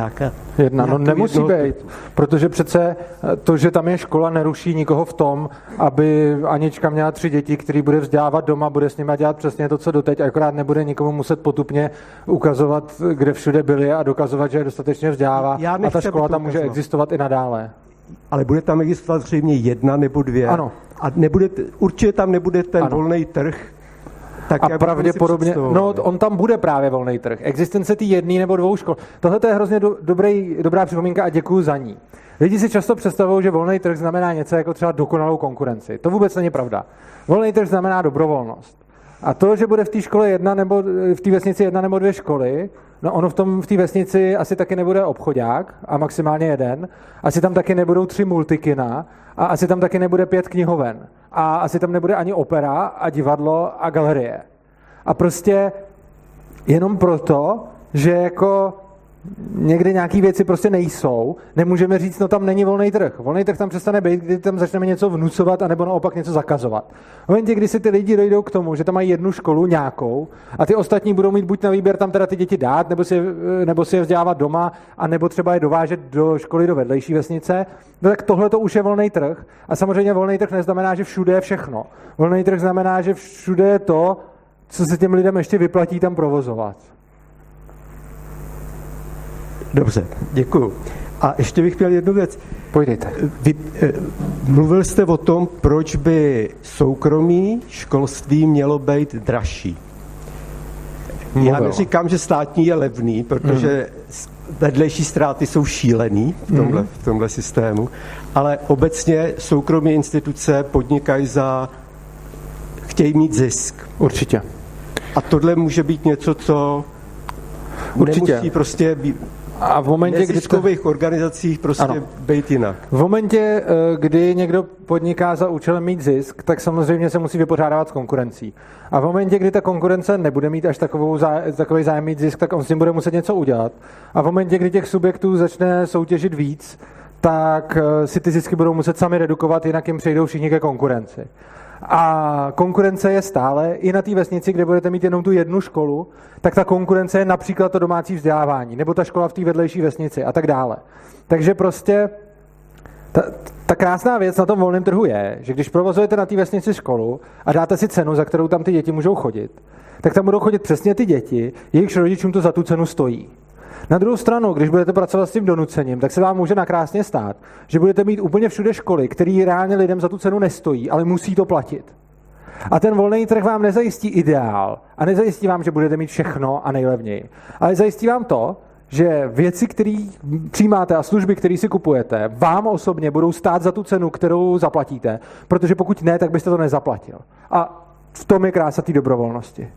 No nemusí být, protože přece to, že tam je škola, neruší nikoho v tom, aby Anička měla 3 děti, který bude vzdělávat doma, bude s nimi dělat přesně to, co doteď, akorát nebude nikomu muset potupně ukazovat, kde všude byli a dokazovat, že je dostatečně vzdělává a ta škola tam může existovat i nadále. Ale bude tam existovat zřejmě 1 nebo 2. Ano. A určitě tam nebude ten volný trh. Tak a pravděpodobně, on tam bude právě volný trh. Existence té 1 nebo 2 škol. Tohle je hrozně dobrá připomínka a děkuju za ní. Lidi si často představují, že volný trh znamená něco jako třeba dokonalou konkurenci. To vůbec není pravda. Volný trh znamená dobrovolnost. A to, že bude v té škole 1 nebo v té vesnici 1 nebo 2 školy, no ono v té vesnici asi taky nebude obchodák a maximálně 1, asi tam taky nebudou 3 multikina a asi tam taky nebude 5 knihoven a asi tam nebude ani opera a divadlo a galerie. A prostě jenom proto, že jako někde nějaký věci prostě nejsou, nemůžeme říct, no tam není volný trh. Volný trh tam přestane být, kdy tam začneme něco vnucovat anebo naopak něco zakazovat. V momentě, kdy si ty lidi dojdou k tomu, že tam mají 1 školu nějakou a ty ostatní budou mít buď na výběr tam teda ty děti dát, nebo si je vzdělávat doma, a nebo třeba je dovážet do školy do vedlejší vesnice, no tak tohle to už je volný trh. A samozřejmě volný trh neznamená, že všude je všechno. Volný trh znamená, že všude je to, co se těm lidem ještě vyplatí tam provozovat. Dobře, děkuju. A ještě bych měl jednu věc. Pojdejte. Mluvil jste o tom, proč by soukromý školství mělo být dražší. Já neříkám, že státní je levný, protože vedlejší ztráty jsou šílený v tomhle systému, ale obecně soukromé instituce podnikají chtějí mít zisk. Určitě. A tohle může být něco, co nemusí prostě a v momentě, neziskových organizacích prostě být jinak. V momentě, kdy někdo podniká za účelem mít zisk, tak samozřejmě se musí vypořádávat s konkurencí. A v momentě, kdy ta konkurence nebude mít až takový zájem mít zisk, tak on s tím bude muset něco udělat. A v momentě, kdy těch subjektů začne soutěžit víc, tak si ty zisky budou muset sami redukovat, jinak jim přejdou všichni ke konkurenci. A konkurence je stále i na té vesnici, kde budete mít jenom tu 1 školu, tak ta konkurence je například to domácí vzdělávání, nebo ta škola v té vedlejší vesnici a tak dále. Takže prostě ta krásná věc na tom volném trhu je, že když provozujete na té vesnici školu a dáte si cenu, za kterou tam ty děti můžou chodit, tak tam budou chodit přesně ty děti, jejichž rodičům to za tu cenu stojí. Na druhou stranu, když budete pracovat s tím donucením, tak se vám může nakrásně stát, že budete mít úplně všude školy, které reálně lidem za tu cenu nestojí, ale musí to platit. A ten volný trh vám nezajistí ideál a nezajistí vám, že budete mít všechno a nejlevněji. Ale zajistí vám to, že věci, které přijímáte a služby, které si kupujete, vám osobně budou stát za tu cenu, kterou zaplatíte, protože pokud ne, tak byste to nezaplatil. A v tom je krása té dobrovolnosti.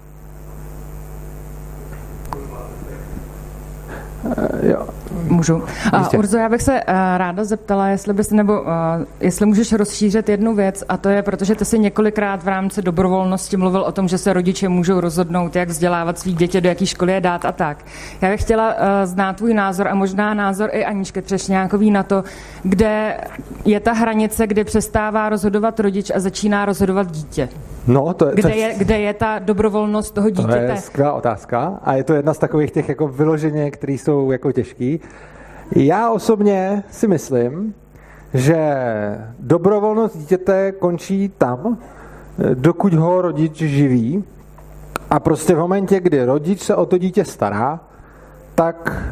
Jo. Můžu. Urzo, já bych se ráda zeptala, jestli můžeš rozšířit jednu věc, a to je, protože ty jsi několikrát v rámci dobrovolnosti mluvil o tom, že se rodiče můžou rozhodnout, jak vzdělávat svých dětí, do jaké školy je dát a tak. Já bych chtěla znát tvůj názor a možná názor i Aničky Třešňákový na to, kde je ta hranice, kdy přestává rozhodovat rodič a začíná rozhodovat dítě. No, kde je ta dobrovolnost toho dítěte? To je skvělá otázka a je to jedna z takových těch jako vyloženě, které jsou jako těžký. Já osobně si myslím, že dobrovolnost dítěte končí tam, dokud ho rodič živí, a prostě v momentě, kdy rodič se o to dítě stará, tak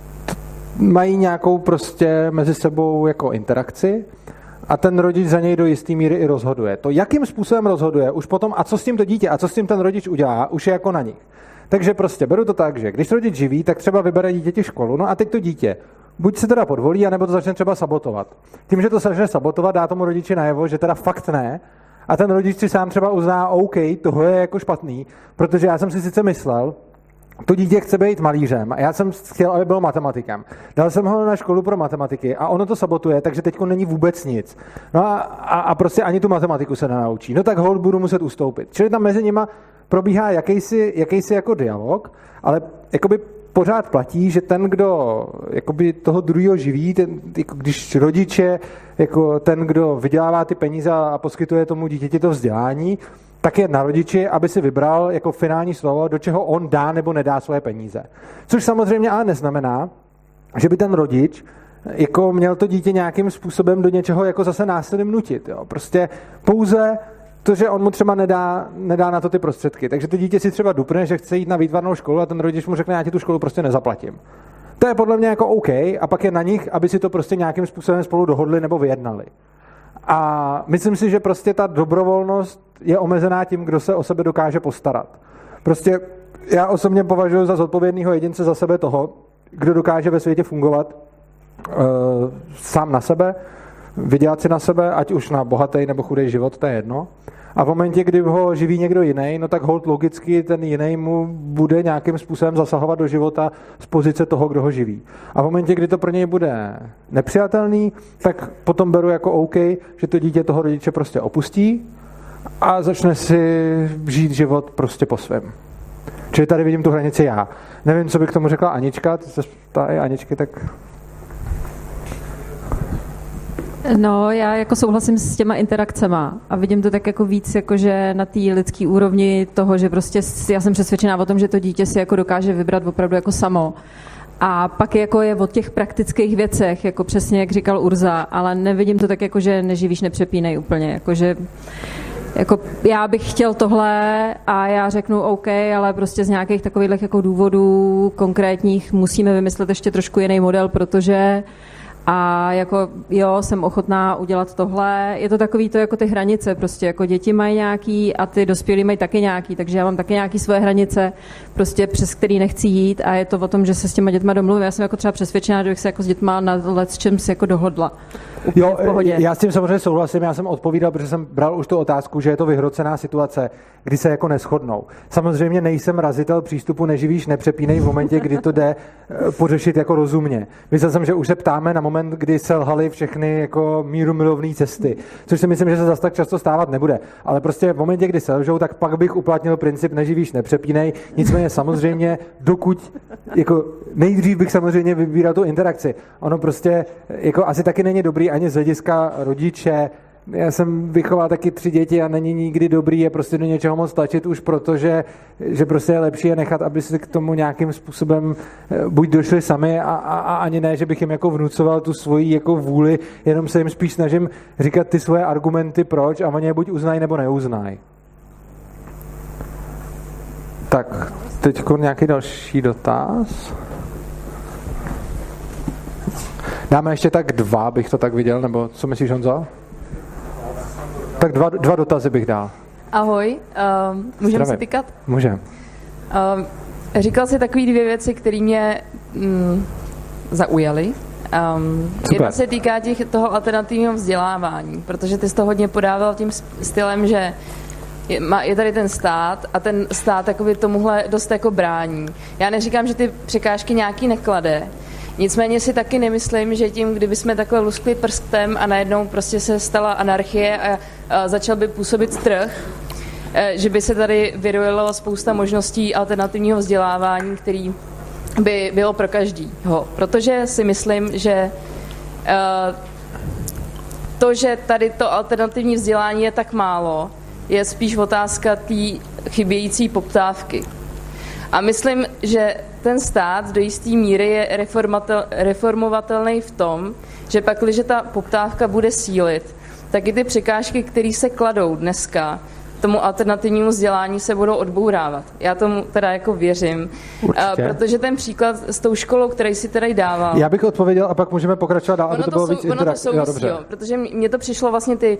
mají nějakou prostě mezi sebou jako interakci a ten rodič za něj do jistý míry i rozhoduje. To, jakým způsobem rozhoduje, už potom, a co s tím to dítě, a co s tím ten rodič udělá, už je jako na nich. Takže prostě beru to tak, že když rodič živí, tak třeba vybere dítěti školu, no a teď to dítě buď se teda podvolí, anebo to začne třeba sabotovat. Tím, že to začne sabotovat, dá tomu rodiči najevo, že teda fakt ne, a ten rodič si sám třeba uzná, OK, tohle je jako špatný, protože já jsem si sice myslel, to dítě chce být malířem a já jsem chtěl, aby byl matematikem. Dal jsem ho na školu pro matematiky a ono to sabotuje, takže teďko není vůbec nic. No a prostě ani tu matematiku se nenaučí. No tak holt budu muset ustoupit. Čili tam mezi nima probíhá jakýsi jako dialog, ale jakoby pořád platí, že ten, kdo jakoby toho druhého živí, jako když rodiče, jako ten, kdo vydělává ty peníze a poskytuje tomu dítěti to vzdělání, tak je na rodiči, aby si vybral jako finální slovo, do čeho on dá nebo nedá svoje peníze. Což samozřejmě ale neznamená, že by ten rodič jako měl to dítě nějakým způsobem do něčeho jako zase násilím nutit. Jo. Prostě pouze to, že on mu třeba nedá na to ty prostředky. Takže to dítě si třeba dupne, že chce jít na výtvarnou školu a ten rodič mu řekne, já ti tu školu prostě nezaplatím. To je podle mě jako OK a pak je na nich, aby si to prostě nějakým způsobem spolu dohodli nebo vyjednali. A myslím si, že prostě ta dobrovolnost je omezená tím, kdo se o sebe dokáže postarat. Prostě já osobně považuji za zodpovědného jedince za sebe toho, kdo dokáže ve světě fungovat sám na sebe, vydělat si na sebe, ať už na bohatý nebo chudý život, to je jedno. A v momentě, kdy ho živí někdo jiný, no tak holt logicky ten jiný mu bude nějakým způsobem zasahovat do života z pozice toho, kdo ho živí. A v momentě, kdy to pro něj bude nepřijatelný, tak potom beru jako OK, že to dítě toho rodiče prostě opustí a začne si žít život prostě po svém. Čili tady vidím tu hranici já. Nevím, co by k tomu řekla Anička, ty se ptá i Aničky, tak... No, já jako souhlasím s těma interakcema a vidím to tak jako víc, jakože na té lidské úrovni toho, že prostě já jsem přesvědčená o tom, že to dítě si jako dokáže vybrat opravdu jako samo. A pak jako je o těch praktických věcech, jako přesně jak říkal Urza, ale nevidím to tak jako, že neživíš, nepřepínej úplně, jakože jako já bych chtěl tohle a já řeknu OK, ale prostě z nějakých takových jako důvodů konkrétních musíme vymyslet ještě trošku jiný model, protože a jako jo, jsem ochotná udělat tohle. Je to takový to jako ty hranice, prostě jako děti mají nějaký a ty dospělí mají taky nějaký, takže já mám taky nějaký svoje hranice, prostě přes který nechci jít a je to o tom, že se s těma dětma domluvím. Já jsem jako třeba přesvědčená, že bych se jako s dětma na lecčem si jako dohodla. Jo, já s tím samozřejmě souhlasím, já jsem odpovídal, protože jsem bral už tu otázku, že je to vyhrocená situace, kdy se jako neshodnou. Samozřejmě nejsem razitel přístupu neživíš, nepřepínej v momentě, kdy to jde pořešit jako rozumně. Myslel jsem, že už se ptáme na moment, kdy selhaly všechny jako mírumilovné cesty, což si myslím, že se zase tak často stávat nebude. Ale prostě v momentě, kdy selžou, tak pak bych uplatnil princip neživíš, nepřepínej. Nicméně samozřejmě, dokud jako nejdřív bych samozřejmě vybíral tu interakci. Ono prostě jako asi taky není dobrý ani z hlediska rodiče. Já jsem vychoval taky 3 děti a není nikdy dobrý je prostě do něčeho moc tlačit už protože že prostě je lepší je nechat, aby se k tomu nějakým způsobem buď došli sami a ani ne, že bych jim jako vnucoval tu svoji jako vůli, jenom se jim spíš snažím říkat ty svoje argumenty proč a oni je buď uznají nebo neuznají. Tak, teď nějaký další dotaz. Dáme ještě tak 2, bych to tak viděl, nebo co myslíš, Honzo? Tak 2 dotazy bych dal. Ahoj, můžeme si tykat? Můžeme. Říkal jsi takový 2 věci, které mě zaujaly. Jedna se týká toho alternativního vzdělávání, protože ty jsi to hodně podával tím stylem, že je tady ten stát a ten stát jakoby tomuhle dost jako brání. Já neříkám, že ty překážky nějaký neklade, nicméně si taky nemyslím, že tím, kdyby jsme takhle luskli prstem a najednou prostě se stala anarchie a začal by působit trh, že by se tady vyrojilo spousta možností alternativního vzdělávání, který by bylo pro každýho. Protože si myslím, že to, že tady to alternativní vzdělání je tak málo, je spíš otázka té chybějící poptávky. A myslím, že ten stát do jisté míry je reformovatelný v tom, že pak, když ta poptávka bude sílit, tak i ty překážky, které se kladou dneska, tomu alternativnímu vzdělání se budou odbourávat. Já tomu teda jako věřím, protože ten příklad s tou školou, který si tady dával. Já bych odpověděl a pak můžeme pokračovat dál, aby to bylo víc interaktivní. Dobře. Protože mně to přišlo vlastně ty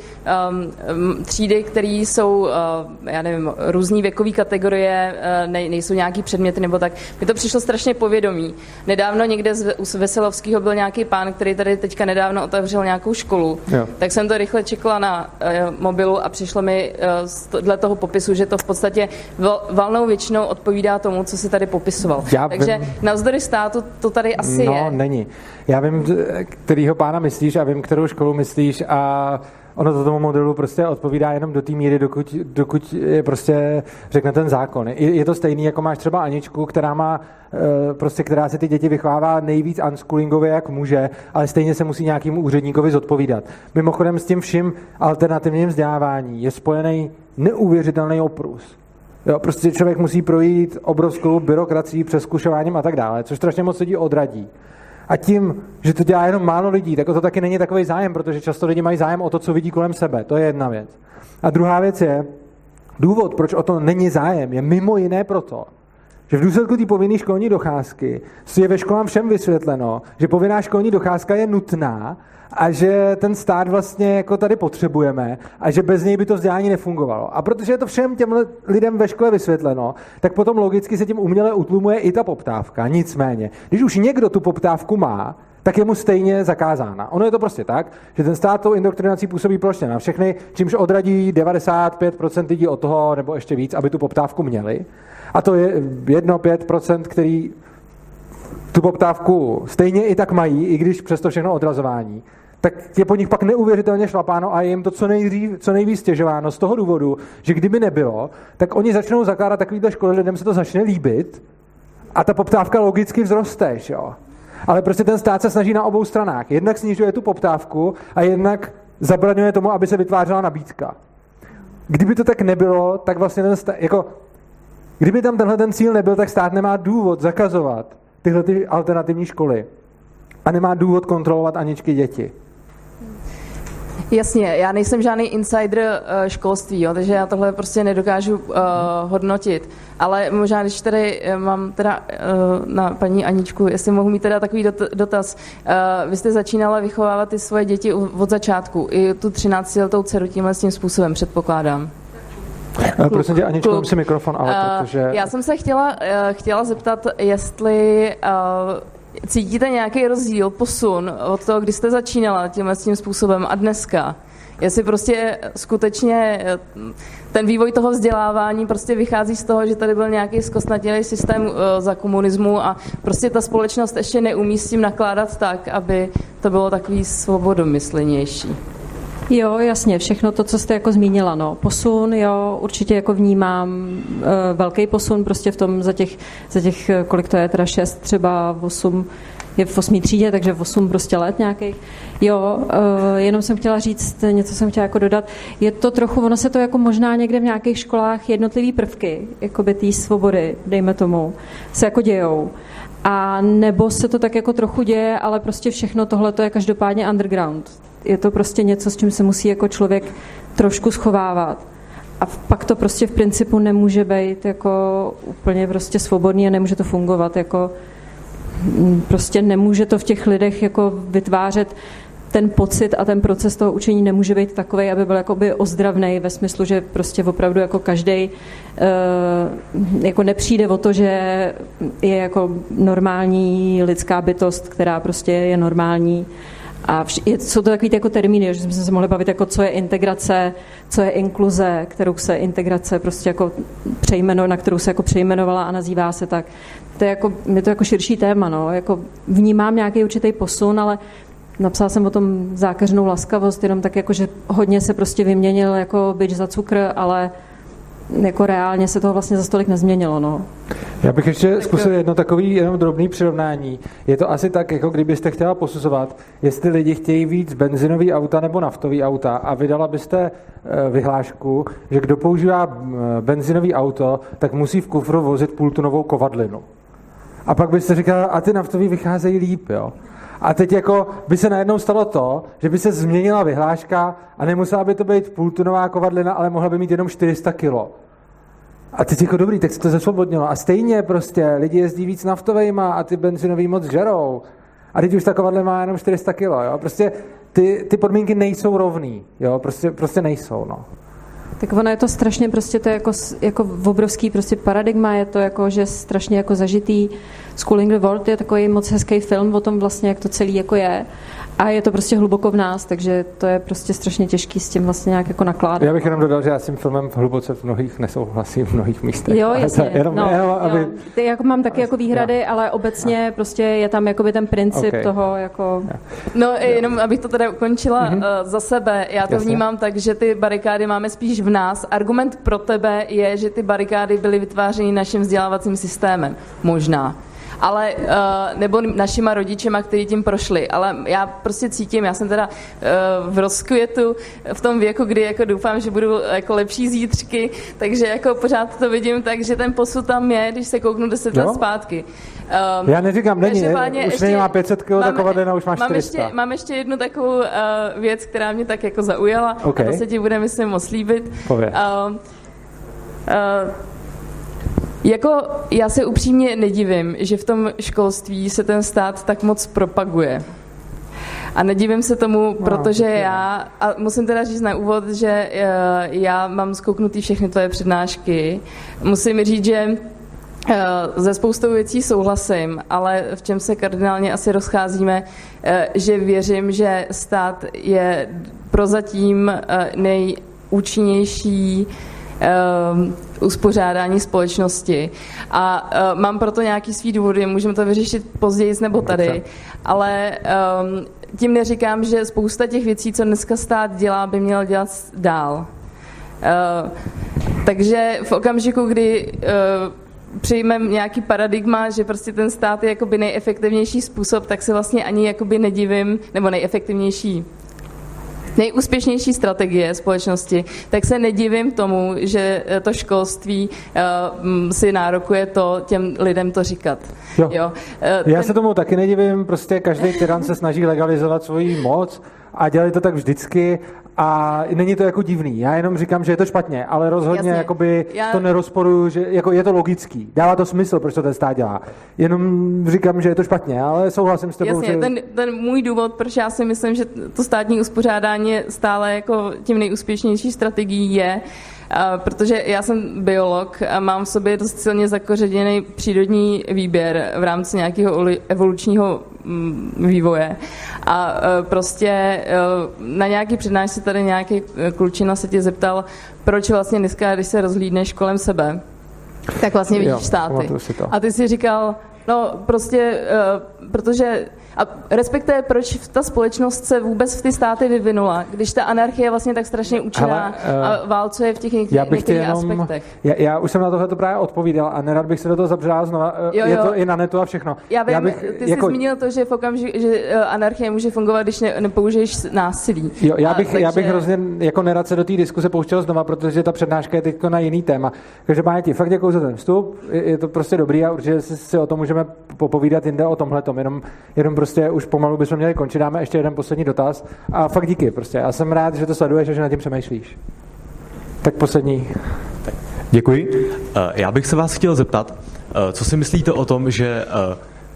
třídy, které jsou, já nevím, různý věkový kategorie, nejsou nějaký předměty nebo tak. Mně to přišlo strašně povědomí. Nedávno někde z Veselovského byl nějaký pán, který tady teďka nedávno otevřel nějakou školu. Jo. Tak jsem to rychle čekala na mobilu a přišlo mi dle toho popisu, že to v podstatě valnou většinou odpovídá tomu, co si tady popisoval. Takže navzdory státu to tady asi je. No, není. Já vím, kterýho pána myslíš a vím, kterou školu myslíš a ono to tomu modelu prostě odpovídá jenom do té míry, dokud je prostě řekne ten zákon. Je to stejný, jako máš třeba Aničku, která má která se ty děti vychovává nejvíc unschoolingově, jak může, ale stejně se musí nějakému úředníkovi zodpovídat. Mimochodem s tím vším alternativním vzdělávání je spojený neuvěřitelný oprus. Jo, prostě člověk musí projít obrovskou byrokracií, přezkušováním a tak dále, což strašně moc lidí odradí. A tím, že to dělá jenom málo lidí, tak o to taky není takový zájem, protože často lidi mají zájem o to, co vidí kolem sebe. To je jedna věc. A druhá věc je, důvod, proč o to není zájem, je mimo jiné proto, že v důsledku té povinné školní docházky je ve školám všem vysvětleno, že povinná školní docházka je nutná a že ten stát vlastně jako tady potřebujeme a že bez něj by to vzdělání nefungovalo. A protože je to všem těm lidem ve škole vysvětleno, tak potom logicky se tím uměle utlumuje i ta poptávka. Nicméně, když už někdo tu poptávku má, tak je mu stejně zakázána. Ono je to prostě tak, že ten stát tou indoktrinací působí plošně na všechny, čímž odradí 95% lidí od toho, nebo ještě víc, aby tu poptávku měli. A to je 1-5%, který tu poptávku stejně i tak mají, i když přes to všechno odrazování, tak je po nich pak neuvěřitelně šlapáno a je jim to co nejvíc stěžováno z toho důvodu, že kdyby nebylo, tak oni začnou zakládat takovýhle školy, lidem se to začne líbit a ta poptávka logicky vzroste, jo. Ale prostě ten stát se snaží na obou stranách. Jednak snižuje tu poptávku a jednak zabraňuje tomu, aby se vytvářela nabídka. Kdyby to tak nebylo, tak vlastně ten stát, jako kdyby tam tenhle ten cíl nebyl, tak stát nemá důvod zakazovat tyhle ty alternativní školy. A nemá důvod kontrolovat Aničky děti. Jasně, já nejsem žádný insider školství, jo, takže já tohle prostě nedokážu hodnotit. Ale možná, když tady mám teda na paní Aničku, jestli mohu mít teda takový dotaz. Vy jste začínala vychovávat ty svoje děti od začátku. I tu 13letou dceru tímhle s tím způsobem, předpokládám. Prosím tě, Aničko, dám si mikrofon, ale protože... Já jsem se chtěla zeptat, jestli cítíte nějaký rozdíl, posun od toho, kdy jste začínala tímhle s tím způsobem a dneska? Jestli prostě skutečně ten vývoj toho vzdělávání prostě vychází z toho, že tady byl nějaký zkostnatělý systém za komunismu a prostě ta společnost ještě neumí s tím nakládat tak, aby to bylo takový svobodomyslnější. Jo, jasně, všechno to, co jste jako zmínila, no. Posun, jo, určitě jako vnímám velký posun prostě v tom za těch, kolik to je, teda 6, třeba 8, je v 8. třídě, takže 8 prostě let nějakých. Jo, jenom jsem chtěla říct, něco jsem chtěla jako dodat, je to trochu, ono se to jako možná někde v nějakých školách jednotlivý prvky, jakoby té svobody, dejme tomu, se jako dějou. A nebo se to tak jako trochu děje, ale prostě všechno tohle to je každopádně underground. Je to prostě něco, s čím se musí jako člověk trošku schovávat. A pak to prostě v principu nemůže být jako úplně prostě svobodný a nemůže to fungovat jako prostě nemůže to v těch lidech jako vytvářet ten pocit a ten proces toho učení nemůže být takovej, aby byl jakoby ozdravnej ve smyslu, že prostě opravdu jako každej jako nepřijde o to, že je jako normální lidská bytost, která prostě je normální. A jsou to takový jako termíny, že jsme se mohli bavit, jako co je integrace, co je inkluze, kterou se integrace prostě jako na kterou se jako přejmenovala a nazývá se tak. To je to jako širší téma, no. Jako vnímám nějaký určitý posun, ale napsala jsem o tom zákeřnou laskavost, jenom tak jako, že hodně se prostě vyměnil jako bič za cukr, ale jako reálně se toho vlastně za stolik nezměnilo, no. Já bych ještě zkusil jedno takový jenom drobný přirovnání. Je to asi tak, jako kdybyste chtěla posuzovat, jestli lidi chtějí víc benzinový auta nebo naftový auta a vydala byste vyhlášku, že kdo používá benzinový auto, tak musí v kufru vozit půltunovou kovadlinu. A pak byste říkala, a ty naftový vycházejí líp, jo. A teď jako by se najednou stalo to, že by se změnila vyhláška a nemusela by to být půltunová kovadlina, ale mohla by mít jenom 400 kilo. A teď jako dobrý, tak se to zesvobodnilo. A stejně prostě lidi jezdí víc naftovejma a ty benzinový moc žerou. A teď už ta kovadle má jenom 400 kilo, jo. Prostě ty podmínky nejsou rovný, jo. Prostě nejsou, no. Tak ono je to strašně prostě to jako obrovský prostě paradigma, je to jako, že strašně jako zažitý. Schooling the World je takový moc hezký film o tom vlastně, jak to celý jako je. A je to prostě hluboko v nás, takže to je prostě strašně těžký s tím vlastně nějak jako nakládat. Já bych jenom dodal, že já s tím filmem hluboce v mnohých nesouhlasím, v mnohých místech. Jo, jasně. Jenom, aby... Ty jako mám taky jako výhrady, ale obecně prostě je tam jakoby ten princip toho jako... No jenom, abych to teda ukončila za sebe, já to vnímám tak, že ty barikády máme spíš v nás. Argument pro tebe je, že ty barikády byly vytvářeny naším vzdělávacím systémem. Možná. Ale, nebo našima rodičema, kteří tím prošli. Ale já prostě cítím, já jsem teda v rozkvětu v tom věku, kdy jako doufám, že budu jako lepší zítřky, takže jako pořád to vidím tak, že ten posud tam je, když se kouknu 10 let zpátky. Já neříkám, už nemá 500 kg, taková dena už má 400. Mám ještě jednu takovou věc, která mě tak jako zaujala, a to se ti bude, myslím, moc líbit. Jako já se upřímně nedivím, že v tom školství se ten stát tak moc propaguje. A nedivím se tomu, protože a musím teda říct na úvod, že já mám zkouknutý všechny tvoje přednášky. Musím říct, že ze spoustou věcí souhlasím, ale v čem se kardinálně asi rozcházíme, že věřím, že stát je prozatím nejúčinnější uspořádání společnosti. A mám proto nějaký svý důvody, můžeme to vyřešit později nebo tady, ale tím neříkám, že spousta těch věcí, co dneska stát dělá, by měl dělat dál. Takže v okamžiku, kdy přijmeme nějaký paradigma, že prostě ten stát je jakoby nejefektivnější způsob, tak se vlastně ani jakoby nedivím, nebo nejúspěšnější strategie společnosti, tak se nedivím tomu, že to školství si nárokuje to těm lidem to říkat. Jo. Já se tomu taky nedivím, prostě každý tyran se snaží legalizovat svoji moc a dělají to tak vždycky a není to jako divný. Já jenom říkám, že je to špatně, ale rozhodně jakoby to nerozporuju, že jako je to logický. Dává to smysl, proč to ten stát dělá. Jenom říkám, že je to špatně, ale souhlasím s tebou. Jasně, že... ten můj důvod, proč já si myslím, že to státní uspořádání je stále jako tím nejúspěšnější strategií je, protože já jsem biolog a mám v sobě dost silně zakořeněný přírodní výběr v rámci nějakého evolučního vývoje. A prostě na nějaký přednášce tady nějaký klučina se tě zeptal, proč vlastně dneska, když se rozhlídneš kolem sebe, tak vlastně vidíš státy. A ty si říkal, no prostě, protože a respektive, proč ta společnost se vůbec v ty státy vyvinula, když ta anarchie je vlastně tak strašně účinná a válcuje v těch některých aspektech. Já už jsem na tohle právě odpovídal a nerad bych se do toho zabřál znova. Je to i na netu a všechno. Já vím, ty jsi zmínil to, že v okamžiku, že anarchie může fungovat, když nepoužiješ násilí. Jo, já bych hrozně jako nerad se do té diskuse pouštěl znova, protože ta přednáška je teď na jiný téma. Takže páni, ti fakt děkuji za ten vstup, je to prostě dobrý a určitě si o tom můžeme popovídat jinde o tomhletom, jenom prostě už pomalu bychom měli končit, dáme ještě jeden poslední dotaz a fakt díky prostě. Já jsem rád, že to sleduješ a že nad tím přemýšlíš. Tak poslední. Děkuji. Já bych se vás chtěl zeptat, co si myslíte o tom, že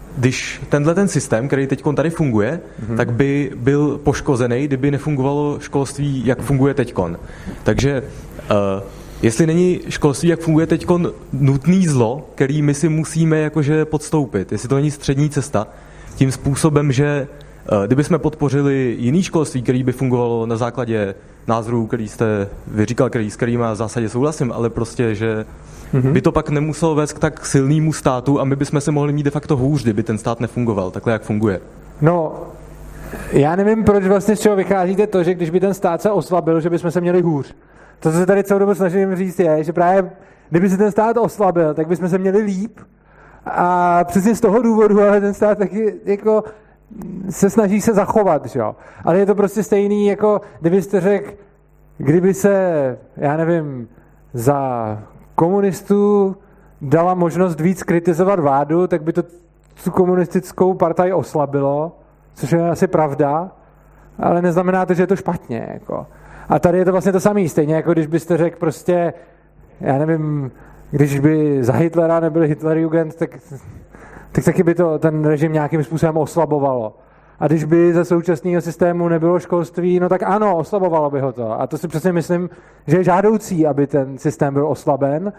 když tenhle ten systém, který teď tady funguje, tak by byl poškozený, kdyby nefungovalo školství, jak funguje teďkon. Takže jestli není školství, jak funguje teďkon, nutný zlo, který my si musíme jakože podstoupit, jestli to není střední cesta, tím způsobem, že kdybychom podpořili jiný školství, který by fungovalo na základě názorů, který jste vyříkal, s kterými v zásadě souhlasím, ale prostě, že by to pak nemuselo vést k tak silnému státu a my bychom se mohli mít de facto hůř, kdyby ten stát nefungoval, takhle jak funguje. No, já nevím, proč vlastně z čeho vycházíte to, že když by ten stát se oslabil, že bychom se měli hůř. To, co se tady celou dobu snažím říct, je, že právě kdyby se ten stát oslabil, tak bychom se měli líp a přesně z toho důvodu, ale ten stát taky jako se snaží se zachovat, že jo. Ale je to prostě stejný, jako kdybyste řekl, kdyby se, já nevím, za komunistů dala možnost víc kritizovat vládu, tak by to tu komunistickou partaj oslabilo, což je asi pravda, ale neznamená to, že je to špatně. Jako. A tady je to vlastně to samé, stejně jako když byste řekl prostě, já nevím, když by za Hitlera nebyl Hitlerjugend, tak taky by to ten režim nějakým způsobem oslabovalo. A když by za současného systému nebylo školství, no tak ano, oslabovalo by ho to. A to si přesně myslím, že je žádoucí, aby ten systém byl oslaben.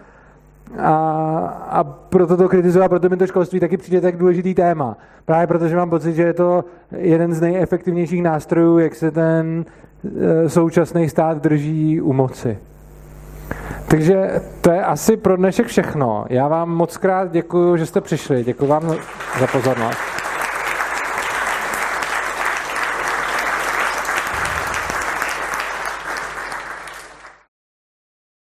A proto to kritizuji a proto mi to školství taky přijde tak důležitý téma. Právě protože mám pocit, že je to jeden z nejefektivnějších nástrojů, jak se ten současný stát drží u moci. Takže to je asi pro dnešek všechno. Já vám moc krát děkuju, že jste přišli. Děkuju vám za pozornost.